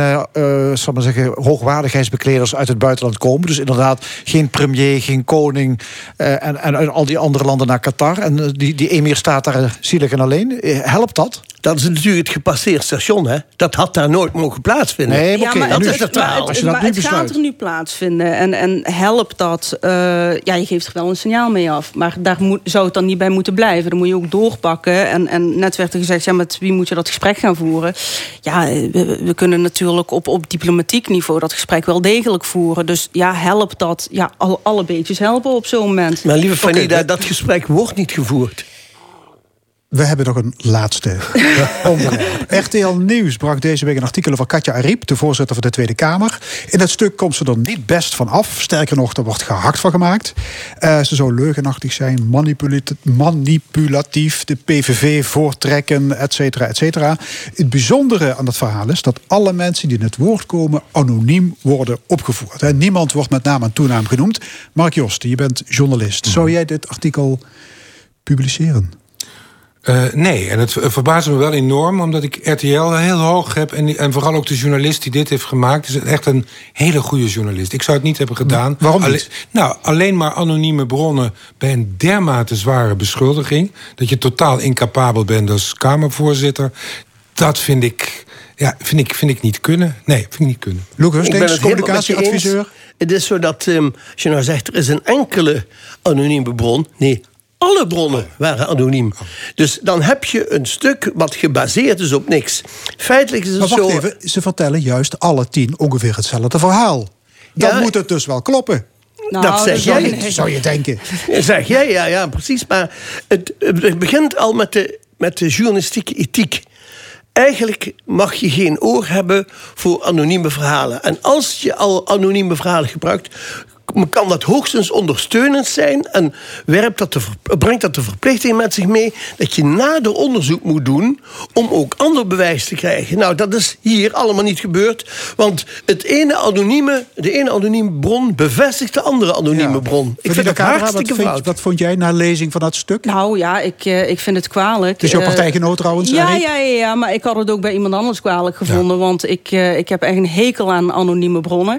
hoogwaardigheidsbekleders uit het buitenland komen? Dus inderdaad geen premier, geen koning en uit al die andere landen naar Qatar. En die emir staat daar zielig en alleen. Helpt dat? Dat is natuurlijk het gepasseerd station, hè? Dat had daar nooit mogen plaatsvinden. Nee, maar maar het gaat er nu plaatsvinden. En helpt dat? Je geeft er wel een signaal mee af. Maar daar zou het dan niet bij moeten blijven. Dan moet je ook doorpakken. En net werd er gezegd, met wie moet je dat gesprek gaan voeren? Ja, we kunnen natuurlijk op diplomatiek niveau dat gesprek wel degelijk voeren. Dus helpt dat? Ja, alle beetjes helpen op zo'n moment. Maar lieve Fanny, dat gesprek wordt niet gevoerd. We hebben nog een laatste onderwerp. RTL Nieuws bracht deze week een artikel over Katja Ariep, de voorzitter van de Tweede Kamer. In het stuk komt ze er niet best van af. Sterker nog, er wordt gehakt van gemaakt. Ze zou leugenachtig zijn, manipulatief, de PVV voortrekken, et cetera, et cetera. Het bijzondere aan dat verhaal is dat alle mensen die in het woord komen anoniem worden opgevoerd. Niemand wordt met naam en toenaam genoemd. Mark Josten, je bent journalist. Zou jij dit artikel publiceren? Nee, en het verbaast me wel enorm, omdat ik RTL heel hoog heb. En vooral ook de journalist die dit heeft gemaakt is echt een hele goede journalist. Ik zou het niet hebben gedaan. Waarom niet? Alleen maar anonieme bronnen bij een dermate zware beschuldiging, dat je totaal incapabel bent als Kamervoorzitter. Dat vind ik niet kunnen. Nee, vind ik niet kunnen. Lucas, deze communicatieadviseur. Het is zo dat, als je nou zegt, er is een enkele anonieme bron. Nee, alle bronnen waren anoniem. Dus dan heb je een stuk wat gebaseerd is op niks. Feitelijk is het maar wacht zo. Even, ze vertellen juist alle 10 ongeveer hetzelfde verhaal. Dan moet het dus wel kloppen. Dat zeg jij. Zou je denken. Zeg jij, ja, precies. Maar het begint al met de journalistieke ethiek. Eigenlijk mag je geen oor hebben voor anonieme verhalen. En als je al anonieme verhalen gebruikt, kan dat hoogstens ondersteunend zijn en brengt dat de verplichting met zich mee dat je nader onderzoek moet doen om ook ander bewijs te krijgen. Nou, dat is hier allemaal niet gebeurd, want de ene anonieme bron bevestigt de andere anonieme bron. Ik vind het hartstikke fout. Wat vond jij na lezing van dat stuk? Nou ja, ik vind het kwalijk. Het is jouw partijgenoot trouwens? Ja, maar ik had het ook bij iemand anders kwalijk gevonden, want ik heb echt een hekel aan anonieme bronnen.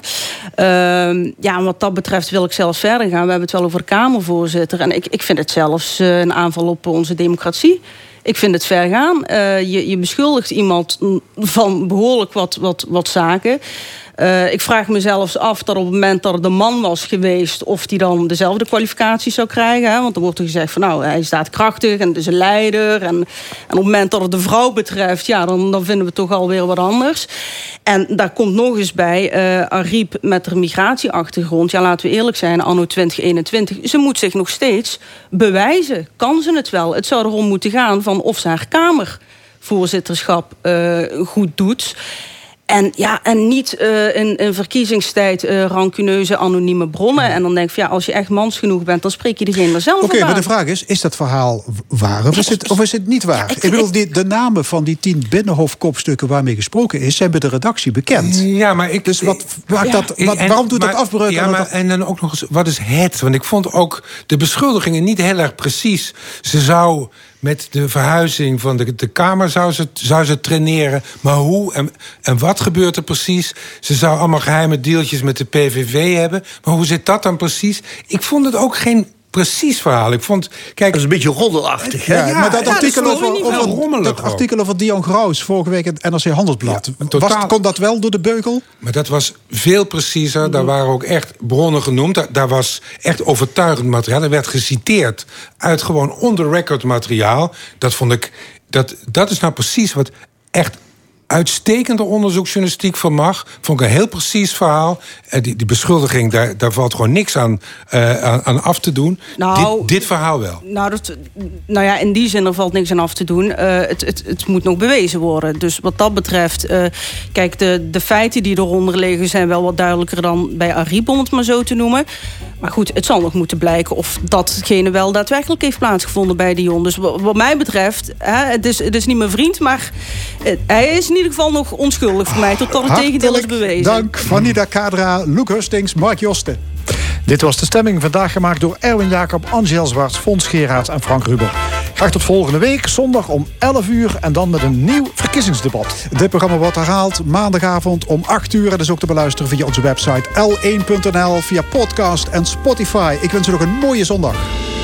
Wat dat betreft wil ik zelfs verder gaan. We hebben het wel over de Kamervoorzitter. En ik vind het zelfs een aanval op onze democratie. Ik vind het ver gaan. Je beschuldigt iemand van behoorlijk wat zaken. Ik vraag me zelfs af dat op het moment dat er de man was geweest, of die dan dezelfde kwalificaties zou krijgen. Hè? Want dan wordt er gezegd van hij staat krachtig en het is een leider. En op het moment dat het de vrouw betreft, dan vinden we het toch alweer wat anders. En daar komt nog eens bij Ariep met haar migratieachtergrond. Ja, laten we eerlijk zijn, anno 2021. Ze moet zich nog steeds bewijzen. Kan ze het wel? Het zou erom moeten gaan van of ze haar Kamervoorzitterschap goed doet. En niet in verkiezingstijd rancuneuze anonieme bronnen. En dan denk ik, als je echt mans genoeg bent, dan spreek je degene er zelf op aan. Oké, maar de vraag is dat verhaal waar of is het niet waar? Ik bedoel, de namen van die 10 binnenhofkopstukken waarmee gesproken is, zijn bij de redactie bekend. Ja, maar dus waarom doet dat afbreuk? En dan ook nog eens, wat is het? Want ik vond ook de beschuldigingen niet heel erg precies. Ze zou met de verhuizing van de Kamer zou ze traineren. Maar hoe en wat gebeurt er precies? Ze zou allemaal geheime deeltjes met de PVV hebben. Maar hoe zit dat dan precies? Ik vond het ook geen precies verhaal. Ik vond, kijk, dat is een beetje roddelachtig. Maar dat artikel over Dion Graus vorige week in het NRC Handelsblad. Kon dat wel door de beugel? Maar dat was veel preciezer. Daar waren ook echt bronnen genoemd. Daar was echt overtuigend materiaal. Er werd geciteerd uit gewoon on the record materiaal. Dat vond ik, dat is nou precies wat echt uitstekende onderzoeksjournalistiek van mag. Vond ik een heel precies verhaal. Die beschuldiging, daar valt gewoon niks aan af te doen. Nou, dit verhaal wel. Nou ja, in die zin er valt niks aan af te doen. Het moet nog bewezen worden. Dus wat dat betreft, kijk, de feiten die eronder liggen zijn wel wat duidelijker dan bij Ariep, om het maar zo te noemen. Maar goed, het zal nog moeten blijken of datgene wel daadwerkelijk heeft plaatsgevonden bij Dion. Dus wat mij betreft, het is niet mijn vriend, maar hij is in ieder geval nog onschuldig voor mij, totdat het tegendeel is bewezen. Dank, Vanida Kadra, Loek Hustings, Mark Josten. Dit was de stemming, vandaag gemaakt door Erwin Jacob, Angel Zwarts, Fons Geraerts en Frank Ruber. Graag tot volgende week, zondag om 11 uur en dan met een nieuw verkiezingsdebat. Dit programma wordt herhaald maandagavond om 8 uur. En dat is ook te beluisteren via onze website l1.nl, via podcast en Spotify. Ik wens u nog een mooie zondag.